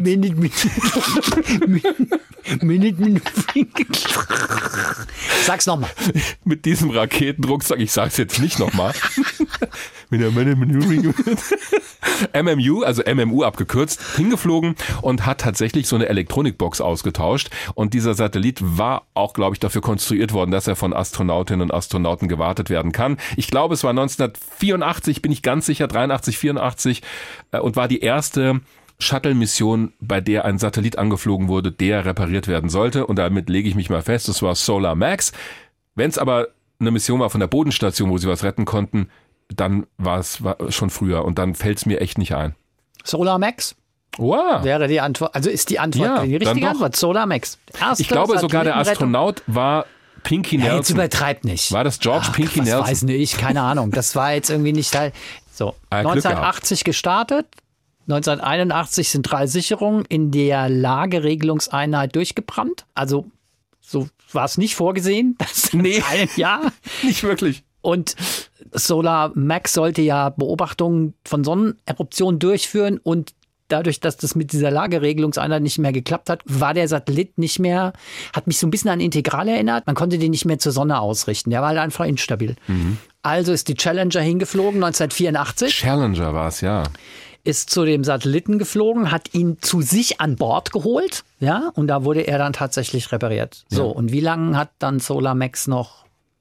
Sag's nochmal. Mit diesem Raketenrucksack, ich sag's jetzt nicht nochmal. Mit der Managed Maneuvering Unit. MMU, also MMU abgekürzt, hingeflogen und hat tatsächlich so eine Elektronikbox ausgetauscht. Und dieser Satellit war auch, glaube ich, dafür konstruiert worden, dass er von Astronautinnen und Astronauten gewartet werden kann. Ich glaube, es war 1984, bin ich ganz sicher, 83, 84 und war die erste Shuttle-Mission, bei der ein Satellit angeflogen wurde, der repariert werden sollte. Und damit lege ich mich mal fest, das war Solar Max. Wenn es aber eine Mission war von der Bodenstation, wo sie was retten konnten, dann war es schon früher und dann fällt es mir echt nicht ein. Solar Max? Wow. Wäre die Antwort, also ist die Antwort die richtige Antwort? Solar Max. Ich glaube sogar der Astronaut war Pinky Nelson. Jetzt übertreibt nicht. War das George Pinky Nelson? Das weiß nicht, keine Ahnung. Das war jetzt irgendwie nicht Teil. So, 1980 gestartet. 1981 sind 3 Sicherungen in der Lageregelungseinheit durchgebrannt. Also so war es nicht vorgesehen. Nee, Jahr. Nicht wirklich. Und Solar Max sollte ja Beobachtungen von Sonneneruptionen durchführen und dadurch, dass das mit dieser Lageregelungseinheit nicht mehr geklappt hat, war der Satellit nicht mehr, hat mich so ein bisschen an Integral erinnert. Man konnte den nicht mehr zur Sonne ausrichten. Der war halt einfach instabil. Mhm. Also ist die Challenger hingeflogen, 1984. Challenger war es, ja. Ist zu dem Satelliten geflogen, hat ihn zu sich an Bord geholt, ja, und da wurde er dann tatsächlich repariert. So, und wie lange hat dann Solar Max noch?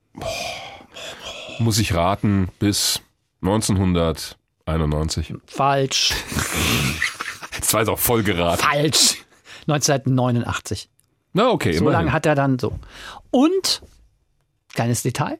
Muss ich raten, bis 1991. Falsch. Jetzt war es auch voll geraten. Falsch. 1989. Na, okay. So lange hat er dann so. Und, kleines Detail,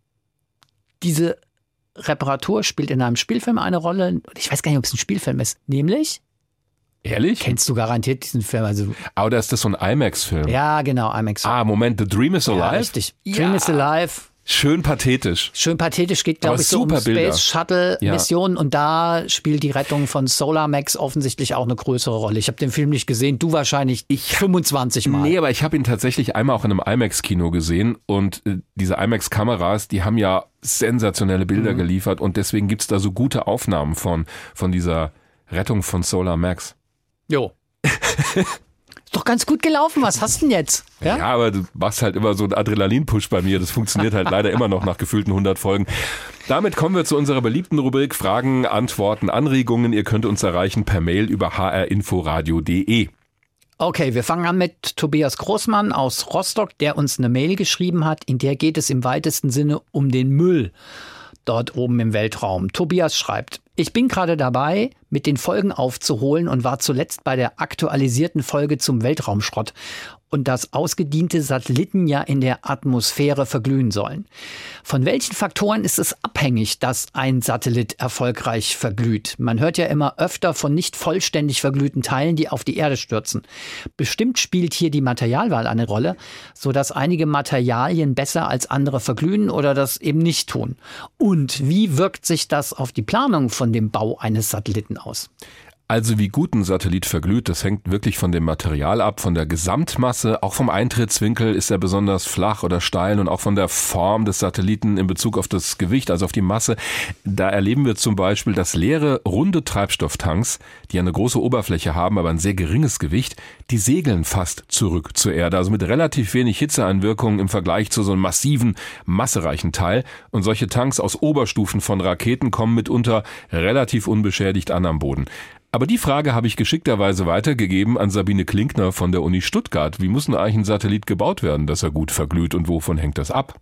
diese Reparatur spielt in einem Spielfilm eine Rolle. Ich weiß gar nicht, ob es ein Spielfilm ist. Nämlich? Ehrlich? Kennst du garantiert diesen Film? Also, aber ist das so ein IMAX-Film? Ja, genau, IMAX-Film. Ah, Moment, The Dream is Alive? Ja, richtig. Dream is Alive. Schön pathetisch. Schön pathetisch, geht, glaube ich, so um Space Shuttle Missionen und da spielt die Rettung von Solar Max offensichtlich auch eine größere Rolle. Ich habe den Film nicht gesehen, du wahrscheinlich 25 Mal. Nee, aber ich habe ihn tatsächlich einmal auch in einem IMAX-Kino gesehen und diese IMAX-Kameras, die haben ja sensationelle Bilder geliefert und deswegen gibt's da so gute Aufnahmen von dieser Rettung von Solar Max. Jo. Ist doch ganz gut gelaufen, was hast du denn jetzt? Ja, aber du machst halt immer so einen Adrenalin-Push bei mir. Das funktioniert halt leider immer noch nach gefühlten 100 Folgen. Damit kommen wir zu unserer beliebten Rubrik Fragen, Antworten, Anregungen. Ihr könnt uns erreichen per Mail über hrinforadio.de. Okay, wir fangen an mit Tobias Großmann aus Rostock, der uns eine Mail geschrieben hat. In der geht es im weitesten Sinne um den Müll dort oben im Weltraum. Tobias schreibt: Ich bin gerade dabei, mit den Folgen aufzuholen und war zuletzt bei der aktualisierten Folge zum Weltraumschrott und dass ausgediente Satelliten ja in der Atmosphäre verglühen sollen. Von welchen Faktoren ist es abhängig, dass ein Satellit erfolgreich verglüht? Man hört ja immer öfter von nicht vollständig verglühten Teilen, die auf die Erde stürzen. Bestimmt spielt hier die Materialwahl eine Rolle, sodass einige Materialien besser als andere verglühen oder das eben nicht tun. Und wie wirkt sich das auf die Planung von dem Bau eines Satelliten aus? Also wie gut ein Satellit verglüht, das hängt wirklich von dem Material ab, von der Gesamtmasse, auch vom Eintrittswinkel, ist er besonders flach oder steil und auch von der Form des Satelliten in Bezug auf das Gewicht, also auf die Masse. Da erleben wir zum Beispiel, dass leere, runde Treibstofftanks, die eine große Oberfläche haben, aber ein sehr geringes Gewicht, die segeln fast zurück zur Erde, also mit relativ wenig Hitzeeinwirkung im Vergleich zu so einem massiven, massereichen Teil. Und solche Tanks aus Oberstufen von Raketen kommen mitunter relativ unbeschädigt an am Boden. Aber die Frage habe ich geschickterweise weitergegeben an Sabine Klinkner von der Uni Stuttgart. Wie muss denn eigentlich ein Satellit gebaut werden, dass er gut verglüht und wovon hängt das ab?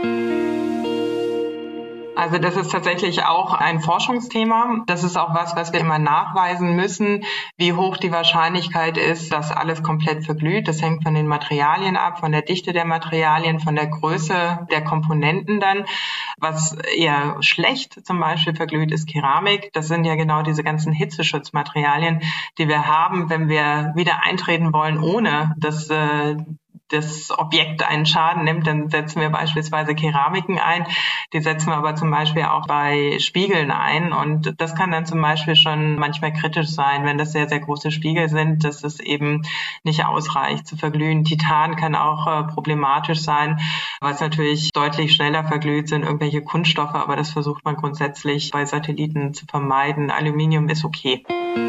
Also das ist tatsächlich auch ein Forschungsthema. Das ist auch was wir immer nachweisen müssen, wie hoch die Wahrscheinlichkeit ist, dass alles komplett verglüht. Das hängt von den Materialien ab, von der Dichte der Materialien, von der Größe der Komponenten dann. Was eher schlecht zum Beispiel verglüht, ist Keramik. Das sind ja genau diese ganzen Hitzeschutzmaterialien, die wir haben, wenn wir wieder eintreten wollen, ohne dass das Objekt einen Schaden nimmt, dann setzen wir beispielsweise Keramiken ein. Die setzen wir aber zum Beispiel auch bei Spiegeln ein. Und das kann dann zum Beispiel schon manchmal kritisch sein, wenn das sehr, sehr große Spiegel sind, dass es eben nicht ausreicht zu verglühen. Titan kann auch problematisch sein, was natürlich deutlich schneller verglüht sind, irgendwelche Kunststoffe. Aber das versucht man grundsätzlich bei Satelliten zu vermeiden. Aluminium ist okay.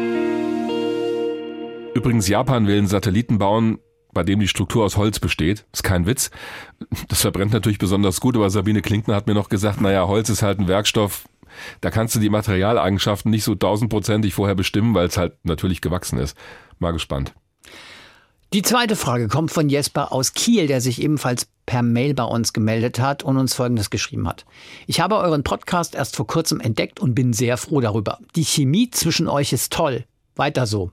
Übrigens, Japan will einen Satelliten bauen, bei dem die Struktur aus Holz besteht. Ist kein Witz. Das verbrennt natürlich besonders gut, aber Sabine Klinkner hat mir noch gesagt, naja, Holz ist halt ein Werkstoff, da kannst du die Materialeigenschaften nicht so 1000%ig vorher bestimmen, weil es halt natürlich gewachsen ist. Mal gespannt. Die zweite Frage kommt von Jesper aus Kiel, der sich ebenfalls per Mail bei uns gemeldet hat und uns Folgendes geschrieben hat. Ich habe euren Podcast erst vor kurzem entdeckt und bin sehr froh darüber. Die Chemie zwischen euch ist toll. Weiter so.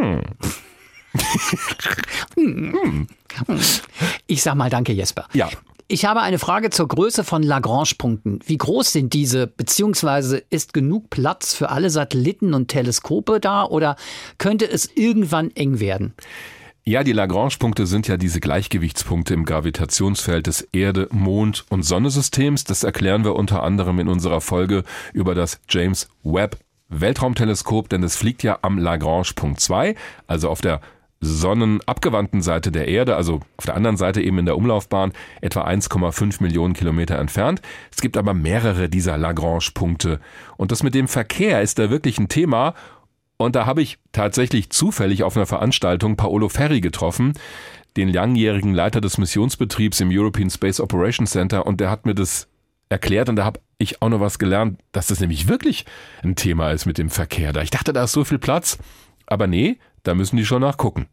Ich sag mal danke, Jesper. Ja. Ich habe eine Frage zur Größe von Lagrange-Punkten. Wie groß sind diese, beziehungsweise ist genug Platz für alle Satelliten und Teleskope da oder könnte es irgendwann eng werden? Ja, die Lagrange-Punkte sind ja diese Gleichgewichtspunkte im Gravitationsfeld des Erde-, Mond- und Sonnensystems. Das erklären wir unter anderem in unserer Folge über das James Webb-Weltraumteleskop, denn es fliegt ja am Lagrange-Punkt 2, also auf der sonnenabgewandten Seite der Erde, also auf der anderen Seite eben in der Umlaufbahn, etwa 1,5 Millionen Kilometer entfernt. Es gibt aber mehrere dieser Lagrange-Punkte. Und das mit dem Verkehr ist da wirklich ein Thema. Und da habe ich tatsächlich zufällig auf einer Veranstaltung Paolo Ferri getroffen, den langjährigen Leiter des Missionsbetriebs im European Space Operations Center. Und der hat mir das erklärt und da habe ich auch noch was gelernt, dass das nämlich wirklich ein Thema ist mit dem Verkehr. Ich dachte, da ist so viel Platz. Aber nee, da müssen die schon nachgucken.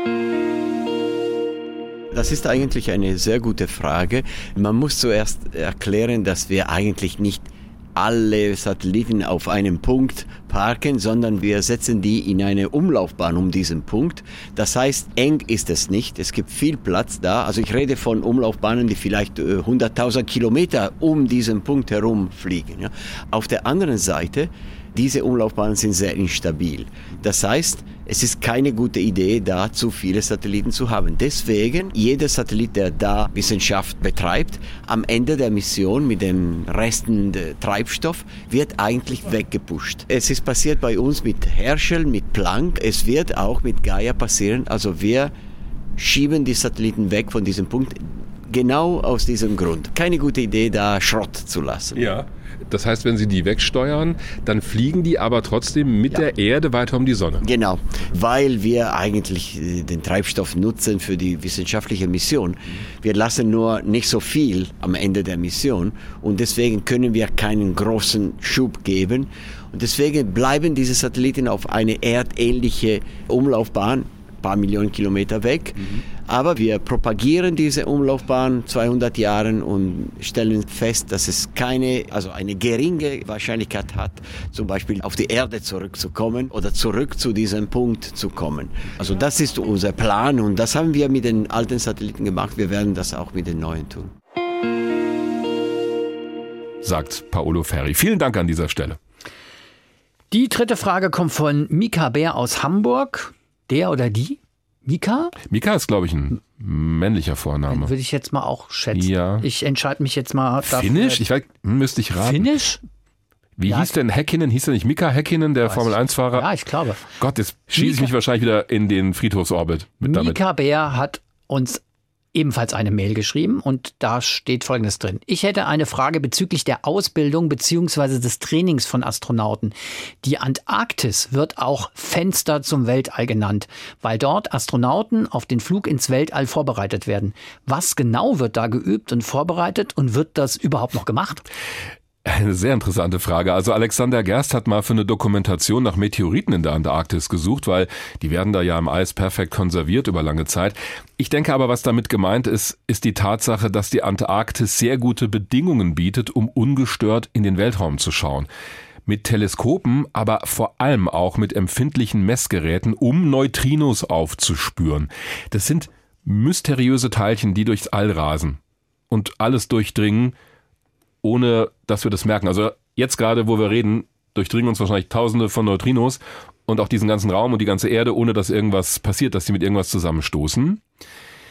Das ist eigentlich eine sehr gute Frage. Man muss zuerst erklären, dass wir eigentlich nicht alle Satelliten auf einem Punkt parken, sondern wir setzen die in eine Umlaufbahn um diesen Punkt. Das heißt, eng ist es nicht. Es gibt viel Platz da. Also ich rede von Umlaufbahnen, die vielleicht 100.000 Kilometer um diesen Punkt herum fliegen. Ja. Auf der anderen Seite, diese Umlaufbahnen sind sehr instabil. Das heißt, es ist keine gute Idee, da zu viele Satelliten zu haben. Deswegen, jeder Satellit, der da Wissenschaft betreibt, am Ende der Mission mit dem Resten der Treibstoff, wird eigentlich weggepusht. Es ist passiert bei uns mit Herschel, mit Planck. Es wird auch mit Gaia passieren. Also wir schieben die Satelliten weg von diesem Punkt. Genau aus diesem Grund. Keine gute Idee, da Schrott zu lassen. Ja, das heißt, wenn Sie die wegsteuern, dann fliegen die aber trotzdem mit der Erde weiter um die Sonne. Genau, weil wir eigentlich den Treibstoff nutzen für die wissenschaftliche Mission. Wir lassen nur nicht so viel am Ende der Mission und deswegen können wir keinen großen Schub geben. Und deswegen bleiben diese Satelliten auf eine erdähnliche Umlaufbahn, ein paar Millionen Kilometer weg. Aber wir propagieren diese Umlaufbahn 200 Jahren und stellen fest, dass es eine geringe Wahrscheinlichkeit hat, zum Beispiel auf die Erde zurückzukommen oder zurück zu diesem Punkt zu kommen. Also das ist unser Plan und das haben wir mit den alten Satelliten gemacht. Wir werden das auch mit den neuen tun. Sagt Paolo Ferri. Vielen Dank an dieser Stelle. Die dritte Frage kommt von Mika Bär aus Hamburg. Der oder die? Mika? Mika ist, glaube ich, ein männlicher Vorname. Würde ich jetzt mal auch schätzen. Ja. Ich entscheide mich jetzt mal dafür. Finnisch? Ich weiß, müsste ich raten. Finnisch? Wie hieß denn Häkkinen? Hieß der nicht Mika Häkkinen, der Formel-1-Fahrer? Ja, ich glaube. Gott, jetzt schieße ich mich wahrscheinlich wieder in den Friedhofsorbit mit damit. Mika Bär hat uns ebenfalls eine Mail geschrieben und da steht Folgendes drin. Ich hätte eine Frage bezüglich der Ausbildung bzw. des Trainings von Astronauten. Die Antarktis wird auch Fenster zum Weltall genannt, weil dort Astronauten auf den Flug ins Weltall vorbereitet werden. Was genau wird da geübt und vorbereitet und wird das überhaupt noch gemacht? Eine sehr interessante Frage. Also Alexander Gerst hat mal für eine Dokumentation nach Meteoriten in der Antarktis gesucht, weil die werden da ja im Eis perfekt konserviert über lange Zeit. Ich denke aber, was damit gemeint ist, ist die Tatsache, dass die Antarktis sehr gute Bedingungen bietet, um ungestört in den Weltraum zu schauen. Mit Teleskopen, aber vor allem auch mit empfindlichen Messgeräten, um Neutrinos aufzuspüren. Das sind mysteriöse Teilchen, die durchs All rasen und alles durchdringen, ohne dass wir das merken. Also jetzt gerade, wo wir reden, durchdringen uns wahrscheinlich Tausende von Neutrinos und auch diesen ganzen Raum und die ganze Erde, ohne dass irgendwas passiert, dass sie mit irgendwas zusammenstoßen.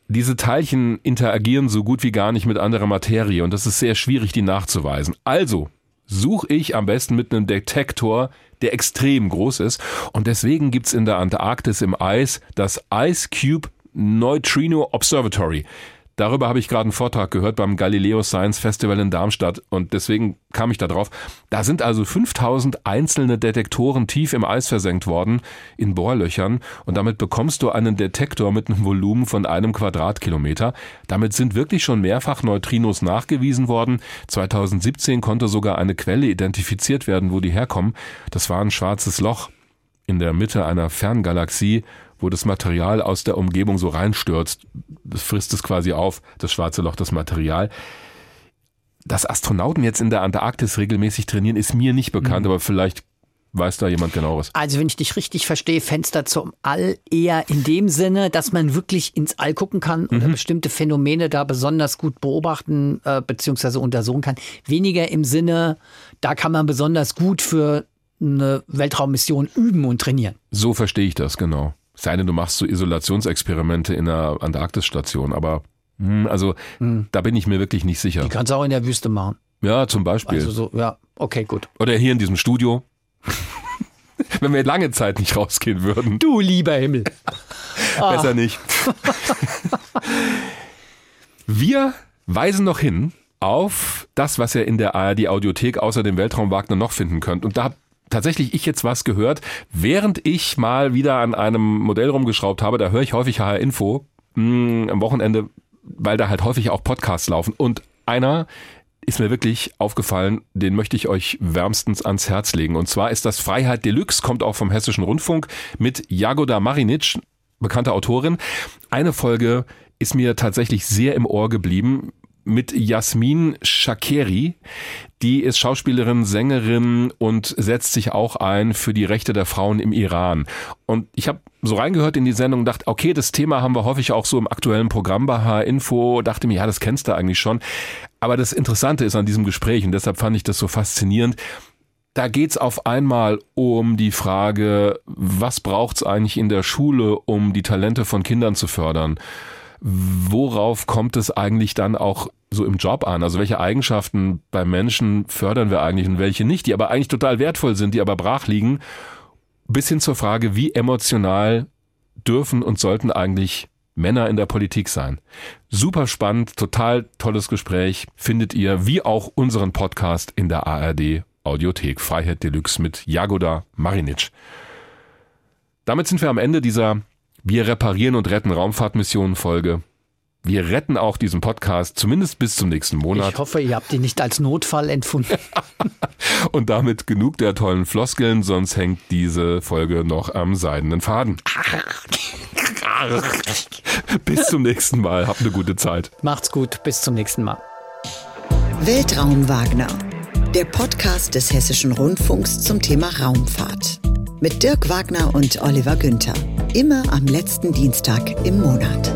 diese Teilchen interagieren so gut wie gar nicht mit anderer Materie und das ist sehr schwierig, die nachzuweisen. Also suche ich am besten mit einem Detektor, der extrem groß ist. Und deswegen gibt's in der Antarktis im Eis das Ice Cube Neutrino Observatory. Darüber habe ich gerade einen Vortrag gehört beim Galileo Science Festival in Darmstadt und deswegen kam ich da drauf. Da sind also 5000 einzelne Detektoren tief im Eis versenkt worden, in Bohrlöchern, und damit bekommst du einen Detektor mit einem Volumen von 1 Quadratkilometer. Damit sind wirklich schon mehrfach Neutrinos nachgewiesen worden. 2017 konnte sogar eine Quelle identifiziert werden, wo die herkommen. Das war ein schwarzes Loch in der Mitte einer Ferngalaxie, wo das Material aus der Umgebung so reinstürzt. Das frisst es quasi auf, das schwarze Loch, das Material. Dass Astronauten jetzt in der Antarktis regelmäßig trainieren, ist mir nicht bekannt, aber vielleicht weiß da jemand Genaueres. Also wenn ich dich richtig verstehe, Fenster zum All eher in dem Sinne, dass man wirklich ins All gucken kann und bestimmte Phänomene da besonders gut beobachten bzw. untersuchen kann. Weniger im Sinne, da kann man besonders gut für eine Weltraummission üben und trainieren. So verstehe ich das, genau. Sei denn, du machst so Isolationsexperimente in einer Antarktisstation, aber da bin ich mir wirklich nicht sicher. Die kannst du auch in der Wüste machen. Ja, zum Beispiel. Also so, ja, okay, gut. Oder hier in diesem Studio. Wenn wir lange Zeit nicht rausgehen würden. Du lieber Himmel. Besser nicht. Wir weisen noch hin auf das, was ihr in der ARD-Audiothek außer dem Weltraum-Wagner noch finden könnt. Und da habe tatsächlich ich jetzt was gehört, während ich mal wieder an einem Modell rumgeschraubt habe. Da höre ich häufig HR Info am Wochenende, weil da halt häufig auch Podcasts laufen. Und einer ist mir wirklich aufgefallen, den möchte ich euch wärmstens ans Herz legen. Und zwar ist das Freiheit Deluxe, kommt auch vom Hessischen Rundfunk mit Jagoda Marinic, bekannte Autorin. Eine Folge ist mir tatsächlich sehr im Ohr geblieben mit Jasmin Shakeri. Die ist Schauspielerin, Sängerin und setzt sich auch ein für die Rechte der Frauen im Iran. Und ich habe so reingehört in die Sendung und dachte, okay, das Thema haben wir häufig auch so im aktuellen Programm bei HR Info. Dachte mir, ja, das kennst du eigentlich schon. Aber das Interessante ist an diesem Gespräch, und deshalb fand ich das so faszinierend, da geht's auf einmal um die Frage, was braucht's eigentlich in der Schule, um die Talente von Kindern zu fördern? Worauf kommt es eigentlich dann auch so im Job an? Also welche Eigenschaften bei Menschen fördern wir eigentlich und welche nicht, die aber eigentlich total wertvoll sind, die aber brach liegen? Bis hin zur Frage, wie emotional dürfen und sollten eigentlich Männer in der Politik sein? Super spannend, total tolles Gespräch. Findet ihr, wie auch unseren Podcast, in der ARD Audiothek. Freiheit Deluxe mit Jagoda Marinic. Damit sind wir am Ende dieser Wir reparieren und retten Raumfahrtmissionen-Folge. Wir retten auch diesen Podcast, zumindest bis zum nächsten Monat. Ich hoffe, ihr habt ihn nicht als Notfall empfunden. Und damit genug der tollen Floskeln, sonst hängt diese Folge noch am seidenen Faden. Bis zum nächsten Mal. Habt eine gute Zeit. Macht's gut. Bis zum nächsten Mal. Weltraum Wagner. Der Podcast des Hessischen Rundfunks zum Thema Raumfahrt. Mit Dirk Wagner und Oliver Günther. Immer am letzten Dienstag im Monat.